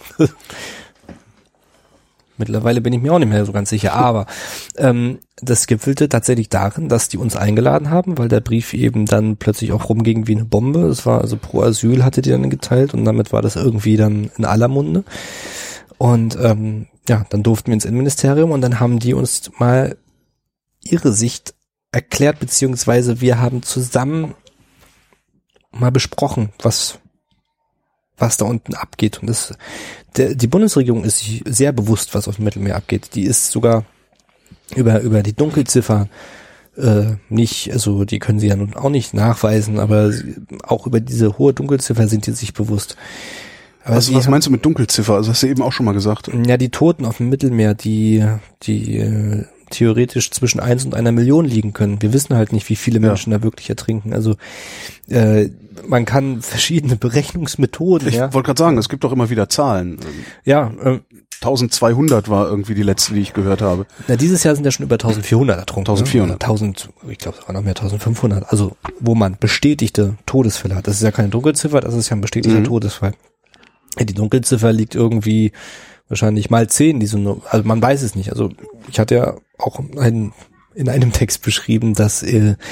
Speaker 3: Mittlerweile bin ich mir auch nicht mehr so ganz sicher, aber das gipfelte tatsächlich darin, dass die uns eingeladen haben, weil der Brief eben dann plötzlich auch rumging wie eine Bombe. Es war also Pro Asyl, hatte die dann geteilt, und damit war das irgendwie dann in aller Munde. Und dann durften wir ins Innenministerium, und dann haben die uns mal ihre Sicht erklärt, beziehungsweise wir haben zusammen mal besprochen, was da unten abgeht. Und die Bundesregierung ist sich sehr bewusst, was auf dem Mittelmeer abgeht. Die ist sogar über die Dunkelziffer nicht, also die können sie ja nun auch nicht nachweisen, aber auch über diese hohe Dunkelziffer sind die sich bewusst. Aber
Speaker 2: was meinst du mit Dunkelziffer? Also hast du eben auch schon mal gesagt.
Speaker 3: Ja, die Toten auf dem Mittelmeer, die theoretisch zwischen 1 und 1 Million liegen können. Wir wissen halt nicht, wie viele Menschen da wirklich ertrinken. Also man kann verschiedene Berechnungsmethoden.
Speaker 2: Ich wollte gerade sagen, es gibt doch immer wieder Zahlen.
Speaker 3: Ja.
Speaker 2: 1200 war irgendwie die letzte, die ich gehört habe.
Speaker 3: Na, dieses Jahr sind ja schon über 1400 ertrunken.
Speaker 2: 1400.
Speaker 3: Ne? 1000, ich glaube, es waren noch mehr, 1500. Also wo man bestätigte Todesfälle hat. Das ist ja keine Dunkelziffer, das ist ja ein bestätigter Todesfall. Die Dunkelziffer liegt irgendwie wahrscheinlich mal 10, also man weiß es nicht. Also ich hatte ja auch in einem Text beschrieben, dass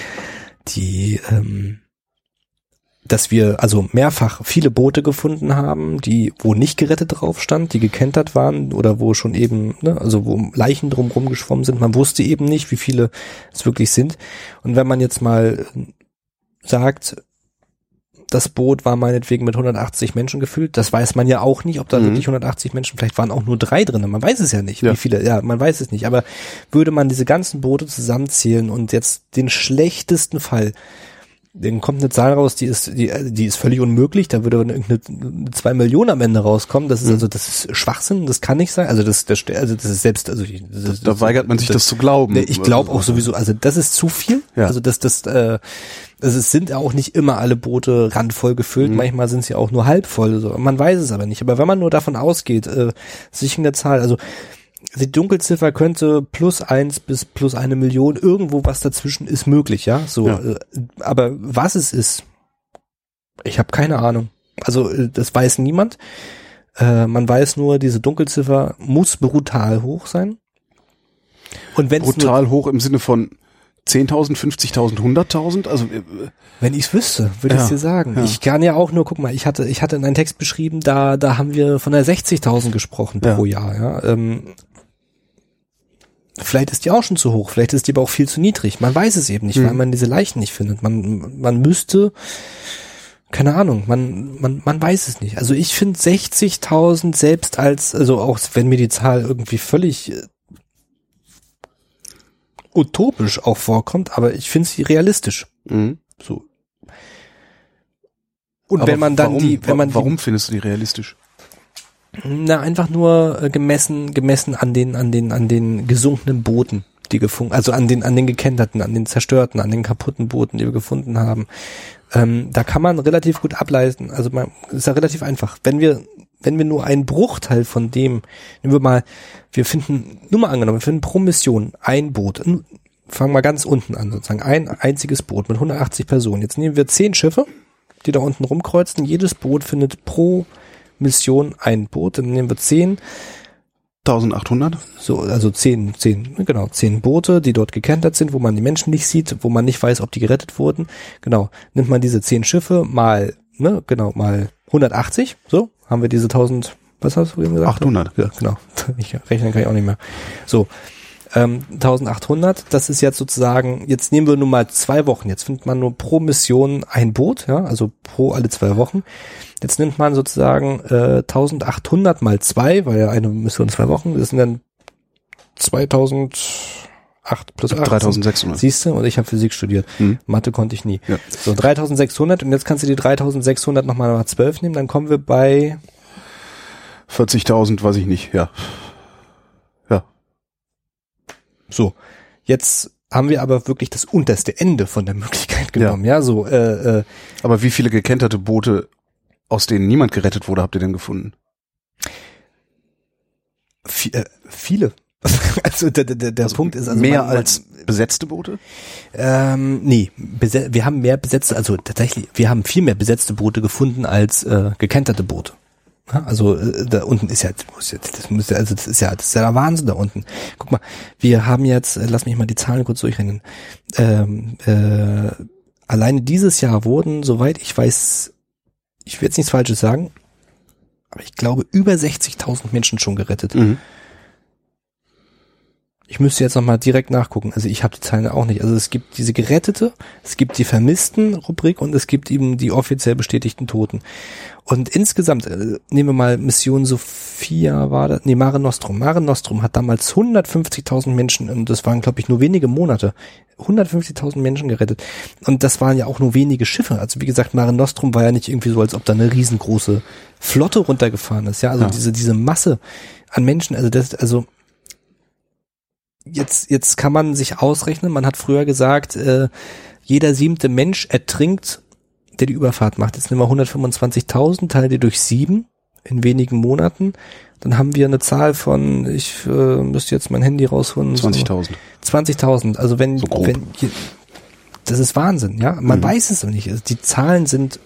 Speaker 3: dass wir also mehrfach viele Boote gefunden haben, wo nicht gerettet drauf stand, die gekentert waren oder wo schon eben, also wo Leichen drumherum geschwommen sind. Man wusste eben nicht, wie viele es wirklich sind. Und wenn man jetzt mal sagt, das Boot war meinetwegen mit 180 Menschen gefüllt. Das weiß man ja auch nicht, ob da wirklich 180 Menschen, vielleicht waren auch nur 3 drin. Man weiß es ja nicht, wie viele, man weiß es nicht. Aber würde man diese ganzen Boote zusammenzählen und jetzt den schlechtesten Fall, dann kommt eine Zahl raus, die ist völlig unmöglich. Da würde irgendeine 2 Millionen am Ende rauskommen. Das ist das ist Schwachsinn. Das kann nicht sein. Also das ist selbst, also
Speaker 2: da weigert man sich das zu glauben.
Speaker 3: Ich glaube auch sowieso. Also das ist zu viel. Ja. Also es sind auch nicht immer alle Boote randvoll gefüllt. Manchmal sind sie auch nur halb voll. So. Man weiß es aber nicht. Aber wenn man nur davon ausgeht, sich in der Zahl, also die Dunkelziffer könnte +1 bis +1 Million, irgendwo was dazwischen ist möglich, ja. So, aber was es ist, ich habe keine Ahnung. Also das weiß niemand. Man weiß nur, diese Dunkelziffer muss brutal hoch sein. Und wenn
Speaker 2: brutal hoch im Sinne von 10.000, 50.000, 100.000? Also
Speaker 3: wenn ich es wüsste, würde ich es dir sagen. Ja. Ich kann ja auch nur, guck mal, ich hatte in einem Text beschrieben, da haben wir von der 60.000 gesprochen pro Jahr. Ja. Vielleicht ist die auch schon zu hoch, vielleicht ist die aber auch viel zu niedrig. Man weiß es eben nicht, weil man diese Leichen nicht findet. Man müsste, keine Ahnung, man weiß es nicht. Also ich finde 60.000 selbst also auch wenn mir die Zahl irgendwie völlig utopisch auch vorkommt, aber ich finde sie realistisch. So. Und aber wenn man dann
Speaker 2: warum findest du die realistisch?
Speaker 3: Na, einfach nur gemessen an den gesunkenen Booten, die gefunden, also an den gekenterten, an den zerstörten, an den kaputten Booten, die wir gefunden haben. Da kann man relativ gut ableiten, also ist ja relativ einfach. Wenn wir nur einen Bruchteil von dem, wir finden pro Mission ein Boot, fangen wir ganz unten an, sozusagen ein einziges Boot mit 180 Personen. Jetzt nehmen wir 10 Schiffe, die da unten rumkreuzen, jedes Boot findet pro Mission ein Boot, dann nehmen wir 10
Speaker 2: 1800?
Speaker 3: So, also 10 Boote, die dort gekentert sind, wo man die Menschen nicht sieht, wo man nicht weiß, ob die gerettet wurden. Genau, nimmt man diese 10 Schiffe mal 180, so, haben wir diese 1000, was hast du eben gesagt?
Speaker 2: 800.
Speaker 3: Ja, genau. Rechnen kann ich auch nicht mehr. So, 1800, das ist jetzt sozusagen, jetzt nehmen wir nur mal 2 Wochen, jetzt findet man nur pro Mission ein Boot, ja, also pro alle 2 Wochen. Jetzt nimmt man sozusagen 1800 mal 2, weil ja eine Mission 2 Wochen, das sind dann 2008 plus 8.
Speaker 2: 3600.
Speaker 3: Siehst du, und ich habe Physik studiert. Mathe konnte ich nie. Ja. So, 3600 und jetzt kannst du die 3600 nochmal mal 12 nehmen, dann kommen wir bei
Speaker 2: 40.000, weiß ich nicht, ja. Ja.
Speaker 3: So, jetzt haben wir aber wirklich das unterste Ende von der Möglichkeit genommen, ja, so.
Speaker 2: Aber wie viele gekenterte Boote, aus denen niemand gerettet wurde, habt ihr denn gefunden?
Speaker 3: Viele. Also der Punkt ist also
Speaker 2: mehr als besetzte Boote?
Speaker 3: Nee, wir haben mehr besetzte, also tatsächlich, wir haben viel mehr besetzte Boote gefunden als gekenterte Boote. Ja, also da unten ist ja, das ist ja der Wahnsinn da unten. Guck mal, wir haben jetzt, lass mich mal die Zahlen kurz durchrennen. Alleine dieses Jahr wurden, soweit ich weiß, ich will jetzt nichts Falsches sagen, aber ich glaube über 60.000 Menschen schon gerettet. Mhm. Ich müsste jetzt nochmal direkt nachgucken. Also ich habe die Zahlen auch nicht. Also es gibt diese Gerettete, es gibt die Vermissten-Rubrik und es gibt eben die offiziell bestätigten Toten. Und insgesamt, nehmen wir mal Mission Sophia, Mare Nostrum. Mare Nostrum hat damals 150.000 Menschen, und das waren, glaube ich, nur wenige Monate, 150.000 Menschen gerettet. Und das waren ja auch nur wenige Schiffe. Also wie gesagt, Mare Nostrum war ja nicht irgendwie so, als ob da eine riesengroße Flotte runtergefahren ist. Ja, also diese Masse an Menschen, Jetzt kann man sich ausrechnen, man hat früher gesagt, jeder 7. Mensch ertrinkt, der die Überfahrt macht. Jetzt nehmen wir 125.000, teilen die durch 7 in wenigen Monaten. Dann haben wir eine Zahl von, ich müsste jetzt mein Handy rausholen.
Speaker 2: 20.000.
Speaker 3: 20.000, also das ist Wahnsinn, ja. Man weiß es noch nicht. Also die Zahlen sind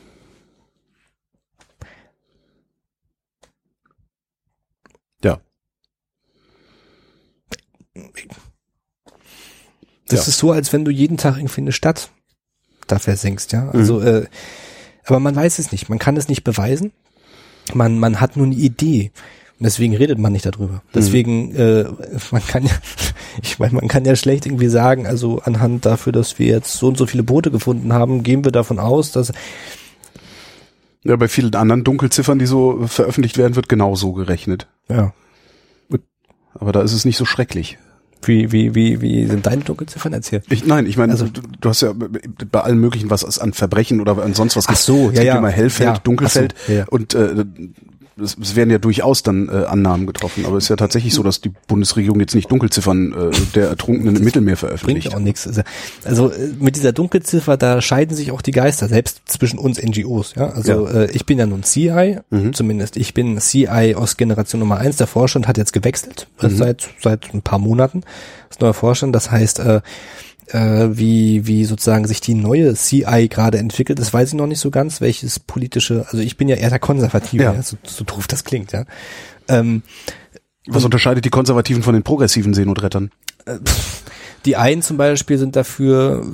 Speaker 3: Das ist so, als wenn du jeden Tag irgendwie eine Stadt da versenkst, ja. Also, aber man weiß es nicht, man kann es nicht beweisen. Man hat nur eine Idee. Und deswegen redet man nicht darüber. Deswegen, man kann ja schlecht irgendwie sagen, also anhand dafür, dass wir jetzt so und so viele Boote gefunden haben, gehen wir davon aus, dass
Speaker 2: ja, bei vielen anderen Dunkelziffern, die so veröffentlicht werden, wird genauso gerechnet.
Speaker 3: Ja.
Speaker 2: Aber da ist es nicht so schrecklich.
Speaker 3: Wie sind deine Dunkelziffern? Erzählt?
Speaker 2: Ich meine, also, du hast ja bei allem Möglichen was an Verbrechen oder an sonst was.
Speaker 3: Ach so,
Speaker 2: es gibt immer Hellfeld, Dunkelfeld.
Speaker 3: So, ja.
Speaker 2: Und es werden ja durchaus dann Annahmen getroffen. Aber es ist ja tatsächlich so, dass die Bundesregierung jetzt nicht Dunkelziffern der Ertrunkenen im Mittelmeer veröffentlicht.
Speaker 3: Bringt auch nichts. Also mit dieser Dunkelziffer, da scheiden sich auch die Geister, selbst zwischen uns NGOs. Ja, also ich bin ja nun CI, zumindest ich bin CI aus Generation Nummer 1. Der Vorstand hat jetzt gewechselt, seit ein paar Monaten. Das neue Vorstand, das heißt, wie sozusagen sich die neue CI gerade entwickelt, das weiß ich noch nicht so ganz, welches politische, also ich bin ja eher der Konservative, ja. So doof das klingt, ja.
Speaker 2: Was unterscheidet die Konservativen von den progressiven Seenotrettern?
Speaker 3: Die einen zum Beispiel sind dafür,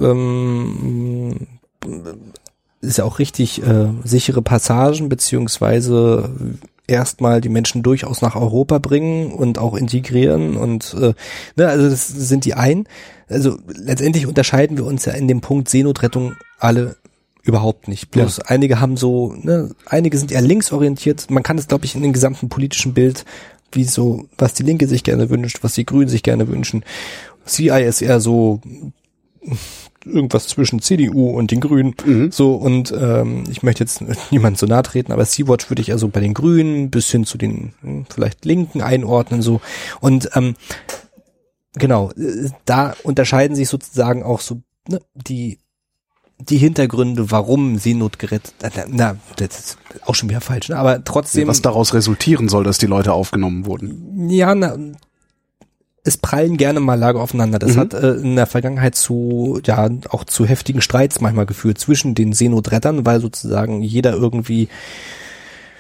Speaker 3: ist ja auch richtig, sichere Passagen, beziehungsweise erstmal die Menschen durchaus nach Europa bringen und auch integrieren und also das sind die einen. Also letztendlich unterscheiden wir uns ja in dem Punkt Seenotrettung alle überhaupt nicht. Bloß einige haben so, einige sind eher linksorientiert. Man kann es, glaube ich, in dem gesamten politischen Bild, wie so, was die Linke sich gerne wünscht, was die Grünen sich gerne wünschen. CI ist eher so irgendwas zwischen CDU und den Grünen. So, und ich möchte jetzt niemand so nahe treten, aber Sea-Watch würde ich also bei den Grünen bis hin zu den vielleicht Linken einordnen, so. Und genau, da unterscheiden sich sozusagen auch so die Hintergründe, warum Seenot gerettet, das ist auch schon wieder falsch, aber trotzdem.
Speaker 2: Was daraus resultieren soll, dass die Leute aufgenommen wurden.
Speaker 3: Ja, es prallen gerne mal Lager aufeinander. Das hat in der Vergangenheit auch zu heftigen Streits manchmal geführt zwischen den Seenotrettern, weil sozusagen jeder irgendwie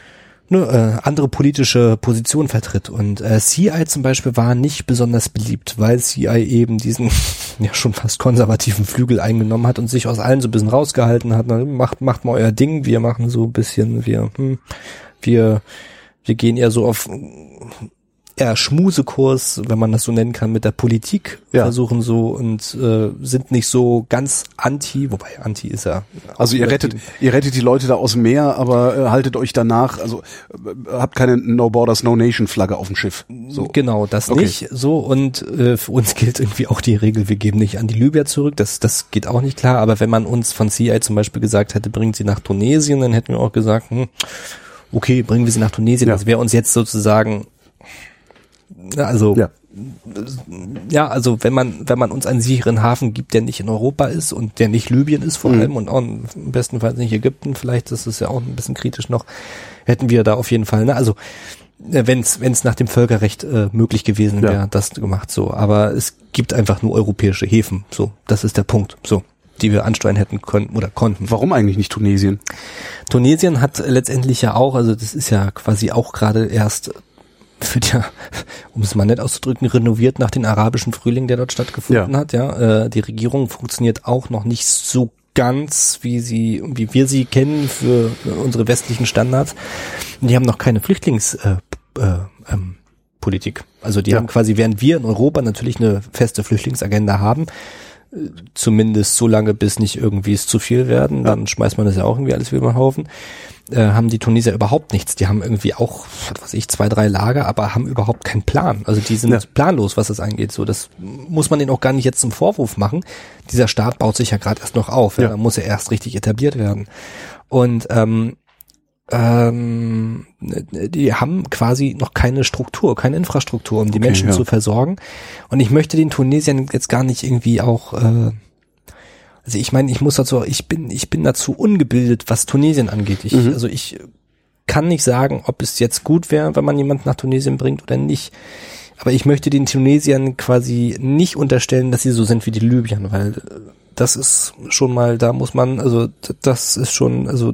Speaker 3: andere politische Positionen vertritt. Und CI zum Beispiel war nicht besonders beliebt, weil CI eben diesen ja schon fast konservativen Flügel eingenommen hat und sich aus allen so ein bisschen rausgehalten hat. Na, macht mal euer Ding, wir machen so ein bisschen, wir gehen eher so auf eher Schmusekurs, wenn man das so nennen kann, mit der Politik, versuchen so und sind nicht so ganz anti, wobei anti ist ja.
Speaker 2: Also ihr rettet die Leute da aus dem Meer, aber haltet euch danach, also habt keine No Borders, No Nation Flagge auf dem Schiff. So.
Speaker 3: Genau, das nicht so und für uns gilt irgendwie auch die Regel, wir geben nicht an die Libyer zurück, das geht auch nicht klar, aber wenn man uns von CI zum Beispiel gesagt hätte, bringt sie nach Tunesien, dann hätten wir auch gesagt, okay, bringen wir sie nach Tunesien, das wäre uns jetzt sozusagen also also wenn man uns einen sicheren Hafen gibt, der nicht in Europa ist und der nicht Libyen ist vor allem und auch im besten Fall nicht Ägypten, vielleicht ist es ja auch ein bisschen kritisch noch, hätten wir da auf jeden Fall, also wenn es nach dem Völkerrecht möglich gewesen wäre, das gemacht so, aber es gibt einfach nur europäische Häfen, so, das ist der Punkt, so, die wir ansteuern hätten können oder konnten.
Speaker 2: Warum eigentlich nicht Tunesien?
Speaker 3: Tunesien hat letztendlich ja auch, also das ist ja quasi auch gerade erst wird ja, um es mal nett auszudrücken, renoviert nach dem arabischen Frühling, der dort stattgefunden hat. Die Regierung funktioniert auch noch nicht so ganz, wie wir sie kennen für unsere westlichen Standards. Die haben noch keine Flüchtlingspolitik. Also die haben quasi, während wir in Europa natürlich eine feste Flüchtlingsagenda haben, zumindest so lange, bis nicht irgendwie es zu viel werden, dann schmeißt man das ja auch irgendwie alles wieder über den Haufen, haben die Tunesier überhaupt nichts. Die haben irgendwie auch, 2, 3 Lager, aber haben überhaupt keinen Plan. Also die sind planlos, was das angeht. So, das muss man denen auch gar nicht jetzt zum Vorwurf machen. Dieser Staat baut sich ja gerade erst noch auf. Da muss er erst richtig etabliert werden. Und die haben quasi noch keine Struktur, keine Infrastruktur, um die Menschen zu versorgen. Und ich möchte den Tunesiern jetzt gar nicht irgendwie auch, also ich meine, ich bin dazu ungebildet, was Tunesien angeht. Ich kann nicht sagen, ob es jetzt gut wäre, wenn man jemanden nach Tunesien bringt oder nicht. Aber ich möchte den Tunesiern quasi nicht unterstellen, dass sie so sind wie die Libyern, weil das ist schon mal, da muss man, also das ist schon, also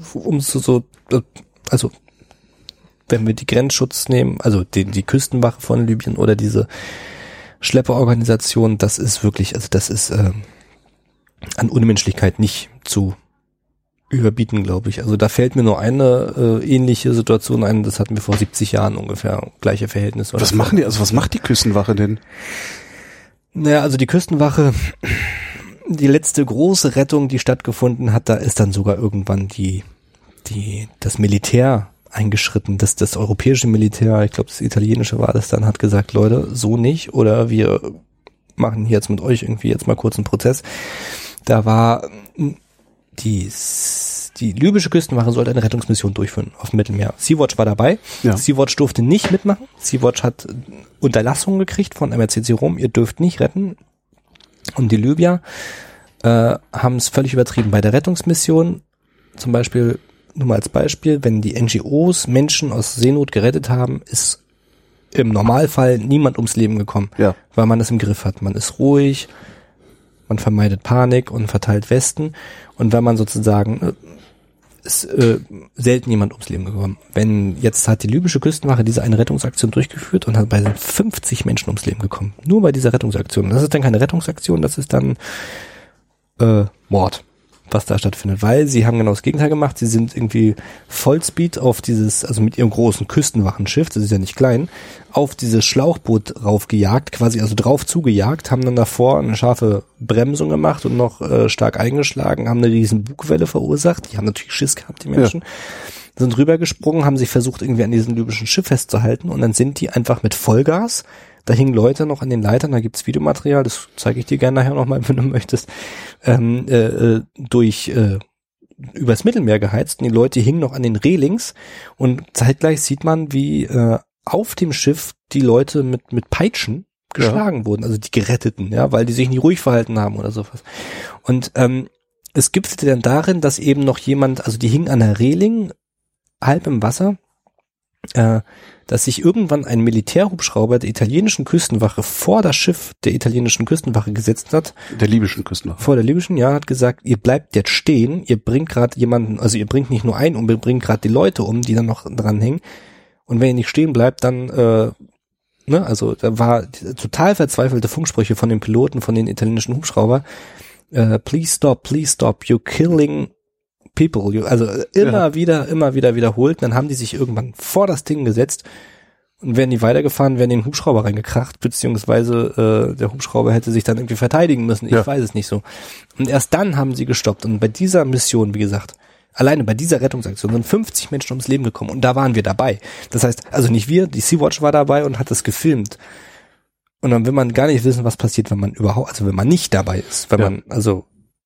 Speaker 3: wenn wir die Grenzschutz nehmen, also die Küstenwache von Libyen oder diese Schlepperorganisation, das ist wirklich, also das ist an Unmenschlichkeit nicht zu überbieten, glaube ich. Also da fällt mir nur eine ähnliche Situation ein, das hatten wir vor 70 Jahren ungefähr, gleiche Verhältnisse.
Speaker 2: Was machen die, also was macht die Küstenwache denn?
Speaker 3: Naja, also die Küstenwache, die letzte große Rettung, die stattgefunden hat, da ist dann sogar irgendwann das Militär eingeschritten, das europäische Militär, ich glaube das italienische war das dann, hat gesagt, Leute, so nicht, oder wir machen hier jetzt mit euch irgendwie jetzt mal kurz einen Prozess. Da war die libysche Küstenwache sollte eine Rettungsmission durchführen auf dem Mittelmeer. Sea-Watch war dabei. Ja. Sea-Watch durfte nicht mitmachen. Sea-Watch hat Unterlassung gekriegt von MRCC Rom. Ihr dürft nicht retten. Und die Libyer haben es völlig übertrieben. Bei der Rettungsmission, zum Beispiel, nur mal als Beispiel, wenn die NGOs Menschen aus Seenot gerettet haben, ist im Normalfall niemand ums Leben gekommen, weil man das im Griff hat. Man ist ruhig, man vermeidet Panik und verteilt Westen. Und wenn man sozusagen, ist selten jemand ums Leben gekommen. Jetzt hat die libysche Küstenwache diese eine Rettungsaktion durchgeführt und hat bei 50 Menschen ums Leben gekommen. Nur bei dieser Rettungsaktion. Das ist dann keine Rettungsaktion, das ist dann Mord, was da stattfindet. Weil sie haben genau das Gegenteil gemacht. Sie sind irgendwie Vollspeed auf also mit ihrem großen Küstenwachenschiff, das ist ja nicht klein, auf dieses Schlauchboot raufgejagt, quasi also drauf zugejagt, haben dann davor eine scharfe Bremsung gemacht und noch stark eingeschlagen, haben eine riesen Bugwelle verursacht. Die haben natürlich Schiss gehabt, die Menschen. Sind rübergesprungen, haben sich versucht, irgendwie an diesem libyschen Schiff festzuhalten und dann sind die einfach mit Vollgas, da hingen Leute noch an den Leitern, da gibt's Videomaterial, das zeige ich dir gerne nachher nochmal, wenn du möchtest, übers Mittelmeer geheizt und die Leute hingen noch an den Relings und zeitgleich sieht man, wie auf dem Schiff die Leute mit Peitschen geschlagen wurden, also die Geretteten, weil die sich nicht ruhig verhalten haben oder sowas. Und es gipfelte dann darin, dass eben noch jemand, also die hingen an der Reling, halb im Wasser, dass sich irgendwann ein Militärhubschrauber der italienischen Küstenwache vor das Schiff der italienischen Küstenwache gesetzt hat.
Speaker 2: Der libyschen Küstenwache.
Speaker 3: Vor der libyschen, ja, hat gesagt, ihr bleibt jetzt stehen, ihr bringt gerade jemanden, also ihr bringt nicht nur einen um, ihr bringt gerade die Leute um, die dann noch dranhängen. Und wenn ihr nicht stehen bleibt, dann, also da war total verzweifelte Funksprüche von den Piloten, von den italienischen Hubschrauber. Please stop, you're killing people. Also immer wieder wiederholt. Dann haben die sich irgendwann vor das Ding gesetzt und wären die weitergefahren, wären in den Hubschrauber reingekracht, beziehungsweise der Hubschrauber hätte sich dann irgendwie verteidigen müssen. Ich weiß es nicht so. Und erst dann haben sie gestoppt. Und bei dieser Mission, wie gesagt, alleine bei dieser Rettungsaktion sind 50 Menschen ums Leben gekommen und da waren wir dabei. Das heißt, also nicht wir, die Sea-Watch war dabei und hat das gefilmt. Und dann will man gar nicht wissen, was passiert, wenn man überhaupt, also wenn man nicht dabei ist, wenn man, also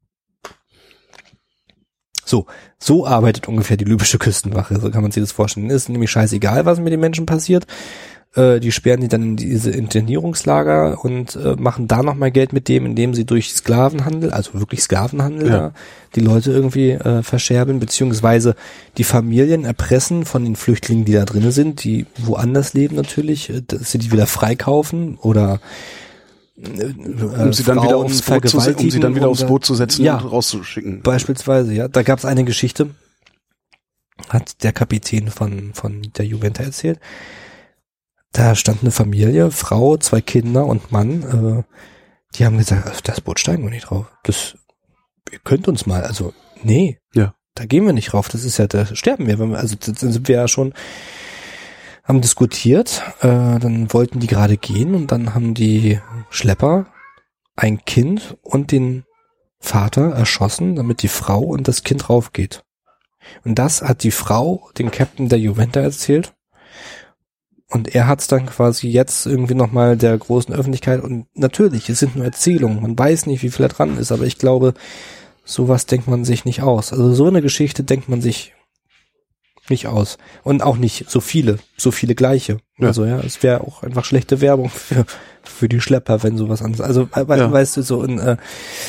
Speaker 3: so arbeitet ungefähr die libysche Küstenwache, so kann man sich das vorstellen. Ist nämlich scheißegal, was mit den Menschen passiert. Die sperren die dann in diese Internierungslager und machen da nochmal Geld mit dem, indem sie durch Sklavenhandel, also wirklich Sklavenhandel, da die Leute irgendwie verscherbeln, beziehungsweise die Familien erpressen von den Flüchtlingen, die da drinnen sind, die woanders leben natürlich, dass sie die wieder freikaufen oder
Speaker 2: um sie dann wieder aufs Boot zu setzen und rauszuschicken.
Speaker 3: Beispielsweise, ja. Da gab es eine Geschichte, hat der Kapitän von der Juventa erzählt. Da stand eine Familie, Frau, 2 Kinder und Mann, die haben gesagt, auf das Boot steigen wir nicht drauf. Ihr könnt uns mal, also, nee, da gehen wir nicht drauf, das ist ja, da sterben wir, also dann sind wir ja schon, haben diskutiert, dann wollten die gerade gehen und dann haben die Schlepper ein Kind und den Vater erschossen, damit die Frau und das Kind raufgeht. Und das hat die Frau dem Captain der Juventa erzählt. Und er hat es dann quasi jetzt irgendwie nochmal der großen Öffentlichkeit, und natürlich, es sind nur Erzählungen, man weiß nicht, wie viel da dran ist, aber ich glaube, sowas denkt man sich nicht aus. Also so eine Geschichte denkt man sich nicht aus. Und auch nicht so viele gleiche. Ja. Also ja, es wäre auch einfach schlechte Werbung für die Schlepper, wenn sowas anderes. Also weißt du, so in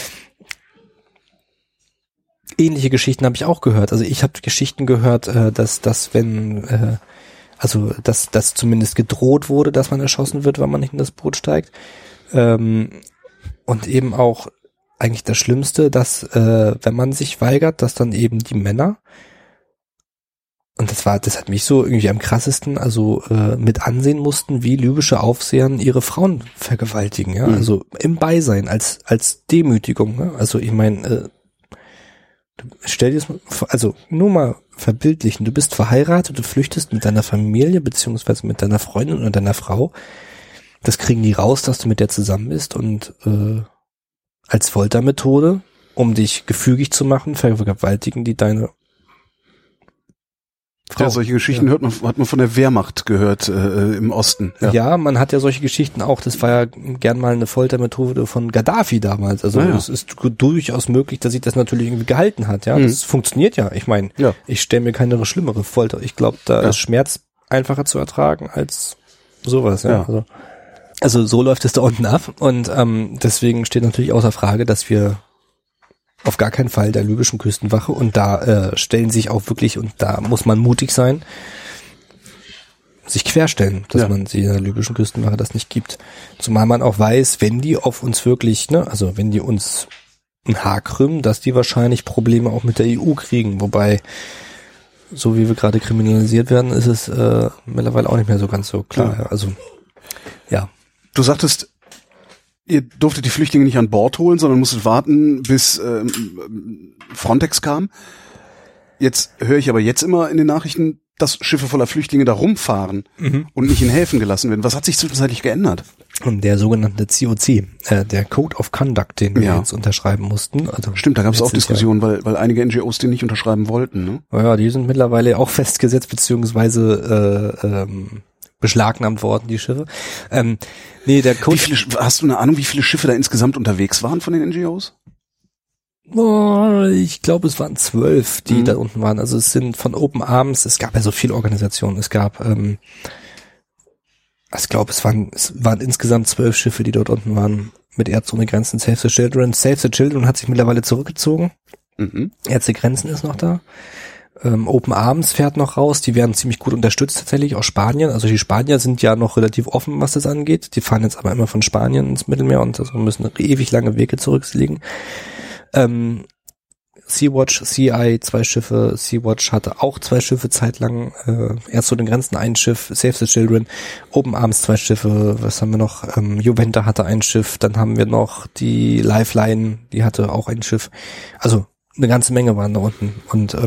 Speaker 3: ähnliche Geschichten habe ich auch gehört. Also ich habe Geschichten gehört, dass wenn dass zumindest gedroht wurde, dass man erschossen wird, wenn man nicht in das Boot steigt. Und eben auch eigentlich das Schlimmste, dass wenn man sich weigert, dass dann eben die Männer, und das hat mich so irgendwie am krassesten, mit ansehen mussten, wie libysche Aufseher ihre Frauen vergewaltigen, ja, also im Beisein, als Demütigung, ne? Also ich meine, stell dir das mal, also nur mal verbildlichen, du bist verheiratet, du flüchtest mit deiner Familie, beziehungsweise mit deiner Freundin oder deiner Frau, das kriegen die raus, dass du mit der zusammen bist, und als Foltermethode, um dich gefügig zu machen, vergewaltigen die deine Frau.
Speaker 2: Ja, solche Geschichten hat man von der Wehrmacht gehört im Osten.
Speaker 3: Ja, man hat ja solche Geschichten auch, das war ja gern mal eine Foltermethode von Gaddafi damals. Also es ist durchaus möglich, dass sich das natürlich irgendwie gehalten hat. Ja, das funktioniert ja. Ich meine, ich stelle mir keine schlimmere Folter. Ich glaube, da ist Schmerz einfacher zu ertragen als sowas. Ja. Also so läuft es da unten ab, und deswegen steht natürlich außer Frage, dass wir auf gar keinen Fall der libyschen Küstenwache, und da stellen sich auch wirklich, und da muss man mutig sein, sich querstellen, dass man sie der libyschen Küstenwache das nicht gibt. Zumal man auch weiß, wenn die auf uns wirklich, also wenn die uns ein Haar krümmen, dass die wahrscheinlich Probleme auch mit der EU kriegen, wobei, so wie wir gerade kriminalisiert werden, ist es mittlerweile auch nicht mehr so ganz so klar. Ja. Also, ja.
Speaker 2: Du sagtest, ihr durftet die Flüchtlinge nicht an Bord holen, sondern musstet warten, bis Frontex kam. Jetzt höre ich aber immer in den Nachrichten, dass Schiffe voller Flüchtlinge da rumfahren und nicht in Häfen gelassen werden. Was hat sich zwischenzeitlich geändert?
Speaker 3: Und der sogenannte COC, der Code of Conduct, den wir jetzt unterschreiben mussten. Also
Speaker 2: stimmt, da gab es auch Diskussionen, weil einige NGOs den nicht unterschreiben wollten. Ne?
Speaker 3: Ja, die sind mittlerweile auch festgesetzt, beziehungsweise beschlagnahmt worden, die Schiffe. Der Code.
Speaker 2: Hast du eine Ahnung, wie viele Schiffe da insgesamt unterwegs waren von den NGOs?
Speaker 3: Ich glaube, es waren 12, die da unten waren. Also es sind von Open Arms, es gab ja so viele Organisationen. Es gab, ich glaube, es waren insgesamt 12 Schiffe, die dort unten waren, mit Ärzte ohne Grenzen, Save the Children. Save the Children hat sich mittlerweile zurückgezogen. Ärzte Grenzen ist noch da. Open Arms fährt noch raus, die werden ziemlich gut unterstützt tatsächlich aus Spanien. Also die Spanier sind ja noch relativ offen, was das angeht. Die fahren jetzt aber immer von Spanien ins Mittelmeer und also müssen ewig lange Wege zurücklegen. Sea-Watch, CI 2 Schiffe, Sea-Watch hatte auch 2 Schiffe zeitlang, erst zu den Grenzen ein Schiff, Save the Children, Open Arms 2 Schiffe, was haben wir noch, Juventa hatte ein Schiff, dann haben wir noch die Lifeline, die hatte auch ein Schiff, also eine ganze Menge waren da unten und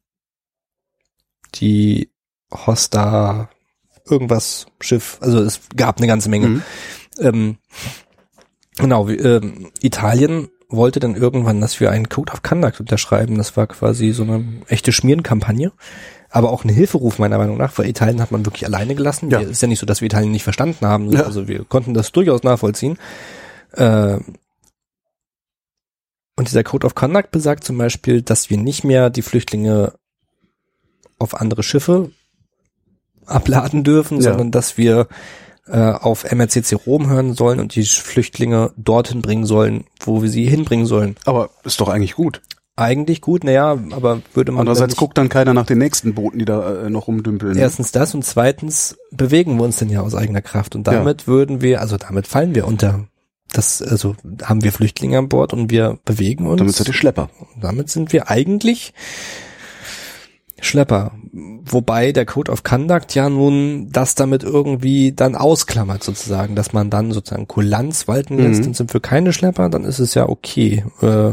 Speaker 3: die Hosta irgendwas Schiff, also es gab eine ganze Menge. Genau, Italien wollte dann irgendwann, dass wir einen Code of Conduct unterschreiben. Das war quasi so eine echte Schmierenkampagne, aber auch ein Hilferuf meiner Meinung nach, weil Italien hat man wirklich alleine gelassen. Ja. Ist ja nicht so, dass wir Italien nicht verstanden haben. Ja. Also wir konnten das durchaus nachvollziehen. Und dieser Code of Conduct besagt zum Beispiel, dass wir nicht mehr die Flüchtlinge auf andere Schiffe abladen dürfen, sondern dass wir auf MRCC Rom hören sollen und die Flüchtlinge dorthin bringen sollen, wo wir sie hinbringen sollen.
Speaker 2: Aber ist doch eigentlich gut.
Speaker 3: Eigentlich gut, naja, aber würde man...
Speaker 2: Andererseits guckt dann keiner nach den nächsten Booten, die da noch rumdümpeln.
Speaker 3: Erstens das und zweitens bewegen wir uns denn ja aus eigener Kraft und damit damit fallen wir unter. Also haben wir Flüchtlinge an Bord und wir bewegen uns.
Speaker 2: Damit seid ihr Schlepper.
Speaker 3: Damit sind wir eigentlich Schlepper. Wobei der Code of Conduct ja nun das damit irgendwie dann ausklammert sozusagen, dass man dann sozusagen Kulanz walten lässt, dann sind wir keine Schlepper, dann ist es ja okay.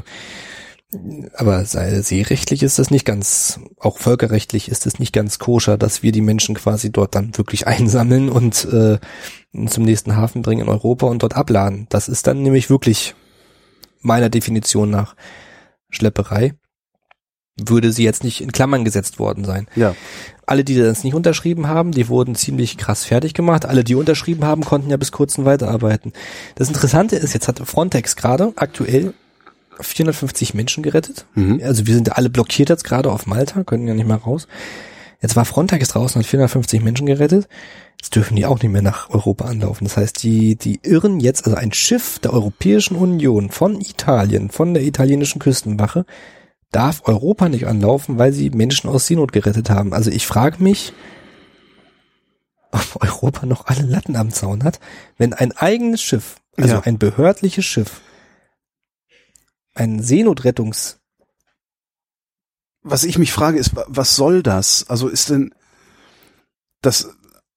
Speaker 3: Aber seerechtlich ist das nicht ganz, auch völkerrechtlich ist es nicht ganz koscher, dass wir die Menschen quasi dort dann wirklich einsammeln und zum nächsten Hafen bringen in Europa und dort abladen. Das ist dann nämlich wirklich meiner Definition nach Schlepperei. Würde sie jetzt nicht in Klammern gesetzt worden sein.
Speaker 2: Ja.
Speaker 3: Alle, die das nicht unterschrieben haben, die wurden ziemlich krass fertig gemacht. Alle, die unterschrieben haben, konnten ja bis kurzem weiterarbeiten. Das Interessante ist, jetzt hat Frontex gerade aktuell 450 Menschen gerettet. Also wir sind ja alle blockiert jetzt gerade auf Malta, können ja nicht mehr raus. Jetzt war Frontex draußen, hat 450 Menschen gerettet. Jetzt dürfen die auch nicht mehr nach Europa anlaufen. Das heißt, die irren jetzt, also ein Schiff der Europäischen Union von Italien, von der italienischen Küstenwache, darf Europa nicht anlaufen, weil sie Menschen aus Seenot gerettet haben. Also ich frage mich, ob Europa noch alle Latten am Zaun hat, wenn ein eigenes Schiff, also ein behördliches Schiff, ein Seenotrettungs...
Speaker 2: Was ich mich frage ist, was soll das? Also ist denn das...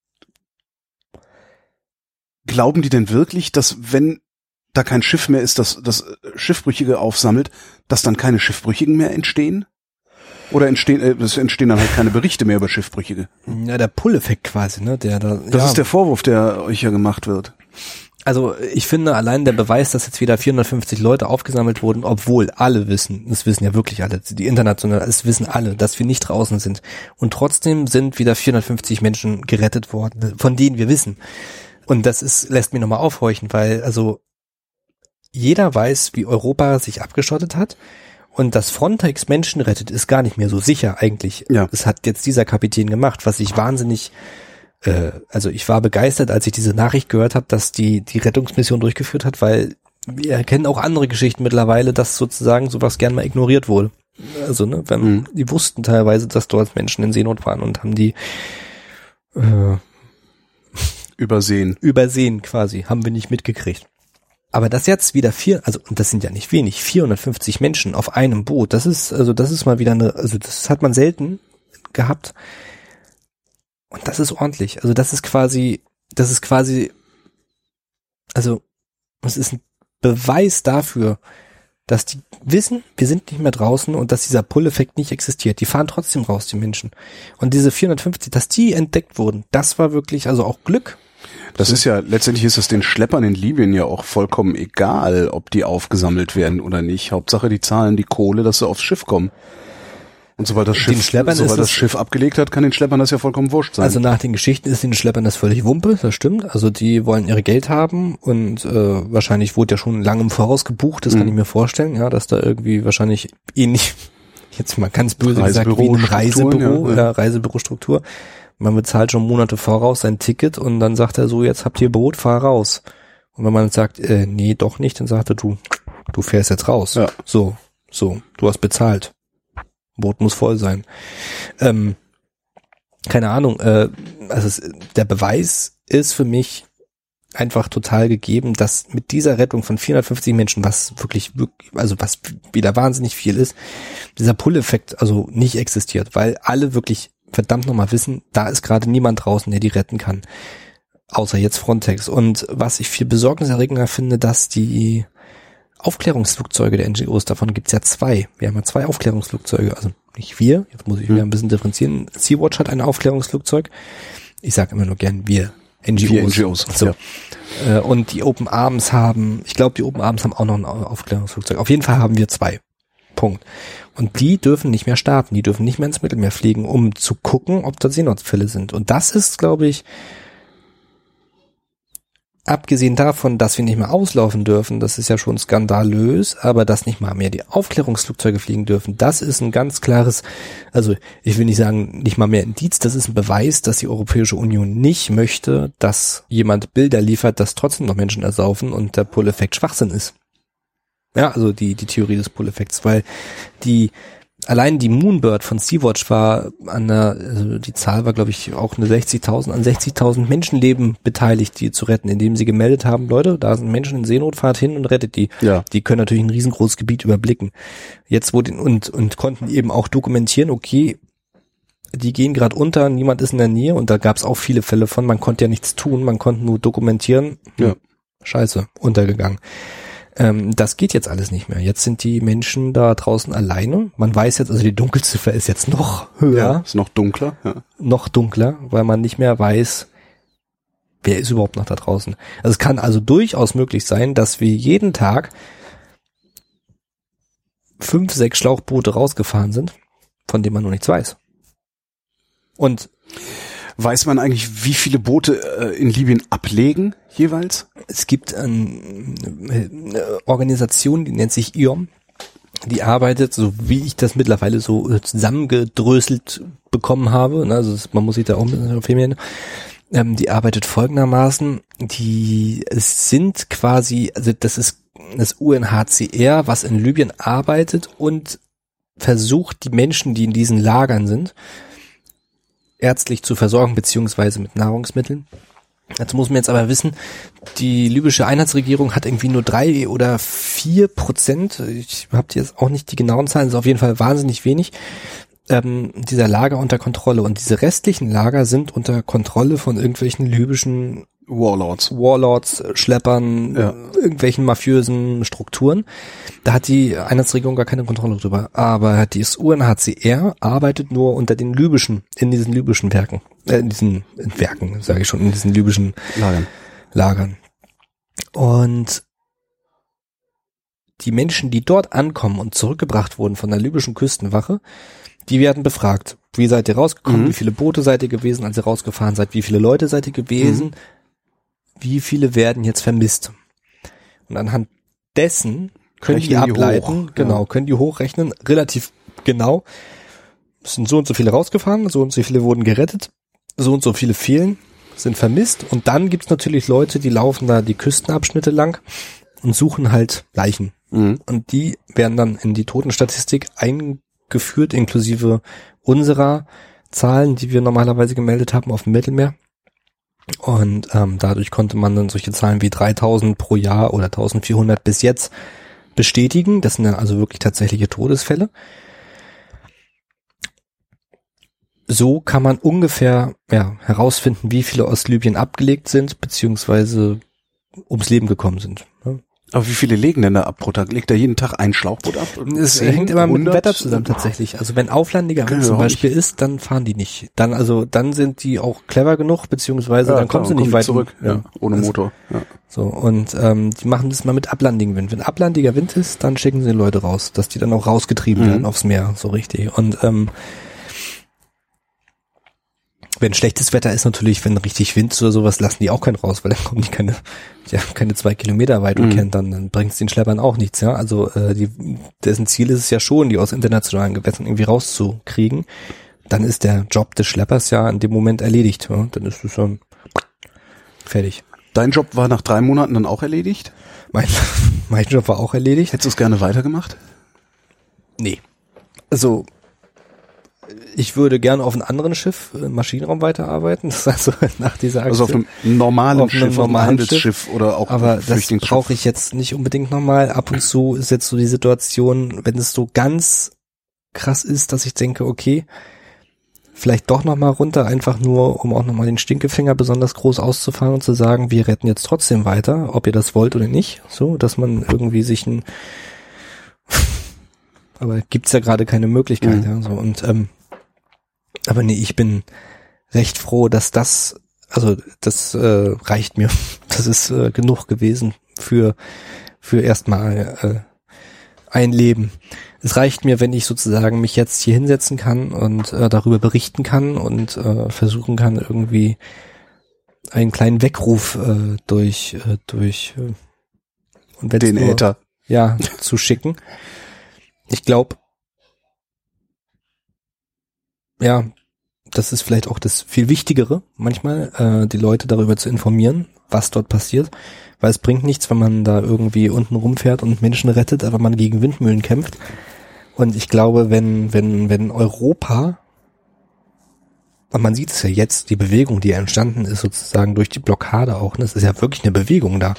Speaker 2: Glauben die denn wirklich, dass wenn da kein Schiff mehr ist, das Schiffbrüchige aufsammelt, dass dann keine Schiffbrüchigen mehr entstehen? Oder entstehen dann halt keine Berichte mehr über Schiffbrüchige?
Speaker 3: Ja, der Pull-Effekt quasi, ne?
Speaker 2: Das ist der Vorwurf, der euch ja gemacht wird.
Speaker 3: Also ich finde allein der Beweis, dass jetzt wieder 450 Leute aufgesammelt wurden, obwohl alle wissen, das wissen ja wirklich alle, die international, es wissen alle, dass wir nicht draußen sind. Und trotzdem sind wieder 450 Menschen gerettet worden, von denen wir wissen. Und das lässt mich nochmal aufhorchen, weil also jeder weiß, wie Europa sich abgeschottet hat und dass Frontex Menschen rettet, ist gar nicht mehr so sicher eigentlich.
Speaker 2: Ja.
Speaker 3: Das hat jetzt dieser Kapitän gemacht, was ich wahnsinnig, also ich war begeistert, als ich diese Nachricht gehört habe, dass die Rettungsmission durchgeführt hat, weil wir kennen auch andere Geschichten mittlerweile, dass sozusagen sowas gern mal ignoriert wurde. Also ne, wenn die wussten teilweise, dass dort Menschen in Seenot waren und haben die übersehen quasi, haben wir nicht mitgekriegt. Aber das jetzt wieder und das sind ja nicht wenig, 450 Menschen auf einem Boot, das ist mal wieder das hat man selten gehabt. Und das ist ordentlich. Also das ist quasi, also es ist ein Beweis dafür, dass die wissen, wir sind nicht mehr draußen und dass dieser Pull-Effekt nicht existiert. Die fahren trotzdem raus, die Menschen. Und diese 450, dass die entdeckt wurden, das war wirklich, also auch Glück.
Speaker 2: Letztendlich ist es den Schleppern in Libyen ja auch vollkommen egal, ob die aufgesammelt werden oder nicht. Hauptsache, die zahlen die Kohle, dass sie aufs Schiff kommen. Und sobald das Schiff abgelegt hat, kann den Schleppern das ja vollkommen wurscht sein.
Speaker 3: Also nach den Geschichten ist den Schleppern das völlig Wumpe, das stimmt. Also die wollen ihre Geld haben und wahrscheinlich wurde ja schon lange im Voraus gebucht, das kann ich mir vorstellen, ja, dass da irgendwie wahrscheinlich ähnlich, jetzt mal ganz böse gesagt, wie ein Reisebüro oder Reisebürostruktur. Man bezahlt schon Monate voraus sein Ticket und dann sagt er so, jetzt habt ihr Boot, fahr raus. Und wenn man sagt, nee, doch nicht, dann sagt er, du fährst jetzt raus. Ja. So, du hast bezahlt. Boot muss voll sein. Keine Ahnung, der Beweis ist für mich einfach total gegeben, dass mit dieser Rettung von 450 Menschen, was wieder wahnsinnig viel ist, dieser Pull-Effekt also nicht existiert, weil alle wirklich verdammt nochmal wissen, da ist gerade niemand draußen, der die retten kann. Außer jetzt Frontex. Und was ich viel besorgniserregender finde, dass die Aufklärungsflugzeuge der NGOs, davon gibt's ja 2. Wir haben ja 2 Aufklärungsflugzeuge, also nicht wir, jetzt muss ich wieder ein bisschen differenzieren. Sea-Watch hat ein Aufklärungsflugzeug. Ich sage immer nur gern wir NGOs.
Speaker 2: Wir NGOs.
Speaker 3: So. Ja. Und die Open Arms haben auch noch ein Aufklärungsflugzeug. Auf jeden Fall haben wir 2. Punkt. Und die dürfen nicht mehr starten, die dürfen nicht mehr ins Mittelmeer fliegen, um zu gucken, ob da Seenotfälle sind. Und das ist, glaube ich, abgesehen davon, dass wir nicht mehr auslaufen dürfen, das ist ja schon skandalös, aber dass nicht mal mehr die Aufklärungsflugzeuge fliegen dürfen, das ist ein ganz klares, also ich will nicht sagen, nicht mal mehr Indiz, das ist ein Beweis, dass die Europäische Union nicht möchte, dass jemand Bilder liefert, dass trotzdem noch Menschen ersaufen und der Pull-Effekt Schwachsinn ist. Ja, also die Theorie des Pull-Effekts, weil allein die Moonbird von Sea-Watch war die Zahl war, glaube ich, auch an 60.000 Menschenleben beteiligt, die zu retten, indem sie gemeldet haben, Leute, da sind Menschen in Seenot, fahrt hin und rettet die. Ja. Die können natürlich ein riesengroßes Gebiet überblicken. Jetzt und konnten eben auch dokumentieren, okay, die gehen gerade unter, niemand ist in der Nähe und da gab es auch viele Fälle von, man konnte ja nichts tun, man konnte nur dokumentieren, scheiße, untergegangen. Das geht jetzt alles nicht mehr. Jetzt sind die Menschen da draußen alleine. Man weiß jetzt, also die Dunkelziffer ist jetzt noch höher.
Speaker 2: Ja, ist noch dunkler. Ja.
Speaker 3: Noch dunkler, weil man nicht mehr weiß, wer ist überhaupt noch da draußen. Also es kann also durchaus möglich sein, dass wir jeden Tag 5, 6 Schlauchboote rausgefahren sind, von denen man noch nichts weiß. Und
Speaker 2: weiß man eigentlich, wie viele Boote in Libyen ablegen jeweils?
Speaker 3: Es gibt eine Organisation, die nennt sich IOM. Die arbeitet, so wie ich das mittlerweile so zusammengedröselt bekommen habe. Also man muss sich da auch ein bisschen informieren. Die arbeitet folgendermaßen. Es sind quasi, also das ist das UNHCR, was in Libyen arbeitet und versucht, die Menschen, die in diesen Lagern sind, ärztlich zu versorgen, beziehungsweise mit Nahrungsmitteln. Dazu muss man jetzt aber wissen, die libysche Einheitsregierung hat irgendwie nur 3 oder 4%, ich habe jetzt auch nicht die genauen Zahlen, das ist auf jeden Fall wahnsinnig wenig, dieser Lager unter Kontrolle. Und diese restlichen Lager sind unter Kontrolle von irgendwelchen libyschen Warlords, Schleppern, irgendwelchen mafiösen Strukturen. Da hat die Einheitsregierung gar keine Kontrolle drüber. Aber das UNHCR arbeitet nur in diesen libyschen Werken. In diesen libyschen Lagern. Und die Menschen, die dort ankommen und zurückgebracht wurden von der libyschen Küstenwache, die werden befragt. Wie seid ihr rausgekommen? Wie viele Boote seid ihr gewesen, als ihr rausgefahren seid? Wie viele Leute seid ihr gewesen? Wie viele werden jetzt vermisst? Und anhand dessen können die ableiten, können die hochrechnen, relativ genau. Es sind so und so viele rausgefahren, so und so viele wurden gerettet, so und so viele fehlen, sind vermisst. Und dann gibt's natürlich Leute, die laufen da die Küstenabschnitte lang und suchen halt Leichen. Und die werden dann in die Totenstatistik eingeführt, inklusive unserer Zahlen, die wir normalerweise gemeldet haben auf dem Mittelmeer. Und dadurch konnte man dann solche Zahlen wie 3.000 pro Jahr oder 1.400 bis jetzt bestätigen. Das sind dann also wirklich tatsächliche Todesfälle. So kann man ungefähr herausfinden, wie viele aus Libyen abgelegt sind, beziehungsweise ums Leben gekommen sind. Ja.
Speaker 2: Aber wie viele legen denn da ab pro Tag? Legt da jeden Tag ein Schlauchboot ab?
Speaker 3: Es hängt immer mit dem Wetter zusammen tatsächlich. Also wenn auflandiger Wind zum Beispiel ist, dann fahren die nicht. Dann sind die auch clever genug, beziehungsweise dann kommen sie nicht weit
Speaker 2: zurück. Ohne Motor. Ja.
Speaker 3: So, und die machen das mal mit ablandigem Wind. Wenn ablandiger Wind ist, dann schicken sie Leute raus, dass die dann auch rausgetrieben werden aufs Meer, so richtig. Und wenn schlechtes Wetter ist natürlich, wenn richtig Wind oder sowas, lassen die auch keinen raus, weil dann kommen die keine 2 Kilometer weit und dann bringt es den Schleppern auch nichts, ja. Also dessen Ziel ist es ja schon, die aus internationalen Gewässern irgendwie rauszukriegen. Dann ist der Job des Schleppers ja in dem Moment erledigt, ja? Dann ist es schon fertig.
Speaker 2: Dein Job war nach 3 Monaten dann auch erledigt?
Speaker 3: Mein Job war auch erledigt.
Speaker 2: Hättest du es gerne weitergemacht?
Speaker 3: Nee. Also ich würde gerne auf einem anderen Schiff im Maschinenraum weiterarbeiten. Das ist also nach dieser Aktion.
Speaker 2: Also auf einem normalen Schiff, auf einem Handelsschiff oder auch
Speaker 3: aber das brauche ich jetzt nicht unbedingt nochmal. Ab und zu ist jetzt so die Situation, wenn es so ganz krass ist, dass ich denke, okay, vielleicht doch nochmal runter, einfach nur, um auch nochmal den Stinkefinger besonders groß auszufahren und zu sagen, wir retten jetzt trotzdem weiter, ob ihr das wollt oder nicht. So, dass man irgendwie sich aber gibt's ja gerade keine Möglichkeit, ja, so, und, aber nee, ich bin recht froh, dass das reicht mir. Das ist genug gewesen für erstmal ein Leben. Es reicht mir, wenn ich sozusagen mich jetzt hier hinsetzen kann und darüber berichten kann und versuchen kann, irgendwie einen kleinen Weckruf durch und
Speaker 2: den Äther
Speaker 3: zu schicken. Ich glaube, ja, das ist vielleicht auch das viel Wichtigere, manchmal die Leute darüber zu informieren, was dort passiert, weil es bringt nichts, wenn man da irgendwie unten rumfährt und Menschen rettet, aber man gegen Windmühlen kämpft. Und ich glaube, wenn Europa, und man sieht es ja jetzt, die Bewegung, die entstanden ist sozusagen durch die Blockade auch, ne, es ist ja wirklich eine Bewegung da,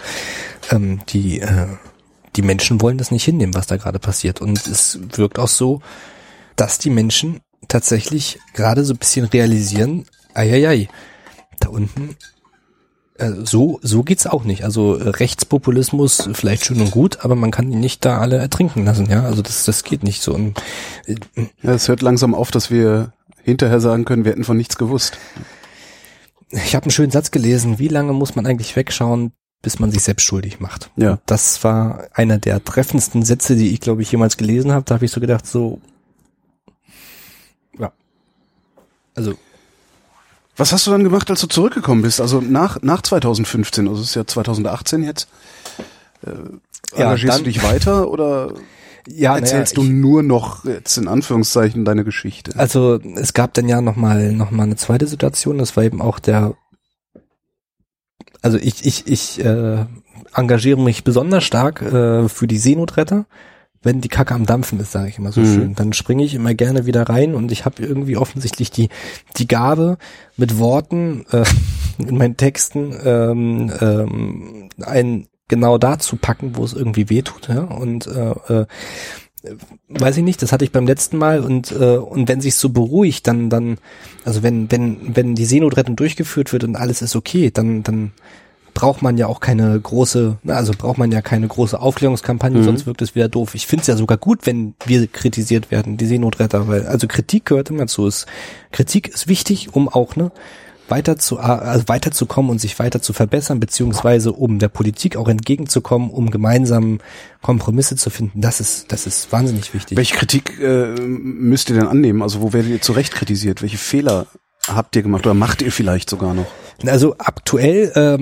Speaker 3: die Menschen wollen das nicht hinnehmen, was da gerade passiert. Und es wirkt auch so, dass die Menschen tatsächlich gerade so ein bisschen realisieren, da unten, so geht's auch nicht. Also Rechtspopulismus vielleicht schön und gut, aber man kann die nicht da alle ertrinken lassen, ja. Also das geht nicht so. Und,
Speaker 2: es hört langsam auf, dass wir hinterher sagen können, wir hätten von nichts gewusst.
Speaker 3: Ich habe einen schönen Satz gelesen, wie lange muss man eigentlich wegschauen, bis man sich selbst schuldig macht.
Speaker 2: Ja.
Speaker 3: Das war einer der treffendsten Sätze, die ich, glaube ich, jemals gelesen habe. Da habe ich so gedacht, so, ja. Also.
Speaker 2: Was hast du dann gemacht, als du zurückgekommen bist? Also nach 2015, also es ist ja 2018 jetzt. Engagierst du dich weiter oder erzählst du nur noch jetzt in Anführungszeichen deine Geschichte?
Speaker 3: Also es gab dann ja noch mal eine zweite Situation. Das war eben auch also ich engagiere mich besonders stark für die Seenotretter. Wenn die Kacke am Dampfen ist, sage ich immer so schön, dann springe ich immer gerne wieder rein und ich habe irgendwie offensichtlich die Gabe, mit Worten in meinen Texten einen genau da zu packen, wo es irgendwie wehtut, ja, und weiß ich nicht, das hatte ich beim letzten Mal und wenn sich's so beruhigt, dann also wenn die Seenotrettung durchgeführt wird und alles ist okay, dann braucht man ja auch keine große Aufklärungskampagne, sonst wirkt es wieder doof. Ich finde es ja sogar gut, wenn wir kritisiert werden, die Seenotretter, weil also Kritik gehört immer zu. Kritik ist wichtig, um auch weiterzukommen und sich weiter zu verbessern, beziehungsweise um der Politik auch entgegenzukommen, um gemeinsam Kompromisse zu finden. Das ist wahnsinnig wichtig.
Speaker 2: Welche Kritik müsst ihr denn annehmen? Also wo werdet ihr zu Recht kritisiert? Welche Fehler habt ihr gemacht oder macht ihr vielleicht sogar noch?
Speaker 3: Also aktuell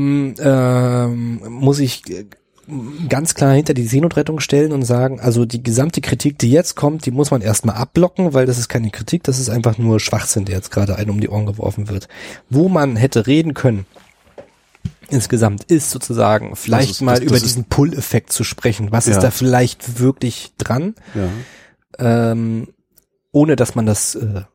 Speaker 3: muss ich ganz klar hinter die Seenotrettung stellen und sagen, also die gesamte Kritik, die jetzt kommt, die muss man erstmal abblocken, weil das ist keine Kritik, das ist einfach nur Schwachsinn, der jetzt gerade einem um die Ohren geworfen wird. Wo man hätte reden können, insgesamt, ist sozusagen vielleicht mal über diesen Pull-Effekt zu sprechen. Was ist da vielleicht wirklich dran? Ja. Ohne dass man das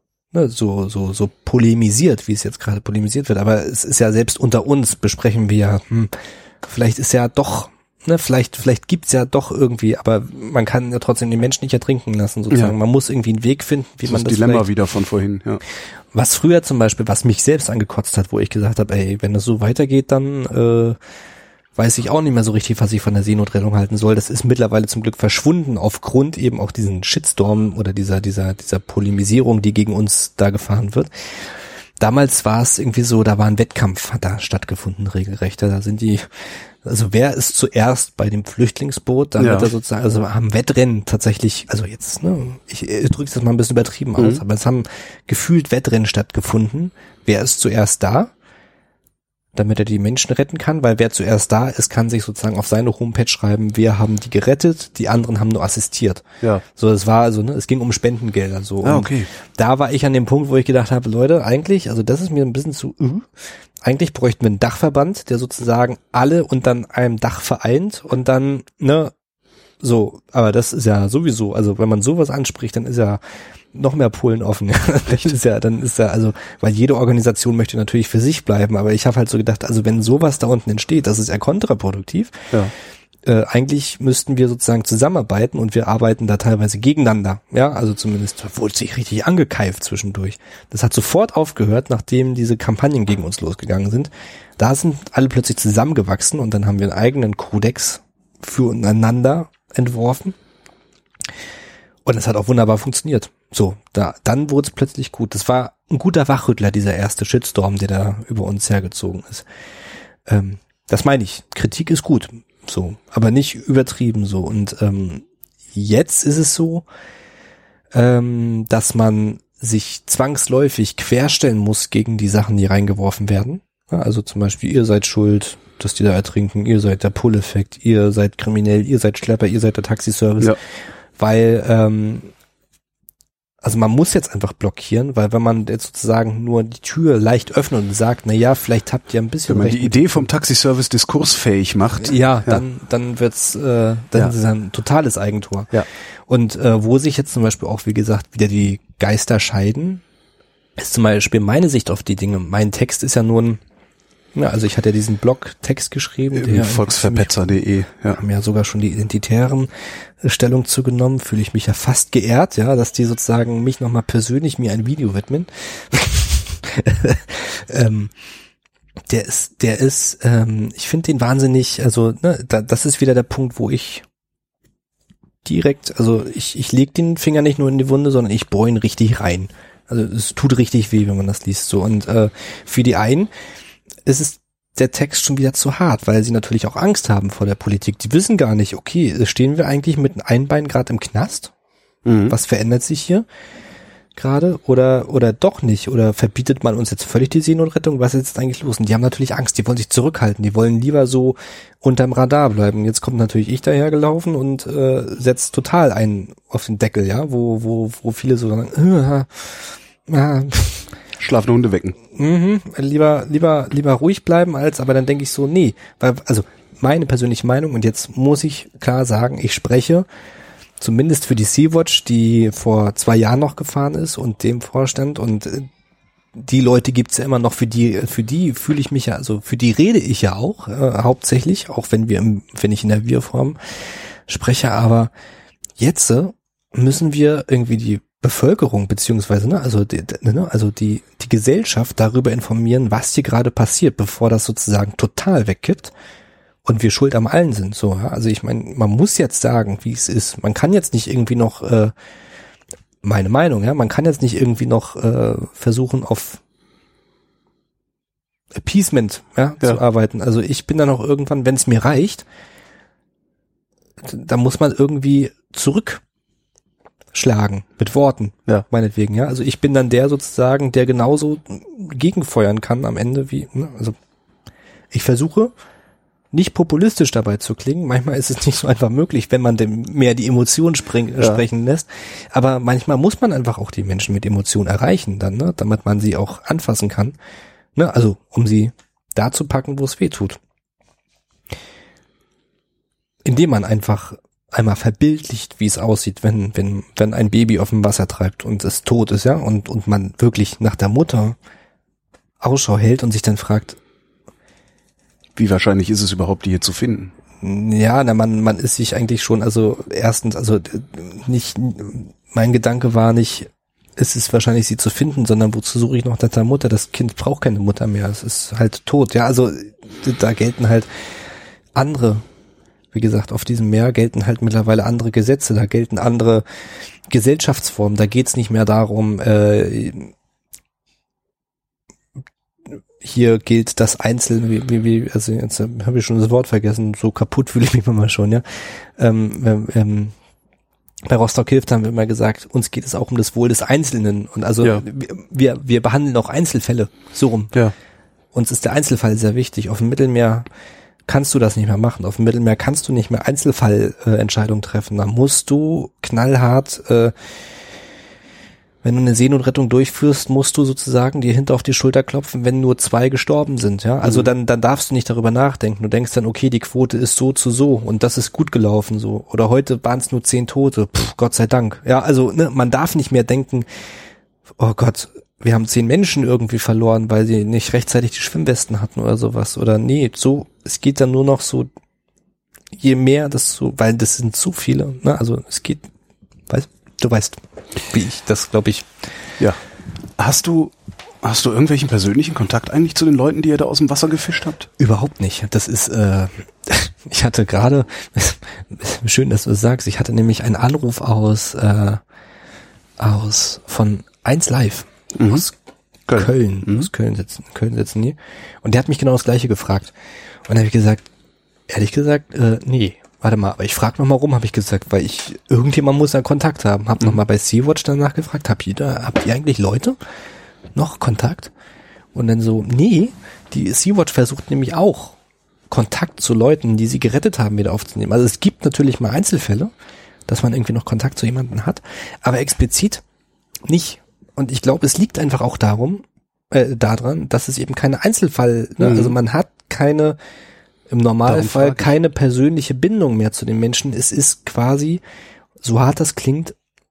Speaker 3: so polemisiert, wie es jetzt gerade polemisiert wird. Aber es ist ja selbst unter uns, besprechen wir vielleicht ist ja doch, vielleicht gibt's ja doch irgendwie, aber man kann ja trotzdem den Menschen nicht ertrinken lassen, sozusagen. Ja. Man muss irgendwie einen Weg finden, wie man das
Speaker 2: Dilemma wieder von vorhin, ja.
Speaker 3: Was früher zum Beispiel, was mich selbst angekotzt hat, wo ich gesagt habe, ey, wenn das so weitergeht, dann weiß ich auch nicht mehr so richtig, was ich von der Seenotrettung halten soll. Das ist mittlerweile zum Glück verschwunden aufgrund eben auch diesen Shitstorm oder dieser Polemisierung, die gegen uns da gefahren wird. Damals war es irgendwie so, da war ein Wettkampf, hat da stattgefunden, regelrecht. Da sind also wer ist zuerst bei dem Flüchtlingsboot, dann wird er sozusagen, also haben Wettrennen tatsächlich, also jetzt, ich drücke es jetzt mal ein bisschen übertrieben aus, aber es haben gefühlt Wettrennen stattgefunden. Wer ist zuerst da? Damit er die Menschen retten kann, weil wer zuerst da ist, kann sich sozusagen auf seine Homepage schreiben, wir haben die gerettet, die anderen haben nur assistiert. Ja. So, es war also, es ging um Spendengelder, so.
Speaker 2: Ah, okay.
Speaker 3: Da war ich an dem Punkt, wo ich gedacht habe, Leute, eigentlich, also das ist mir ein bisschen zu, eigentlich bräuchten wir einen Dachverband, der sozusagen alle unter einem Dach vereint und dann, so, aber das ist ja sowieso, also wenn man sowas anspricht, dann ist ja noch mehr Polen offen. Dann ist ja, also, weil jede Organisation möchte natürlich für sich bleiben, aber ich habe halt so gedacht, also wenn sowas da unten entsteht, das ist ja kontraproduktiv.
Speaker 2: Ja.
Speaker 3: Eigentlich müssten wir sozusagen zusammenarbeiten und wir arbeiten da teilweise gegeneinander. Ja, also zumindest wurde sich richtig angekeift zwischendurch. Das hat sofort aufgehört, nachdem diese Kampagnen gegen uns losgegangen sind. Da sind alle plötzlich zusammengewachsen und dann haben wir einen eigenen Kodex füreinander entworfen. Und das hat auch wunderbar funktioniert. So, dann wurde es plötzlich gut. Das war ein guter Wachrüttler, dieser erste Shitstorm, der da über uns hergezogen ist. Das meine ich. Kritik ist gut. So, aber nicht übertrieben so. Und jetzt ist es so, dass man sich zwangsläufig querstellen muss gegen die Sachen, die reingeworfen werden. Ja, also zum Beispiel, ihr seid schuld, dass die da ertrinken, ihr seid der Pull-Effekt, ihr seid kriminell, ihr seid Schlepper, ihr seid der Taxiservice. Ja. Weil, also man muss jetzt einfach blockieren, weil wenn man jetzt sozusagen nur die Tür leicht öffnet und sagt, na ja, vielleicht habt ihr ein bisschen
Speaker 2: wenn man die Idee vom Taxiservice diskursfähig macht.
Speaker 3: Ja. Dann wird's, ist es ein totales Eigentor. Ja. Und wo sich jetzt zum Beispiel auch, wie gesagt, wieder die Geister scheiden, ist zum Beispiel meine Sicht auf die Dinge. Mein Text ist ja nur ein, also ich hatte ja diesen Blog-Text geschrieben.
Speaker 2: Volksverpetzer.de.
Speaker 3: Ja. Haben ja sogar schon die Identitären Stellung zugenommen. Fühle ich mich ja fast geehrt, ja, dass die sozusagen mich nochmal persönlich mir ein Video widmen. Der ist, ich finde den wahnsinnig, also, das ist wieder der Punkt, wo ich direkt, also ich lege den Finger nicht nur in die Wunde, sondern ich bohre ihn richtig rein. Also es tut richtig weh, wenn man das liest, so. Und für die einen ist der Text schon wieder zu hart, weil sie natürlich auch Angst haben vor der Politik. Die wissen gar nicht, okay, stehen wir eigentlich mit einem Bein gerade im Knast? Mhm. Was verändert sich hier gerade? Oder doch nicht? Oder verbietet man uns jetzt völlig die Seenotrettung? Was ist jetzt eigentlich los? Und die haben natürlich Angst, die wollen sich zurückhalten, die wollen lieber so unterm Radar bleiben. Jetzt kommt natürlich ich dahergelaufen und setzt total einen auf den Deckel, ja, wo viele so sagen,
Speaker 2: schlafende Hunde wecken.
Speaker 3: Lieber ruhig bleiben aber dann denke ich so, nee, weil, also meine persönliche Meinung, und jetzt muss ich klar sagen, ich spreche zumindest für die Sea-Watch, die vor 2 Jahren noch gefahren ist und dem Vorstand, und die Leute gibt's ja immer noch, für die fühle ich mich ja, also für die rede ich ja auch, hauptsächlich, auch wenn ich in der Wir-Form spreche, aber jetzt müssen wir irgendwie die Bevölkerung beziehungsweise die Gesellschaft darüber informieren, was hier gerade passiert, bevor das sozusagen total wegkippt und wir schuld am allen sind. So, ja? Also ich meine, man muss jetzt sagen, wie es ist. Man kann jetzt nicht irgendwie noch meine Meinung, ja, man kann jetzt nicht irgendwie noch versuchen auf Appeasement zu arbeiten. Also ich bin dann auch irgendwann, wenn es mir reicht, da muss man irgendwie zurückschlagen mit Worten, meinetwegen, ja. Also ich bin dann der sozusagen, der genauso gegenfeuern kann am Ende wie, also ich versuche nicht populistisch dabei zu klingen. Manchmal ist es nicht so einfach möglich, wenn man dem mehr die Emotionen sprechen lässt. Aber manchmal muss man einfach auch die Menschen mit Emotionen erreichen dann, ne, damit man sie auch anfassen kann. Ne, also um sie da zu packen, wo es weh tut. Indem man einfach einmal verbildlicht, wie es aussieht, wenn ein Baby auf dem Wasser treibt und es tot ist, ja, und man wirklich nach der Mutter Ausschau hält und sich dann fragt,
Speaker 2: wie wahrscheinlich ist es überhaupt, die hier zu finden?
Speaker 3: Ja, man ist sich eigentlich schon, also erstens, also nicht, mein Gedanke war nicht, es ist wahrscheinlich sie zu finden, sondern wozu suche ich noch nach der Mutter? Das Kind braucht keine Mutter mehr, es ist halt tot, ja, also da gelten halt andere, wie gesagt, auf diesem Meer gelten halt mittlerweile andere Gesetze, da gelten andere Gesellschaftsformen, da geht's nicht mehr darum, hier gilt das Einzelne, also jetzt habe ich schon das Wort vergessen, so kaputt fühle ich mich manchmal schon, ja. Bei Rostock hilft haben wir immer gesagt, uns geht es auch um das Wohl des Einzelnen, und also wir behandeln auch Einzelfälle, so rum. Ja. Uns ist der Einzelfall sehr wichtig. Auf dem Mittelmeer kannst du das nicht mehr machen. Auf dem Mittelmeer kannst du nicht mehr Einzelfallentscheidungen treffen. Da musst du knallhart wenn du eine Seenotrettung durchführst, musst du sozusagen dir hinter auf die Schulter klopfen, wenn nur 2 gestorben sind, ja. Also dann darfst du nicht darüber nachdenken. Du denkst dann, okay, die Quote ist so zu so und das ist gut gelaufen so. Oder heute waren es nur 10 Tote. Gott sei Dank. Ja, also man darf nicht mehr denken, oh Gott, wir haben 10 Menschen irgendwie verloren, weil sie nicht rechtzeitig die Schwimmwesten hatten oder sowas. Oder nee, so, es geht dann nur noch so, je mehr das so, weil das sind zu viele, ne? Also es geht, du weißt, wie ich das, glaube ich.
Speaker 2: Ja. Hast du irgendwelchen persönlichen Kontakt eigentlich zu den Leuten, die ihr da aus dem Wasser gefischt habt?
Speaker 3: Überhaupt nicht. Das ist, ich hatte gerade, schön, dass du es sagst, ich hatte nämlich einen Anruf von 1 Live. Aus Köln. Aus Köln sitzen die. Und der hat mich genau das Gleiche gefragt. Und dann habe ich gesagt, ehrlich gesagt, nee, warte mal, aber ich frage nochmal rum, habe ich gesagt, weil irgendjemand muss ja Kontakt haben. Hab nochmal bei Sea-Watch danach gefragt, habt ihr eigentlich Leute noch Kontakt? Und dann so, nee, die Sea-Watch versucht nämlich auch Kontakt zu Leuten, die sie gerettet haben, wieder aufzunehmen. Also es gibt natürlich mal Einzelfälle, dass man irgendwie noch Kontakt zu jemandem hat, aber explizit nicht. Und ich glaube, es liegt einfach auch daran, dass es eben keine Einzelfall, ne? Also man hat im Normalfall keine persönliche Bindung mehr zu den Menschen. Es ist quasi, so hart das klingt,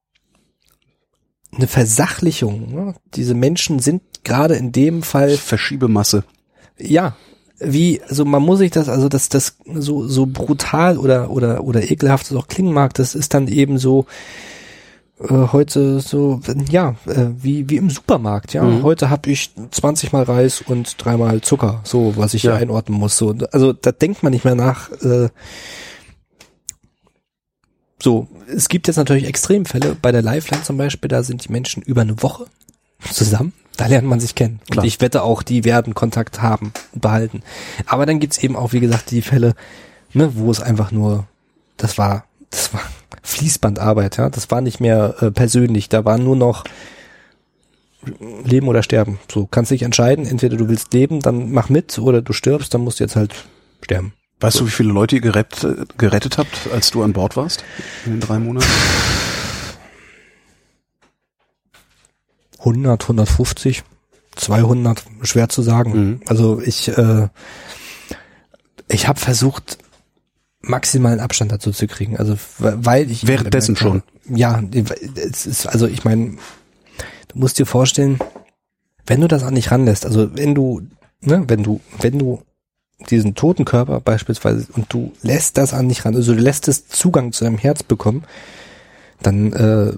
Speaker 3: eine Versachlichung. Ne? Diese Menschen sind gerade in dem Fall
Speaker 2: Verschiebemasse.
Speaker 3: Ja, also man muss sich das so brutal oder ekelhaft es auch klingen mag, das ist dann eben so heute so, ja, wie im Supermarkt, ja. Heute habe ich 20 mal Reis und 3 mal Zucker, so, was ich hier einordnen muss, so. Also, da denkt man nicht mehr nach, so. Es gibt jetzt natürlich Extremfälle, bei der Lifeline zum Beispiel, da sind die Menschen über eine Woche zusammen, da lernt man sich kennen.
Speaker 2: Klar.
Speaker 3: Und ich wette auch, die werden Kontakt haben und behalten. Aber dann gibt's eben auch, wie gesagt, die Fälle, ne, wo es einfach nur, das war Fließbandarbeit, ja. Das war nicht mehr persönlich. Da war nur noch Leben oder Sterben. So, kannst dich entscheiden. Entweder du willst leben, dann mach mit, oder du stirbst, dann musst du jetzt halt sterben.
Speaker 2: Weißt du, wie viele Leute ihr gerettet habt, als du an Bord warst? In den 3 Monaten?
Speaker 3: 100, 150, 200, schwer zu sagen. Also ich habe versucht, maximalen Abstand dazu zu kriegen. Also weil ich
Speaker 2: währenddessen schon.
Speaker 3: Ja, es ist, also ich meine, du musst dir vorstellen, wenn du das an dich ranlässt, also wenn du diesen toten Körper beispielsweise und du lässt das an dich ran, also du lässt es Zugang zu deinem Herz bekommen, dann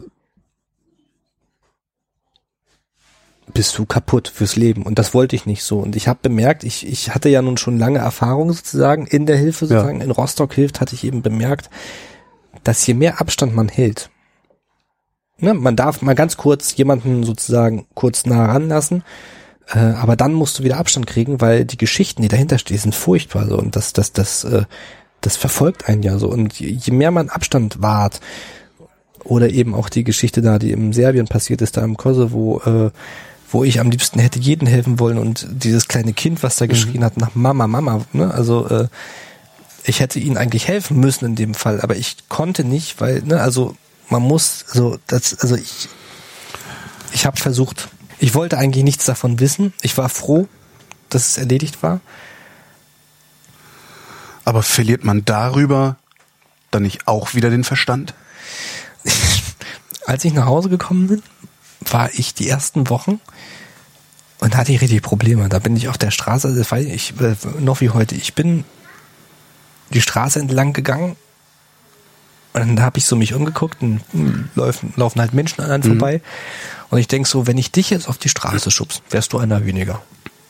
Speaker 3: bist du kaputt fürs Leben. Und das wollte ich nicht so. Und ich habe bemerkt, ich hatte ja nun schon lange Erfahrung sozusagen in der Hilfe, sozusagen in Rostock hilft, hatte ich eben bemerkt, dass je mehr Abstand man hält, ne, man darf mal ganz kurz jemanden sozusagen kurz nah ranlassen, aber dann musst du wieder Abstand kriegen, weil die Geschichten, die dahinter stehen, sind furchtbar so. Und das verfolgt einen ja so. Und je mehr man Abstand wahrt, oder eben auch die Geschichte da, die in Serbien passiert ist, da im Kosovo, wo ich am liebsten hätte jedem helfen wollen und dieses kleine Kind, was da geschrien hat nach Mama, ne, also ich hätte ihnen eigentlich helfen müssen in dem Fall, aber ich konnte nicht, weil, ne, also man muss, ich habe versucht, ich wollte eigentlich nichts davon wissen, ich war froh, dass es erledigt war.
Speaker 2: Aber verliert man darüber dann nicht auch wieder den Verstand?
Speaker 3: Als ich nach Hause gekommen bin, war ich die ersten Wochen und hatte ich richtig Probleme. Da bin ich auf der Straße, das weiß ich noch wie heute, ich bin die Straße entlang gegangen und dann habe ich so mich umgeguckt und laufen halt Menschen an einem vorbei und ich denke so, wenn ich dich jetzt auf die Straße schubst, wärst du einer weniger.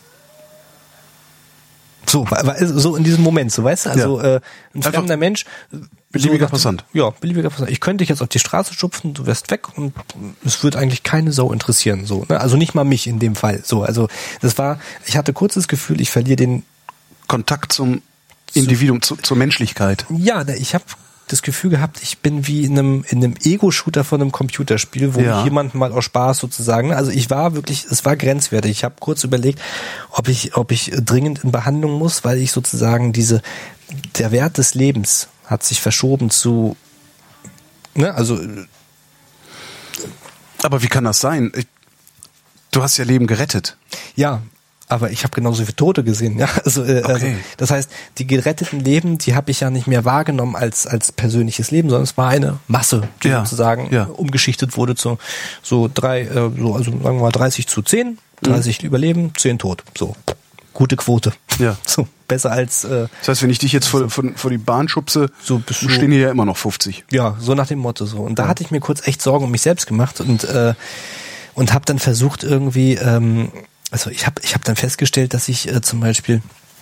Speaker 3: So in diesem Moment, so, weißt du, also ein fremder Mensch,
Speaker 2: beliebiger Passant.
Speaker 3: Ja, beliebiger Passant. Ich könnte dich jetzt auf die Straße schubsen, du wärst weg und es würde eigentlich keine Sau interessieren, so, ne? Also nicht mal mich in dem Fall, so, also ich hatte kurz das Gefühl, ich verliere den
Speaker 2: Kontakt zum Individuum, zur Menschlichkeit.
Speaker 3: Ja, ich habe das Gefühl gehabt, ich bin wie in einem Ego-Shooter von einem Computerspiel, wo ich jemanden mal aus Spaß sozusagen, also es war grenzwertig. Ich habe kurz überlegt, ob ich dringend in Behandlung muss, weil ich sozusagen der Wert des Lebens hat sich verschoben zu, ne, also
Speaker 2: Aber wie kann das sein? Du hast ja Leben gerettet.
Speaker 3: Ja, aber ich habe genauso viele Tote gesehen. Ja, also das heißt, die geretteten Leben, die habe ich ja nicht mehr wahrgenommen als persönliches Leben, sondern es war eine Masse, die sozusagen umgeschichtet wurde zu also sagen wir mal 30:10, 30 überleben, 10 tot. So, gute Quote.
Speaker 2: Ja.
Speaker 3: So, besser als
Speaker 2: das heißt, wenn ich dich jetzt vor die Bahn schubse, so stehen hier ja immer noch 50.
Speaker 3: Ja, so nach dem Motto so. Und da hatte ich mir kurz echt Sorgen um mich selbst gemacht und habe dann versucht irgendwie also ich hab dann festgestellt, dass ich zum Beispiel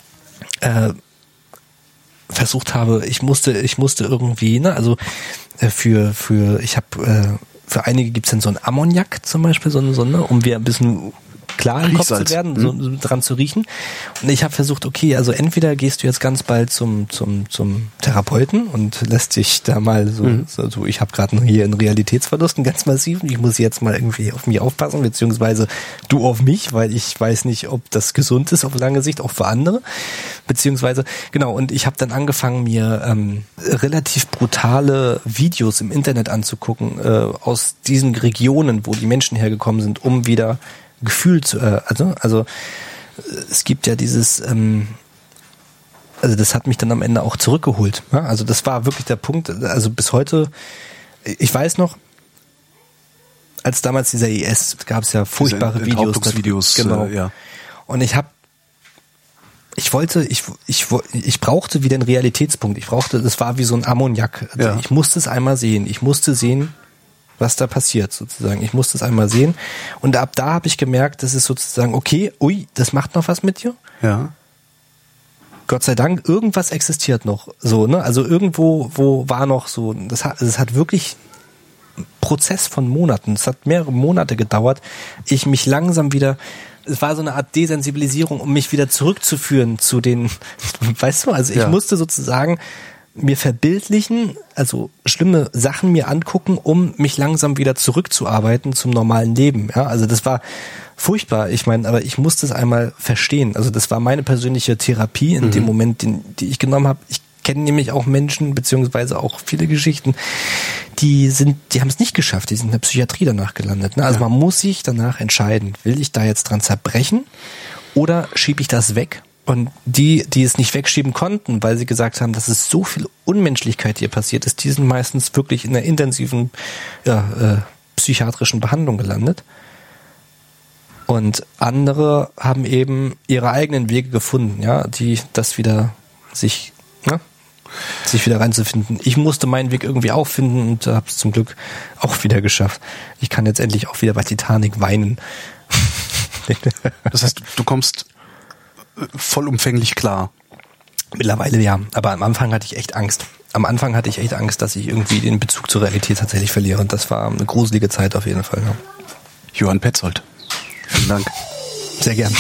Speaker 3: versucht habe, ich musste irgendwie, ne, also für einige gibt's dann so ein Ammoniak zum Beispiel, so ne, um wieder ein bisschen klar im Kopf zu werden, so dran zu riechen. Und ich habe versucht, okay, also entweder gehst du jetzt ganz bald zum Therapeuten und lässt dich da mal so ich habe gerade hier einen Realitätsverlust, einen ganz massiven, ich muss jetzt mal irgendwie auf mich aufpassen, beziehungsweise du auf mich, weil ich weiß nicht, ob das gesund ist auf lange Sicht, auch für andere, beziehungsweise, genau, und ich habe dann angefangen, mir relativ brutale Videos im Internet anzugucken, aus diesen Regionen, wo die Menschen hergekommen sind, um wieder Gefühl zu, also es gibt ja dieses, also das hat mich dann am Ende auch zurückgeholt. Ja? Also das war wirklich der Punkt, also bis heute, ich weiß noch, als damals dieser IS, gab es ja furchtbare
Speaker 2: Videos.
Speaker 3: Genau.
Speaker 2: Ja.
Speaker 3: Und ich brauchte wieder einen Realitätspunkt. Das war wie so ein Ammoniak.
Speaker 2: Ja.
Speaker 3: Ich musste es einmal sehen. Ich musste sehen, was da passiert sozusagen. Ich musste es einmal sehen. Und ab da habe ich gemerkt, das ist sozusagen, okay, ui, das macht noch was mit dir.
Speaker 2: Ja.
Speaker 3: Gott sei Dank, irgendwas existiert noch. So, ne? Also irgendwo, wo war noch so, das hat wirklich einen Prozess von Monaten. Es hat mehrere Monate gedauert. Ich mich langsam wieder, es war so eine Art Desensibilisierung, um mich wieder zurückzuführen zu den, weißt du, also ich musste sozusagen mir verbildlichen, also schlimme Sachen mir angucken, um mich langsam wieder zurückzuarbeiten zum normalen Leben. Ja, also das war furchtbar. Ich meine, aber ich musste es einmal verstehen. Also das war meine persönliche Therapie in dem Moment, die ich genommen habe. Ich kenne nämlich auch Menschen, beziehungsweise auch viele Geschichten, die haben es nicht geschafft, die sind in der Psychiatrie danach gelandet. Ne? Also man muss sich danach entscheiden, will ich da jetzt dran zerbrechen oder schiebe ich das weg? Und die es nicht wegschieben konnten, weil sie gesagt haben, dass es so viel Unmenschlichkeit hier passiert ist, die sind meistens wirklich in einer intensiven psychiatrischen Behandlung gelandet. Und andere haben eben ihre eigenen Wege gefunden, ja, die das wieder sich wieder reinzufinden. Ich musste meinen Weg irgendwie auch finden und habe es zum Glück auch wieder geschafft. Ich kann jetzt endlich auch wieder bei Titanic weinen.
Speaker 2: Das heißt, du kommst vollumfänglich klar.
Speaker 3: Mittlerweile ja, aber am Anfang hatte ich echt Angst. Dass ich irgendwie den Bezug zur Realität tatsächlich verliere. Und das war eine gruselige Zeit auf jeden Fall. Ja.
Speaker 2: Johann Petzold, vielen Dank.
Speaker 3: Sehr gern.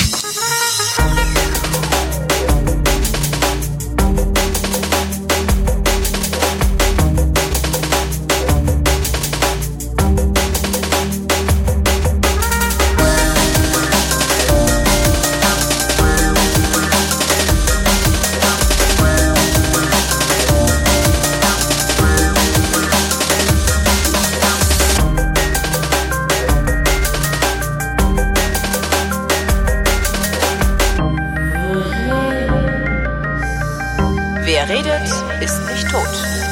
Speaker 1: Wer redet, ist nicht tot.